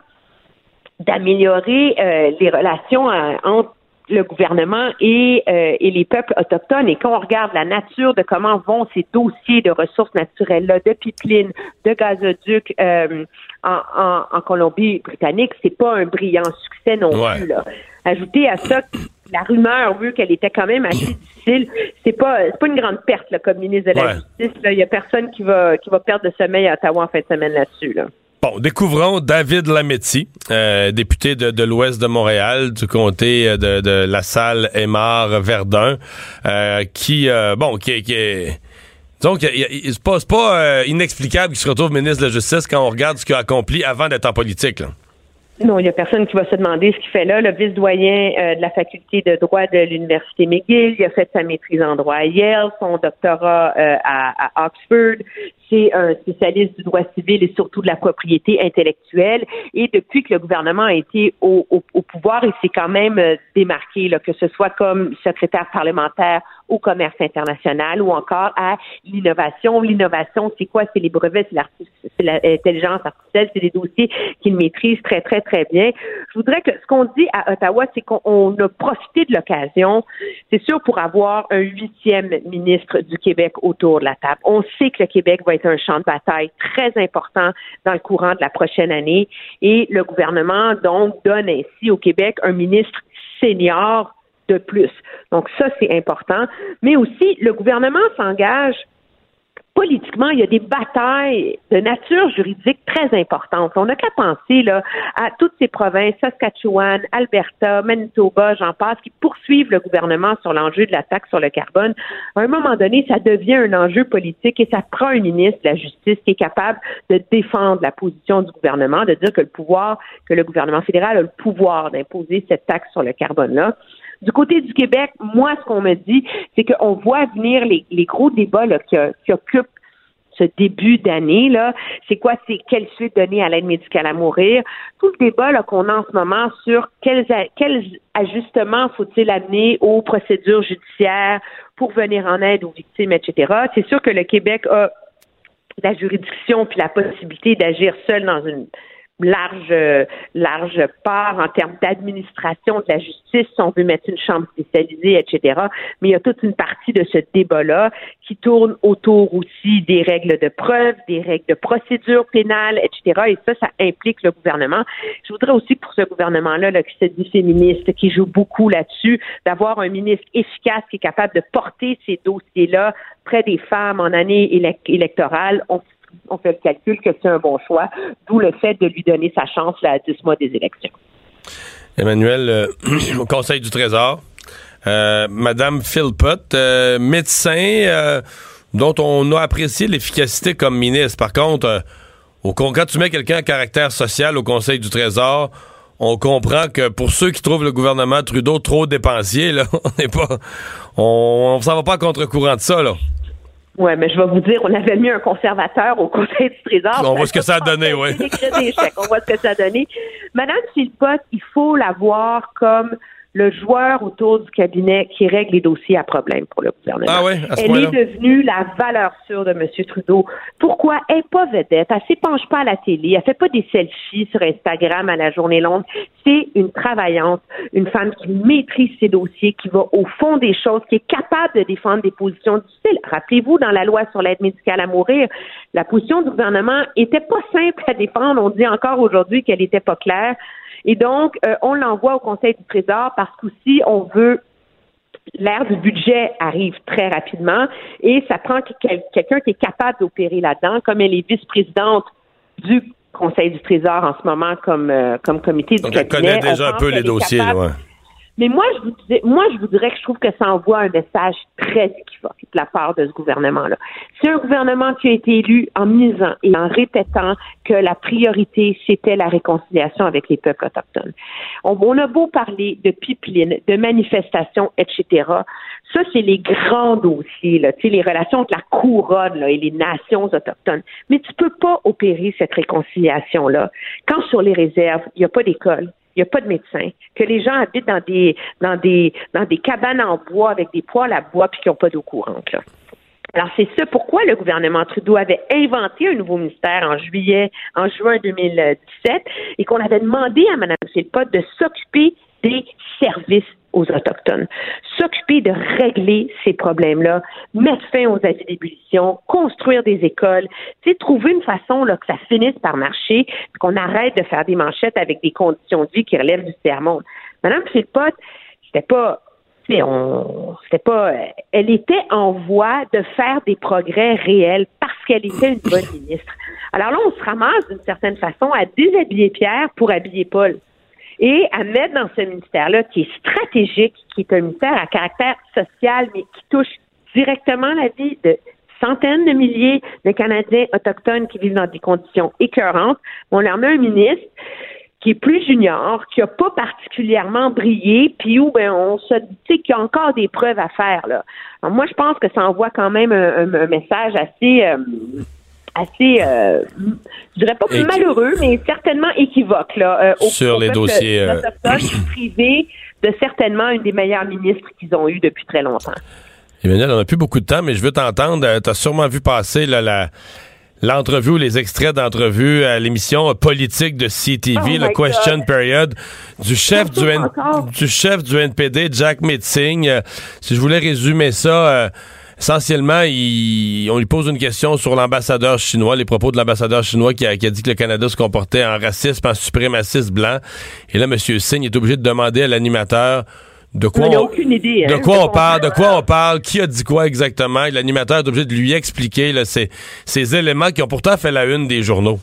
d'améliorer euh, les relations euh, entre le gouvernement et, euh, et les peuples autochtones. Et quand on regarde la nature de comment vont ces dossiers de ressources naturelles-là, de pipeline, de gazoduc euh, en, en, en Colombie-Britannique, c'est pas un brillant succès non ouais. plus, là. Ajoutez à ça la rumeur veut qu'elle était quand même assez difficile. C'est pas, c'est pas une grande perte là, comme ministre de la ouais. Justice. Il y a personne qui va, qui va perdre de sommeil à Ottawa en fin de semaine là-dessus. Là. Bon, découvrons David Lametti, euh, député de, de l'Ouest de Montréal, du comté de, de La Salle, Aymar, Verdun, euh, qui, euh, bon, qui, qui est... Donc, c'est pas, c'est pas euh, inexplicable qu'il se retrouve ministre de la Justice quand on regarde ce qu'il a accompli avant d'être en politique, là. Non, il n'y a personne qui va se demander ce qu'il fait là. Le vice-doyen euh, de la faculté de droit de l'Université McGill, il a fait sa maîtrise en droit à Yale, son doctorat euh, à, à Oxford. C'est un spécialiste du droit civil et surtout de la propriété intellectuelle. Et depuis que le gouvernement a été au, au, au pouvoir, il s'est quand même euh, démarqué, là, que ce soit comme secrétaire parlementaire au commerce international ou encore à l'innovation. L'innovation, c'est quoi? C'est les brevets, c'est, c'est l'intelligence artificielle, c'est des dossiers qu'il maîtrise très, très, très bien. Je voudrais que ce qu'on dit à Ottawa, c'est qu'on on a profité de l'occasion, c'est sûr, pour avoir un huitième ministre du Québec autour de la table. On sait que le Québec va être un champ de bataille très important dans le courant de la prochaine année et le gouvernement, donc, donne ainsi au Québec un ministre senior de plus. Donc ça, c'est important. Mais aussi, le gouvernement s'engage politiquement, il y a des batailles de nature juridique très importantes. On n'a qu'à penser là à toutes ces provinces, Saskatchewan, Alberta, Manitoba, j'en passe, qui poursuivent le gouvernement sur l'enjeu de la taxe sur le carbone. À un moment donné, ça devient un enjeu politique et ça prend un ministre de la Justice qui est capable de défendre la position du gouvernement, de dire que le pouvoir, que le gouvernement fédéral a le pouvoir d'imposer cette taxe sur le carbone-là. Du côté du Québec, moi, ce qu'on me dit, c'est qu'on voit venir les, les gros débats là, qui, qui occupent ce début d'année, là. C'est quoi? C'est quelle suite donner à l'aide médicale à mourir? Tout le débat là, qu'on a en ce moment sur quels, quels ajustements faut-il amener aux procédures judiciaires pour venir en aide aux victimes, et cetera. C'est sûr que le Québec a la juridiction puis la possibilité d'agir seul dans une large large part en termes d'administration de la justice, si on veut mettre une chambre spécialisée, et cetera. Mais il y a toute une partie de ce débat-là qui tourne autour aussi des règles de preuve, des règles de procédure pénale, et cetera. Et ça, ça implique le gouvernement. Je voudrais aussi pour ce gouvernement-là, là, qui se dit féministe, qui joue beaucoup là-dessus, d'avoir un ministre efficace qui est capable de porter ces dossiers-là près des femmes en année élec- électorale. On On fait le calcul que c'est un bon choix, d'où le fait de lui donner sa chance là, à dix mois des élections. Emmanuel, euh, au Conseil du Trésor, euh, Madame Philpott, euh, médecin euh, dont on a apprécié l'efficacité comme ministre. Par contre, euh, au, quand tu mets quelqu'un à caractère social au Conseil du Trésor, on comprend que pour ceux qui trouvent le gouvernement Trudeau trop dépensier, là, on n'est pas, on, on s'en va pas à contre-courant de ça, là. Ouais, mais je vais vous dire, on avait mis un conservateur au Conseil du Trésor. On voit ce que ça a donné, oui. On voit ce que ça a donné. Madame Philpott, il faut la voir comme le joueur autour du cabinet qui règle les dossiers à problème pour le gouvernement. Ah oui, à ce Elle point-là. est devenue la valeur sûre de M. Trudeau. Pourquoi? Elle n'est pas vedette. Elle ne s'épanche pas à la télé. Elle fait pas des selfies sur Instagram à la journée longue. C'est une travaillante, une femme qui maîtrise ses dossiers, qui va au fond des choses, qui est capable de défendre des positions difficiles. Rappelez-vous, dans la loi sur l'aide médicale à mourir, la position du gouvernement était pas simple à défendre. On dit encore aujourd'hui qu'elle n'était pas claire. Et donc, euh, on l'envoie au Conseil du Trésor parce qu'aussi, on veut... L'ère du budget arrive très rapidement et ça prend quelqu'un qui est capable d'opérer là-dedans, comme elle est vice-présidente du Conseil du Trésor en ce moment comme, euh, comme comité du Donc, cabinet. elle connaît déjà un peu les dossiers, là, ouais. Mais moi, je vous disais, moi, je vous dirais que je trouve que ça envoie un message très équivoque de la part de ce gouvernement-là. C'est un gouvernement qui a été élu en misant et en répétant que la priorité, c'était la réconciliation avec les peuples autochtones. On, on a beau parler de pipeline, de manifestations, et cetera. Ça, c'est les grands dossiers, là, tu sais, les relations entre la couronne là, et les nations autochtones. Mais tu peux pas opérer cette réconciliation-là quand sur les réserves, il n'y a pas d'école. Il n'y a pas de médecins, que les gens habitent dans des dans des dans des cabanes en bois avec des poêles à bois puis qui n'ont pas d'eau courante, là. Alors, c'est ça pourquoi le gouvernement Trudeau avait inventé un nouveau ministère en juillet, en juin deux mille dix-sept, et qu'on avait demandé à Mme Philpott de s'occuper des services aux Autochtones, s'occuper de régler ces problèmes-là, mettre fin aux avis d'ébullition, construire des écoles, tu sais, trouver une façon là, que ça finisse par marcher, qu'on arrête de faire des manchettes avec des conditions de vie qui relèvent du tiers-monde. Mme Philpott, c'était pas, tu sais, on, c'était pas, elle était en voie de faire des progrès réels parce qu'elle était une bonne ministre. Alors là, on se ramasse d'une certaine façon à déshabiller Pierre pour habiller Paul. Et à mettre dans ce ministère-là, qui est stratégique, qui est un ministère à caractère social, mais qui touche directement la vie de centaines de milliers de Canadiens autochtones qui vivent dans des conditions écœurantes. On leur met un ministre qui est plus junior, qui n'a pas particulièrement brillé, puis où ben on se dit qu'il y a encore des preuves à faire, là. Alors moi, je pense que ça envoie quand même un, un, un message assez... Euh, assez, euh, je dirais pas plus malheureux, mais certainement équivoque, là. Euh, Sur les dossiers... Euh... autochtones privés de certainement une des meilleures ministres qu'ils ont eues depuis très longtemps. Emmanuel, on n'a plus beaucoup de temps, mais je veux t'entendre. Tu as sûrement vu passer là, la... l'entrevue ou les extraits d'entrevue à l'émission politique de C T V, oh le Question God. Period, du chef du, N- du chef du N P D, Jack Metzing. Euh, si je voulais résumer ça, euh, essentiellement, il, on lui pose une question sur l'ambassadeur chinois, les propos de l'ambassadeur chinois qui a, qui a dit que le Canada se comportait en raciste, en suprémaciste blanc. Et là, M. Singh est obligé de demander à l'animateur De quoi, on, aucune idée, hein, de quoi on parle, de quoi on parle, qui a dit quoi exactement. Et l'animateur est obligé de lui expliquer là, ces, ces éléments qui ont pourtant fait la une des journaux.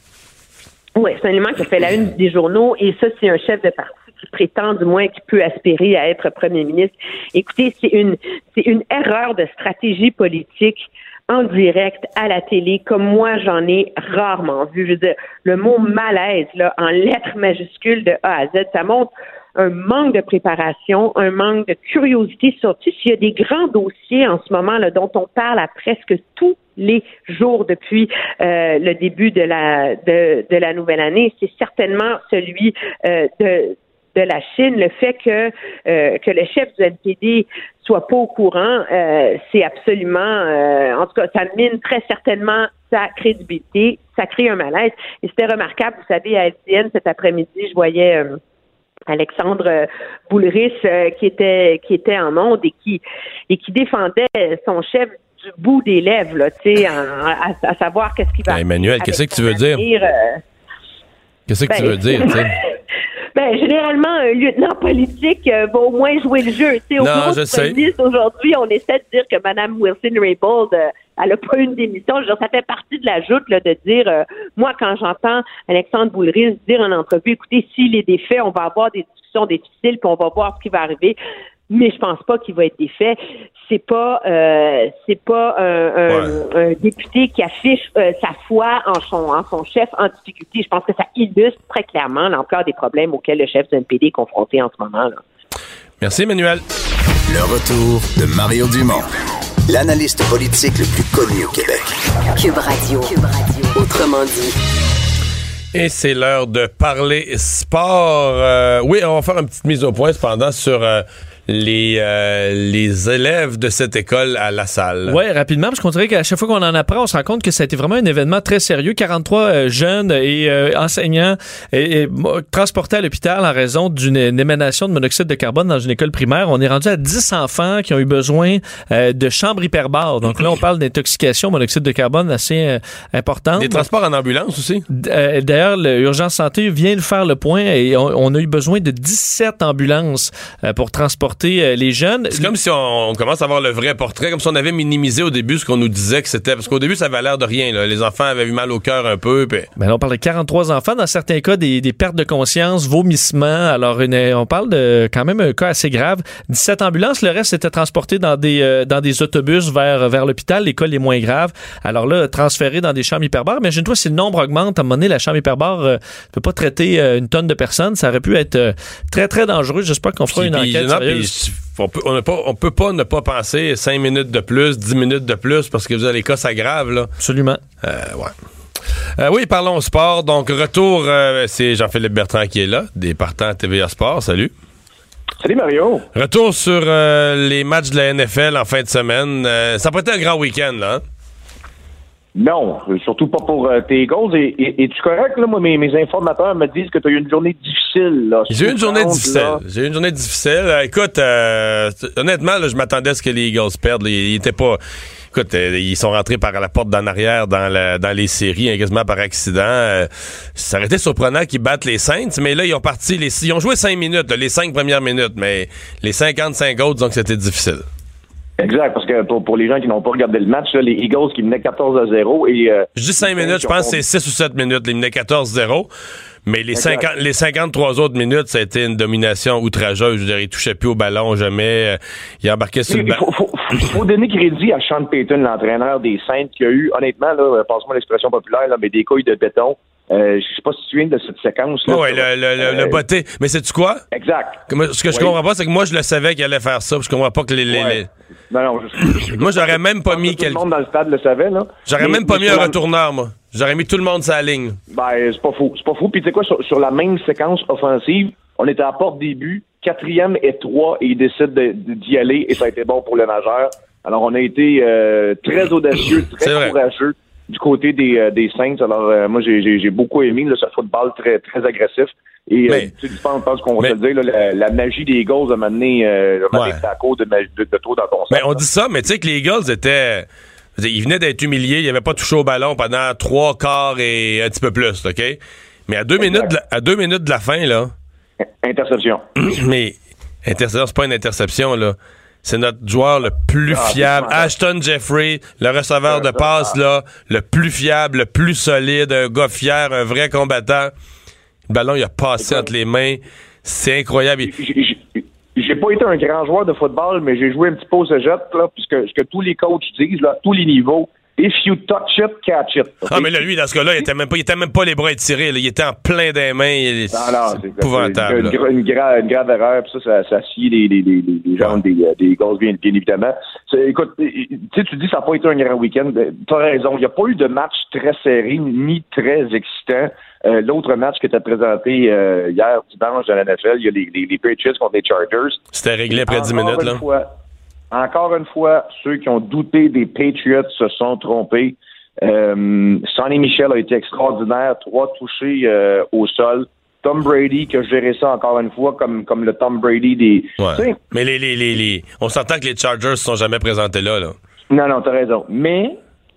Oui, c'est un élément qui a fait la une des journaux et ça, c'est un chef de parti qui prétend du moins qu'il peut aspirer à être premier ministre. Écoutez, c'est une, c'est une erreur de stratégie politique en direct à la télé, comme moi j'en ai rarement vu. Je veux dire, le mot malaise là, en lettres majuscules de A à Z, ça montre un manque de préparation, un manque de curiosité, surtout s'il y a des grands dossiers en ce moment là, dont on parle à presque tous les jours depuis euh, le début de la de, de la nouvelle année. C'est certainement celui euh, de de la Chine. Le fait que euh, que le chef du N P D soit pas au courant, euh, c'est absolument, euh, en tout cas, ça mine très certainement sa crédibilité, ça crée un malaise. Et c'était remarquable, vous savez, à L C N cet après-midi, je voyais euh, Alexandre Boulris euh, qui était qui était en onde et qui et qui défendait son chef du bout des lèvres, là, tu sais, à, à savoir qu'est-ce qu'il va. Ben, Emmanuel, qu'est-ce que tu veux dire? Avenir, euh, qu'est-ce que ben, tu veux dire, tu sais? Ben, généralement, un lieutenant politique euh, va au moins jouer le jeu. Tu sais, au non, je sais. Aujourd'hui, on essaie de dire que Mme Wilson-Raybould, euh, elle a pas eu une démission. Je veux dire, ça fait partie de la joute là, de dire, euh, moi, quand j'entends Alexandre Boulris dire en entrevue, écoutez, s'il est défait, on va avoir des discussions difficiles, puis on va voir ce qui va arriver. Mais je pense pas qu'il va être défait. C'est pas, euh, c'est pas un, un, ouais. un député qui affiche euh, sa foi en son, en son chef en difficulté. Je pense que ça illustre très clairement l'ampleur des problèmes auxquels le chef du N P D est confronté en ce moment. Là. Merci, Emmanuel. Le retour de Mario Dumont, l'analyste politique le plus connu au Québec. Cube Radio. Cube Radio. Autrement dit. Et c'est l'heure de parler sport. Euh, oui, on va faire une petite mise au point cependant sur euh, les euh, les élèves de cette école à La Salle. Oui, rapidement, parce qu'on dirait qu'à chaque fois qu'on en apprend, on se rend compte que ça a été vraiment un événement très sérieux. quarante-trois euh, jeunes et euh, enseignants et, et, transportés à l'hôpital en raison d'une émanation de monoxyde de carbone dans une école primaire. On est rendu à dix enfants qui ont eu besoin euh, de chambres hyperbares. Donc là, on parle d'intoxication au monoxyde de carbone assez euh, importante. Des transports en ambulance aussi. Euh, d'ailleurs, l'Urgence Santé vient de faire le point et on, on a eu besoin de dix-sept ambulances euh, pour transporter les jeunes. C'est comme si on, on commence à avoir le vrai portrait, comme si on avait minimisé au début ce qu'on nous disait que c'était. Parce qu'au début, ça avait l'air de rien. Là. Les enfants avaient eu mal au cœur un peu. Pis... Ben là, on parle de quarante-trois enfants. Dans certains cas, des, des pertes de conscience, vomissements. Alors, une, on parle de quand même un cas assez grave. dix-sept ambulances. Le reste était transporté dans des, euh, dans des autobus vers, vers l'hôpital, les cas les moins graves. Alors là, transféré dans des chambres hyperbares. Imagine-toi, si le nombre augmente, à un moment donné, la chambre hyperbare ne euh, peut pas traiter euh, une tonne de personnes. Ça aurait pu être euh, très, très dangereux. J'espère qu'on fera puis, une enquête non, sérieuse. On peut, on, pas, on peut pas ne pas penser cinq minutes de plus, dix minutes de plus, parce que vous avez les cas s'aggravent, là. Absolument. Euh, ouais. Euh, oui, parlons sport. Donc, retour, euh, c'est Jean-Philippe Bertrand qui est là, des partants à T V A Sport. Salut. Salut, Mario. Retour sur euh, les matchs de la N F L en fin de semaine. Euh, ça a pas été un grand week-end, là, hein? Non, surtout pas pour euh, tes Eagles. Et, et, es-tu correct, là? Moi, mes, mes informateurs me disent que tu as eu une journée difficile, là. J'ai eu une journée compte, difficile. là. J'ai eu une journée difficile. Euh, écoute, euh, honnêtement, là, je m'attendais à ce que les Eagles perdent. Là. Ils étaient pas... Écoute, euh, ils sont rentrés par la porte d'en arrière dans, la, dans les séries, hein, quasiment par accident. Euh, ça aurait été surprenant qu'ils battent les Saints, mais là, ils ont parti... Les, ils ont joué cinq minutes, là, les cinq premières minutes, mais les cinquante-cinq autres, disons que c'était difficile. Exact, parce que pour, pour les gens qui n'ont pas regardé le match, là, les Eagles qui menaient quatorze à zéro et... Euh, je dis cinq minutes, je pense que c'est six ou sept minutes. Ils menaient quatorze zéro. Mais les, cinquante, les cinquante-trois autres minutes, ça a été une domination outrageuse. Je veux dire, ils touchaient plus au ballon jamais. Ils embarquaient sur le ballon. Il faut, faut, faut donner crédit à Sean Payton, l'entraîneur des Saints, qui a eu, honnêtement, là, passe-moi l'expression populaire, là, mais des couilles de béton. Euh, je sais pas si tu te souviens de cette séquence-là. Oui, le, le, euh, le, le botté. Mais sais-tu quoi? Exact. Ce que je oui. comprends pas, c'est que moi, je le savais qu'il allait faire ça. Je comprends pas que les... les, ouais. les... Non, non, je... moi, j'aurais même pas mis... Tout le monde dans le stade le savait, là. J'aurais mais, même pas mis un la... retourneur, moi. J'aurais mis tout le monde sur la ligne. Ben, c'est pas fou. C'est pas fou. Puis tu sais quoi, sur, sur la même séquence offensive, on était à porte début, quatrième et trois, et ils décident de, de, d'y aller, et ça a été bon pour le nageur. Alors, on a été euh, très audacieux, très courageux du côté des, euh, des Saints. Alors, euh, moi, j'ai, j'ai, j'ai beaucoup aimé là, ce football très, très agressif. Et mais, euh, tu sais, je pense, pense qu'on va mais, se le dire, là, la, la magie des Eagles a mené euh, ouais. à cause de, de, de trop dans ton sens. Mais on dit ça, mais tu sais que les Eagles étaient... Ils venaient d'être humiliés, ils n'avaient pas touché au ballon pendant trois quarts et un petit peu plus, OK? Mais à deux, minutes de la, à deux minutes de la fin, là... Interception. Mais interception, c'est pas une interception, là. C'est notre joueur le plus ah, fiable. Ashton Jeffrey, le receveur de passe, là, le plus fiable, le plus solide, un gars fier, un vrai combattant. Le ballon, il a passé entre les mains. C'est incroyable. J'ai, j'ai, j'ai pas été un grand joueur de football, mais j'ai joué un petit peu au cégep, là, puisque ce que tous les coachs disent, là, tous les niveaux, if you touch it, catch it. Okay? Ah, mais là, lui, dans ce cas-là, il était même pas, il était même pas les bras étirés, là. Il était en plein des mains. Il, non, non, c'est épouvantable. C'est une, une, une, grave, une grave erreur, puis ça, ça, ça scie les, les, les, les jambes des, des Eagles, bien, bien évidemment. C'est, écoute, tu sais, tu dis que ça n'a pas été un grand week-end. T'as raison. Il n'y a pas eu de match très serré, ni très excitant. Euh, l'autre match qui était présenté euh, hier dimanche dans la N F L, il y a les, les, les Patriots contre les Chargers. C'était réglé après dix minutes, là. Fois, encore une fois, ceux qui ont douté des Patriots se sont trompés. Euh, Sonny Michel a été extraordinaire, trois touchés euh, au sol. Tom Brady qui a géré ça encore une fois comme, comme le Tom Brady des... Ouais. Mais les, les, les, les... on s'entend que les Chargers ne se sont jamais présentés là, là. Non, non, t'as raison. Mais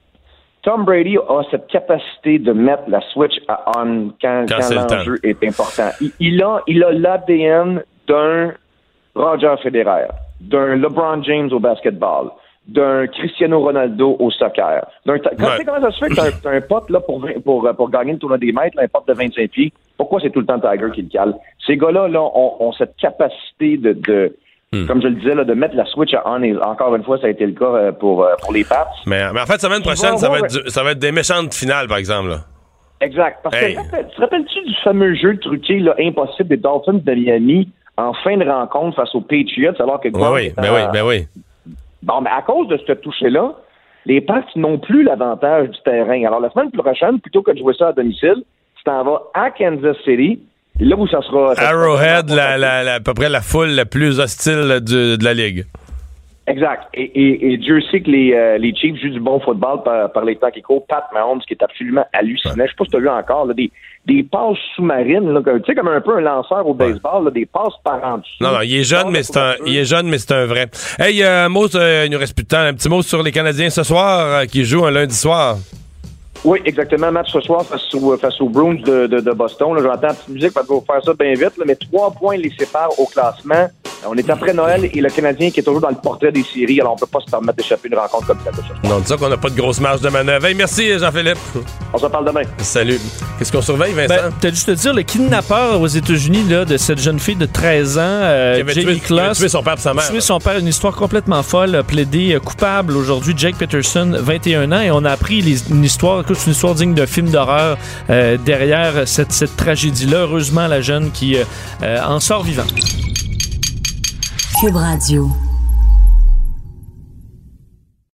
Tom Brady a cette capacité de mettre la switch à on quand, quand, quand l'enjeu est important. Il, il a il a l'A D N d'un Roger Federer, d'un LeBron James au basketball, d'un Cristiano Ronaldo au soccer. D'un ta- quand ouais. Tu sais comment ça se fait que t'as un, t'as un pote là, pour, pour, pour gagner le tournoi des maîtres, là, un pote de vingt-cinq pieds, pourquoi c'est tout le temps Tiger qui le cale? Ces gars-là là, ont, ont cette capacité de... de Hmm. Comme je le disais, là, de mettre la switch à on, et encore une fois, ça a été le cas pour, pour les Pats. Mais, mais en fait, semaine prochaine, ça va, être du, ça va être des méchantes finales, par exemple. Là. Exact. Parce hey. que, tu te rappelles-tu du fameux jeu truqué, là, impossible des Dolphins de Miami en fin de rencontre face aux Patriots, alors que... Oui, oui, ben oui, ben oui. Bon, mais à cause de ce toucher-là, les Pats n'ont plus l'avantage du terrain. Alors, la semaine prochaine, plutôt que de jouer ça à domicile, tu t'en vas à Kansas City. Là où ça sera... Ça Arrowhead, sera la, la, la, à peu près la foule la plus hostile du, de la Ligue. Exact. Et, et, et Dieu sait que les, euh, les Chiefs jouent du bon football par, par les temps qui courent. Pat Mahomes, qui est absolument hallucinant. Ouais. Je sais pas si tu as vu encore, là, des, des passes sous-marines, là, tu sais, comme un peu un lanceur au baseball, ouais. là, des passes par en dessous. Non, non, il est jeune, mais c'est un, il est jeune, mais c'est un vrai. Hey, euh, un mot, euh, il nous reste plus de temps. Un petit mot sur les Canadiens ce soir, euh, qui jouent un lundi soir. Oui, exactement. Match ce soir face, au, face aux Bruins de, de, de Boston. Là, j'entends la petite musique, on va faire ça bien vite, là, mais trois points les séparent au classement. On est après Noël et le Canadien qui est toujours dans le portrait des séries, alors on peut pas se permettre d'échapper une rencontre comme ça. Non, dis ça qu'on n'a pas de grosse marge de manœuvre. Hey, merci Jean-Philippe. On se parle demain. Salut. Qu'est-ce qu'on surveille, Vincent? Ben, peut-être juste te dire, le kidnappeur aux États-Unis là, de cette jeune fille de treize ans, euh, Jamie Kloss, tué son père et sa mère. Tué son père, une histoire complètement folle, a plaidé coupable aujourd'hui. Jake Peterson, vingt et un ans, et on a appris les, une histoire, écoute, une histoire digne de film d'horreur euh, derrière cette, cette tragédie-là. Heureusement, la jeune qui euh, en sort vivante. Cube Radio.